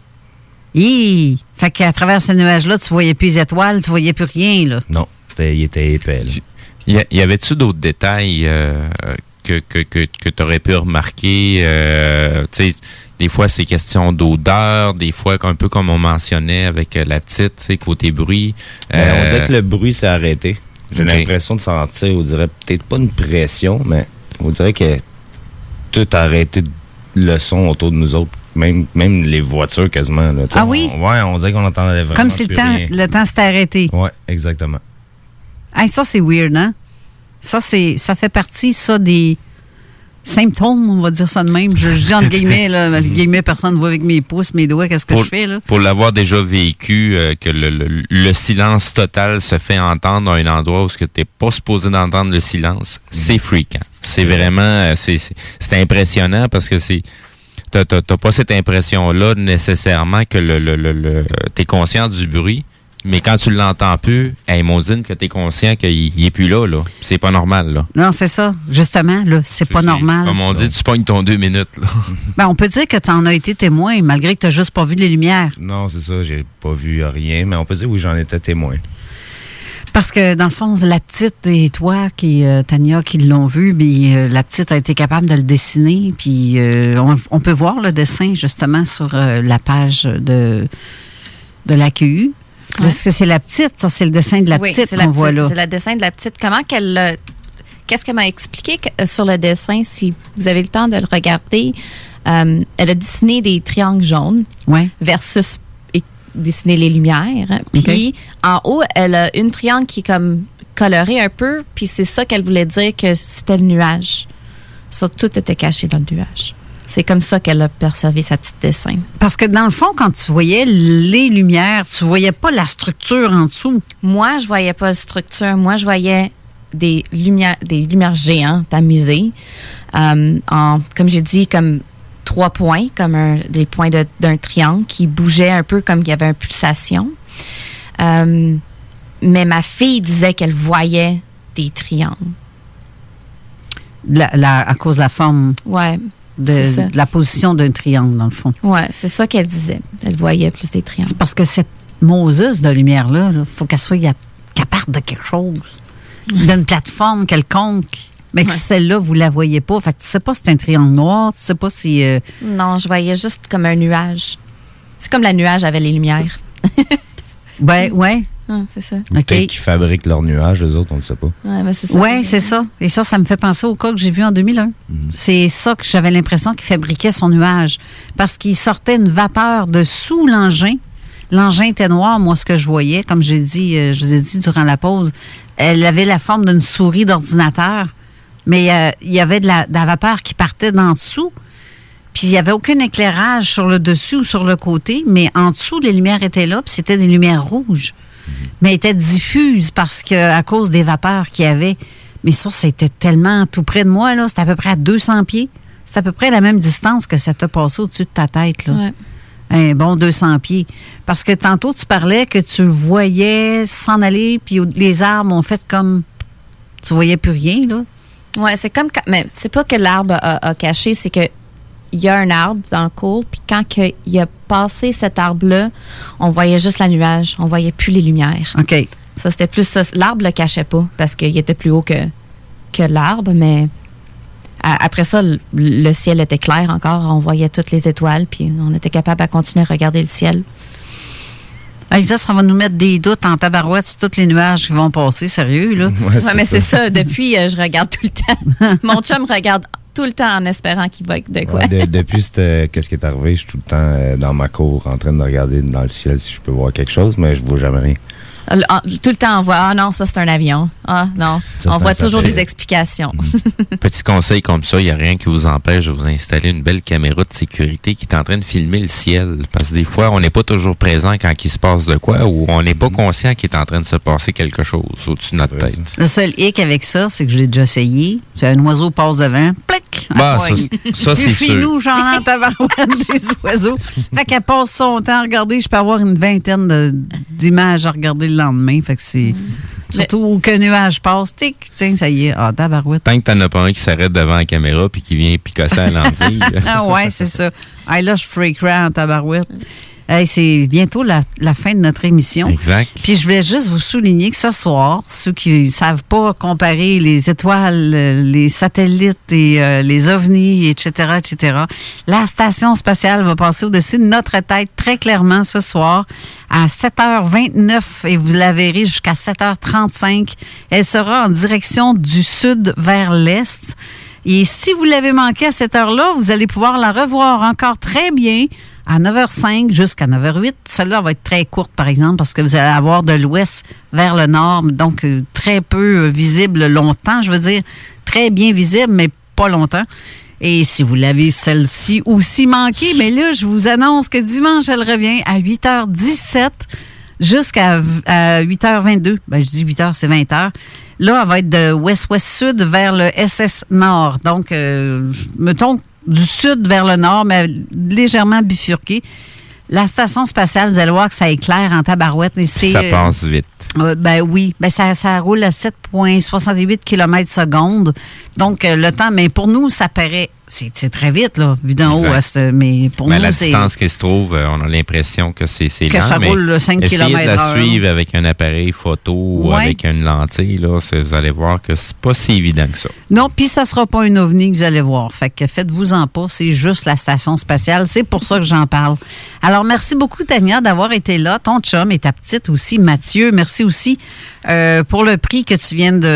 Fait qu'à travers ce nuage-là, tu voyais plus les étoiles, tu voyais plus rien, là. Non, il était épais, là. Y avait-tu d'autres détails que tu aurais pu remarquer? Tu sais, des fois, c'est question d'odeur, des fois, un peu comme on mentionnait avec la petite, tu sais, côté bruit. On dirait que le bruit s'est arrêté. J'ai l'impression de sentir, on dirait peut-être pas une pression, mais on dirait que tout a arrêté le son autour de nous autres. Même les voitures, quasiment. Là, oui? On dirait qu'on entendait vraiment comme si le temps s'était arrêté. Oui, exactement. Hey, ça, c'est weird, hein? Ça fait partie, ça, des symptômes, on va dire ça de même. Je dis entre guillemets, là, guillemets, personne ne voit avec mes pouces, mes doigts, qu'est-ce que je fais, là? Pour l'avoir déjà vécu, que le silence total se fait entendre à un endroit où tu n'es pas supposé d'entendre le silence, c'est freakant. C'est vraiment... C'est impressionnant parce que t'as pas cette impression-là nécessairement que t'es conscient du bruit, mais quand tu l'entends plus, Maudine, que t'es conscient qu'il est plus là. C'est pas normal, là. Non, c'est ça. Justement, là, c'est pas normal. Comme on dit, tu pognes ton 2 minutes, là. Ben, on peut dire que t'en as été témoin, malgré que t'as juste pas vu les lumières. Non, c'est ça. J'ai pas vu rien, mais on peut dire oui, j'en étais témoin. Parce que, dans le fond, la petite et toi, Tania, qui l'ont vu, la petite a été capable de le dessiner. Puis, on peut voir le dessin, justement, sur la page de l'AQU. Ouais. C'est la petite, ça, c'est le dessin de la petite qu'on voit là. C'est le dessin de la petite. Qu'est-ce qu'elle m'a expliqué sur le dessin, si vous avez le temps de le regarder? Elle a dessiné des triangles jaunes versus dessiner les lumières. Puis, en haut, elle a une triangle qui est comme colorée un peu, puis c'est ça qu'elle voulait dire que c'était le nuage. Ça, tout était caché dans le nuage. C'est comme ça qu'elle a perçu sa petite dessin. Parce que dans le fond, quand tu voyais les lumières, tu voyais pas la structure en dessous. Moi, je voyais pas la structure. Moi, je voyais des lumières géantes amusées. Comme j'ai dit, comme 3 points, comme des points d'un triangle qui bougeaient un peu comme il y avait une pulsation. Mais ma fille disait qu'elle voyait des triangles. À cause de la forme. Ouais. De la position d'un triangle, dans le fond. Oui, c'est ça qu'elle disait. Elle voyait plus des triangles. C'est parce que cette Moses de lumière-là, il faut qu'elle soit capable de quelque chose, d'une plateforme quelconque. Mais que celle-là, vous ne la voyez pas. Fait que tu ne sais pas si c'est un triangle noir, tu ne sais pas si... Non, je voyais juste comme un nuage. C'est comme le nuage avait les lumières. Ben, ouais. C'est ça. Peut-être qu'ils fabriquent leurs nuages, eux autres, on ne le sait pas. Oui, c'est ça. Et ça me fait penser au cas que j'ai vu en 2001. C'est ça que j'avais l'impression qu'il fabriquait son nuage. Parce qu'il sortait une vapeur de sous l'engin. L'engin était noir, moi, ce que je voyais. Comme je vous ai dit durant la pause, elle avait la forme d'une souris d'ordinateur. Mais il y avait de la vapeur qui partait d'en dessous. Puis il n'y avait aucun éclairage sur le dessus ou sur le côté. Mais en dessous, les lumières étaient là. Puis c'était des lumières rouges. Mais elles étaient diffuses à cause des vapeurs qu'il y avait. Mais ça, c'était tellement tout près de moi, là. C'était à peu près à 200 pieds. C'est à peu près la même distance que ça t'a passé au-dessus de ta tête, là. Ouais. Un bon 200 pieds. Parce que tantôt, tu parlais que tu voyais s'en aller, puis les arbres ont fait comme... Tu voyais plus rien, là. Oui, c'est comme... Mais c'est pas que l'arbre a caché, c'est que il y a un arbre dans le cours, puis quand il a passé cet arbre-là, on voyait juste la nuage. On voyait plus les lumières. OK. Ça, c'était plus ça. L'arbre le cachait pas, parce qu'il était plus haut que l'arbre, mais après ça, le ciel était clair encore. On voyait toutes les étoiles, puis on était capable de continuer à regarder le ciel. Elisa, ça va nous mettre des doutes en tabarouette sur tous les nuages qui vont passer, sérieux, là. Oui, mais c'est ça. Depuis, je regarde tout le temps. Mon chum regarde tout le temps en espérant qu'il va de quoi. Ouais, depuis qu'est-ce qui est arrivé, je suis tout le temps dans ma cour en train de regarder dans le ciel si je peux voir quelque chose, mais je ne vois jamais rien. Tout le temps, on voit, ah non, ça c'est un avion. Ah non, on voit toujours des explications. Petit conseil comme ça, il n'y a rien qui vous empêche de vous installer une belle caméra de sécurité qui est en train de filmer le ciel. Parce que des fois, on n'est pas toujours présent quand il se passe de quoi ou on n'est pas conscient qu'il est en train de se passer quelque chose au-dessus de notre tête. Le seul hic avec ça, c'est que je l'ai déjà essayé. C'est un oiseau passe devant, plic! Ça c'est sûr. Puis nous, j'en ai en tabarouette des oiseaux. Fait qu'elle passe son temps à regarder. Je peux avoir une vingtaine d'images à regarder le lendemain. Fait que c'est... Surtout qu'un nuage passe, tic, tiens, ça y est, tabarouette. Tant que t'en as pas un qui s'arrête devant la caméra puis qui vient picosser à la lentille. Ah ouais, c'est ça. Là, je freakerais en tabarouette. C'est bientôt la fin de notre émission. Exact. Puis je voulais juste vous souligner que ce soir, ceux qui ne savent pas comparer les étoiles, les satellites et les ovnis, etc., la station spatiale va passer au-dessus de notre tête très clairement ce soir à 7h29 et vous la verrez jusqu'à 7h35. Elle sera en direction du sud vers l'est. Et si vous l'avez manqué à cette heure-là, vous allez pouvoir la revoir encore très bien à 9h05 jusqu'à 9h08. Celle-là va être très courte, par exemple, parce que vous allez avoir de l'ouest vers le nord, donc très peu visible longtemps. Je veux dire, très bien visible, mais pas longtemps. Et si vous l'avez celle-ci aussi manquée, mais là, je vous annonce que dimanche, elle revient à 8h17 jusqu'à 8h22. Ben, je dis 8h, c'est 20h. Là, elle va être de ouest-ouest-sud vers le SS Nord. Donc, mettons du sud vers le nord, mais légèrement bifurqué. La station spatiale, vous allez voir que ça éclaire en tabarouette. Et ça passe vite. Ben oui, ça roule à 7,68 km/s. Donc, le temps, mais pour nous, ça paraît... C'est très vite, là, vu d'en haut. Mais pour nous, la distance qui se trouve, on a l'impression que c'est que lent. Ça roule 5 km/h. Essayez de la suivre avec un appareil photo ou avec une lentille. Là, vous allez voir que c'est pas si évident que ça. Non, puis ça sera pas un ovni que vous allez voir. Fait que faites-vous-en pas. C'est juste la station spatiale. C'est pour ça que j'en parle. Alors, merci beaucoup, Tania, d'avoir été là. Ton chum et ta petite aussi, Mathieu. Merci aussi pour le prix que tu viens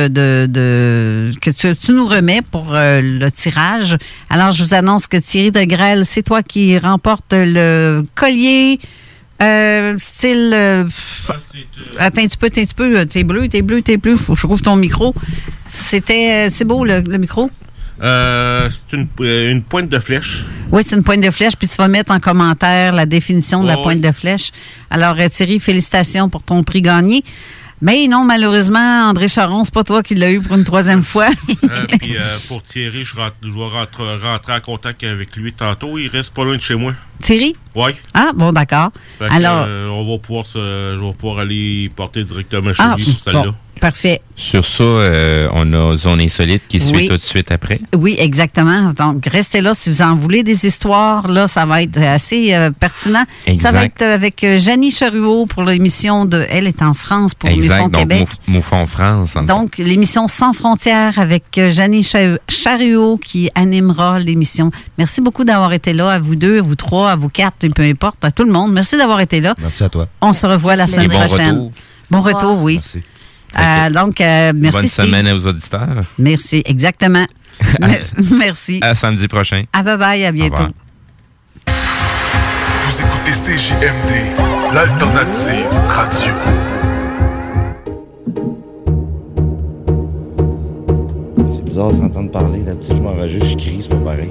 que tu nous remets pour le tirage. Alors, je vous annonce que Thierry de Grelle, c'est toi qui remporte le collier style... attends un petit peu, t'es bleu. Faut que je trouve ton micro. C'est beau, le micro? C'est une pointe de flèche. Oui, c'est une pointe de flèche, puis tu vas mettre en commentaire la définition de la pointe de flèche. Alors, Thierry, félicitations pour ton prix gagné. Mais non, malheureusement, André Charon, c'est pas toi qui l'as eu pour une troisième fois. Puis pour Thierry, je vais rentrer en contact avec lui tantôt. Il reste pas loin de chez moi. Thierry? Oui. Ah, bon, d'accord. Alors, je vais pouvoir aller porter directement chez lui pour celle-là. Parfait. Sur ça, on a Zone Insolite qui suit tout de suite après. Oui, exactement. Donc, restez là si vous en voulez des histoires. Là, ça va être assez pertinent. Exact. Ça va être avec Janie Charuot pour l'émission de... Elle est en France pour MUFON Québec. MUFON France. Donc, l'émission Sans frontières avec Janie Charuot qui animera l'émission. Merci beaucoup d'avoir été là, à vous deux, à vous trois, à vous quatre, et peu importe, à tout le monde. Merci d'avoir été là. Merci à toi. On se revoit la semaine prochaine. Retour. Bon retour, oui. Merci. Donc, merci. Bonne Steve. semaine aux auditeurs. Merci, exactement. Merci. À samedi prochain. Bye-bye, à bientôt. Vous écoutez CJMD, l'alternative radio. C'est bizarre s'entendre parler. D'habitude, je m'enregistre, je crie, c'est pas pareil.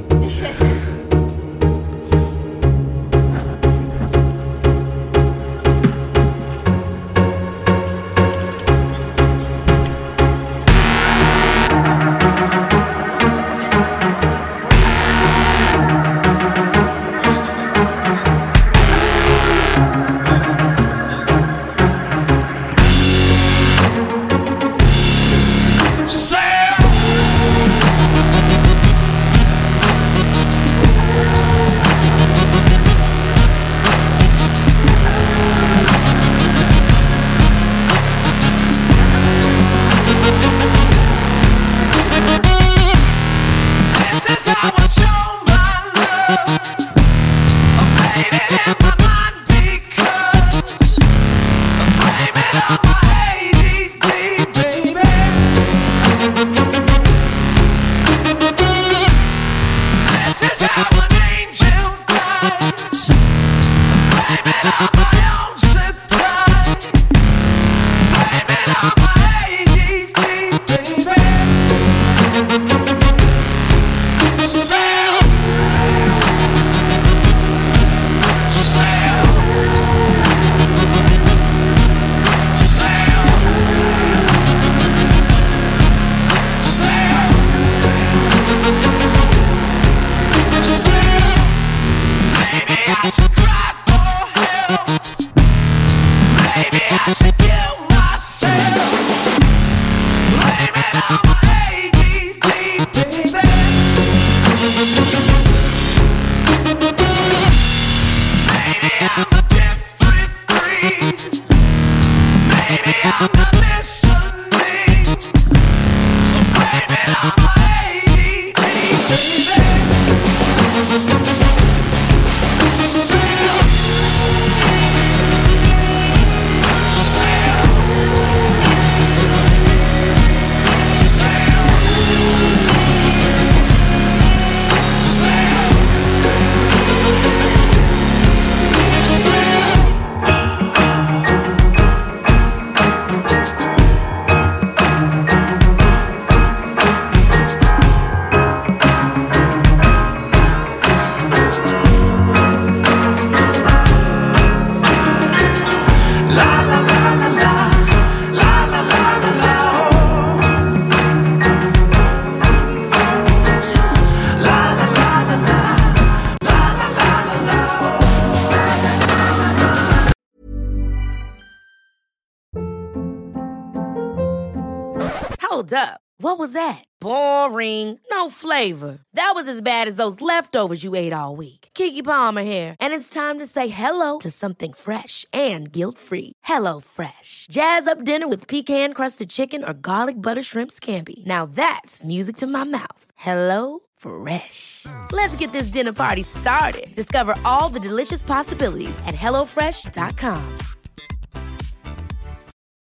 Hold up. What was that? Boring. No flavor. That was as bad as those leftovers you ate all week. Keke Palmer here, and it's time to say hello to something fresh and guilt-free. Hello Fresh. Jazz up dinner with pecan-crusted chicken or garlic butter shrimp scampi. Now that's music to my mouth. Hello Fresh. Let's get this dinner party started. Discover all the delicious possibilities at HelloFresh.com.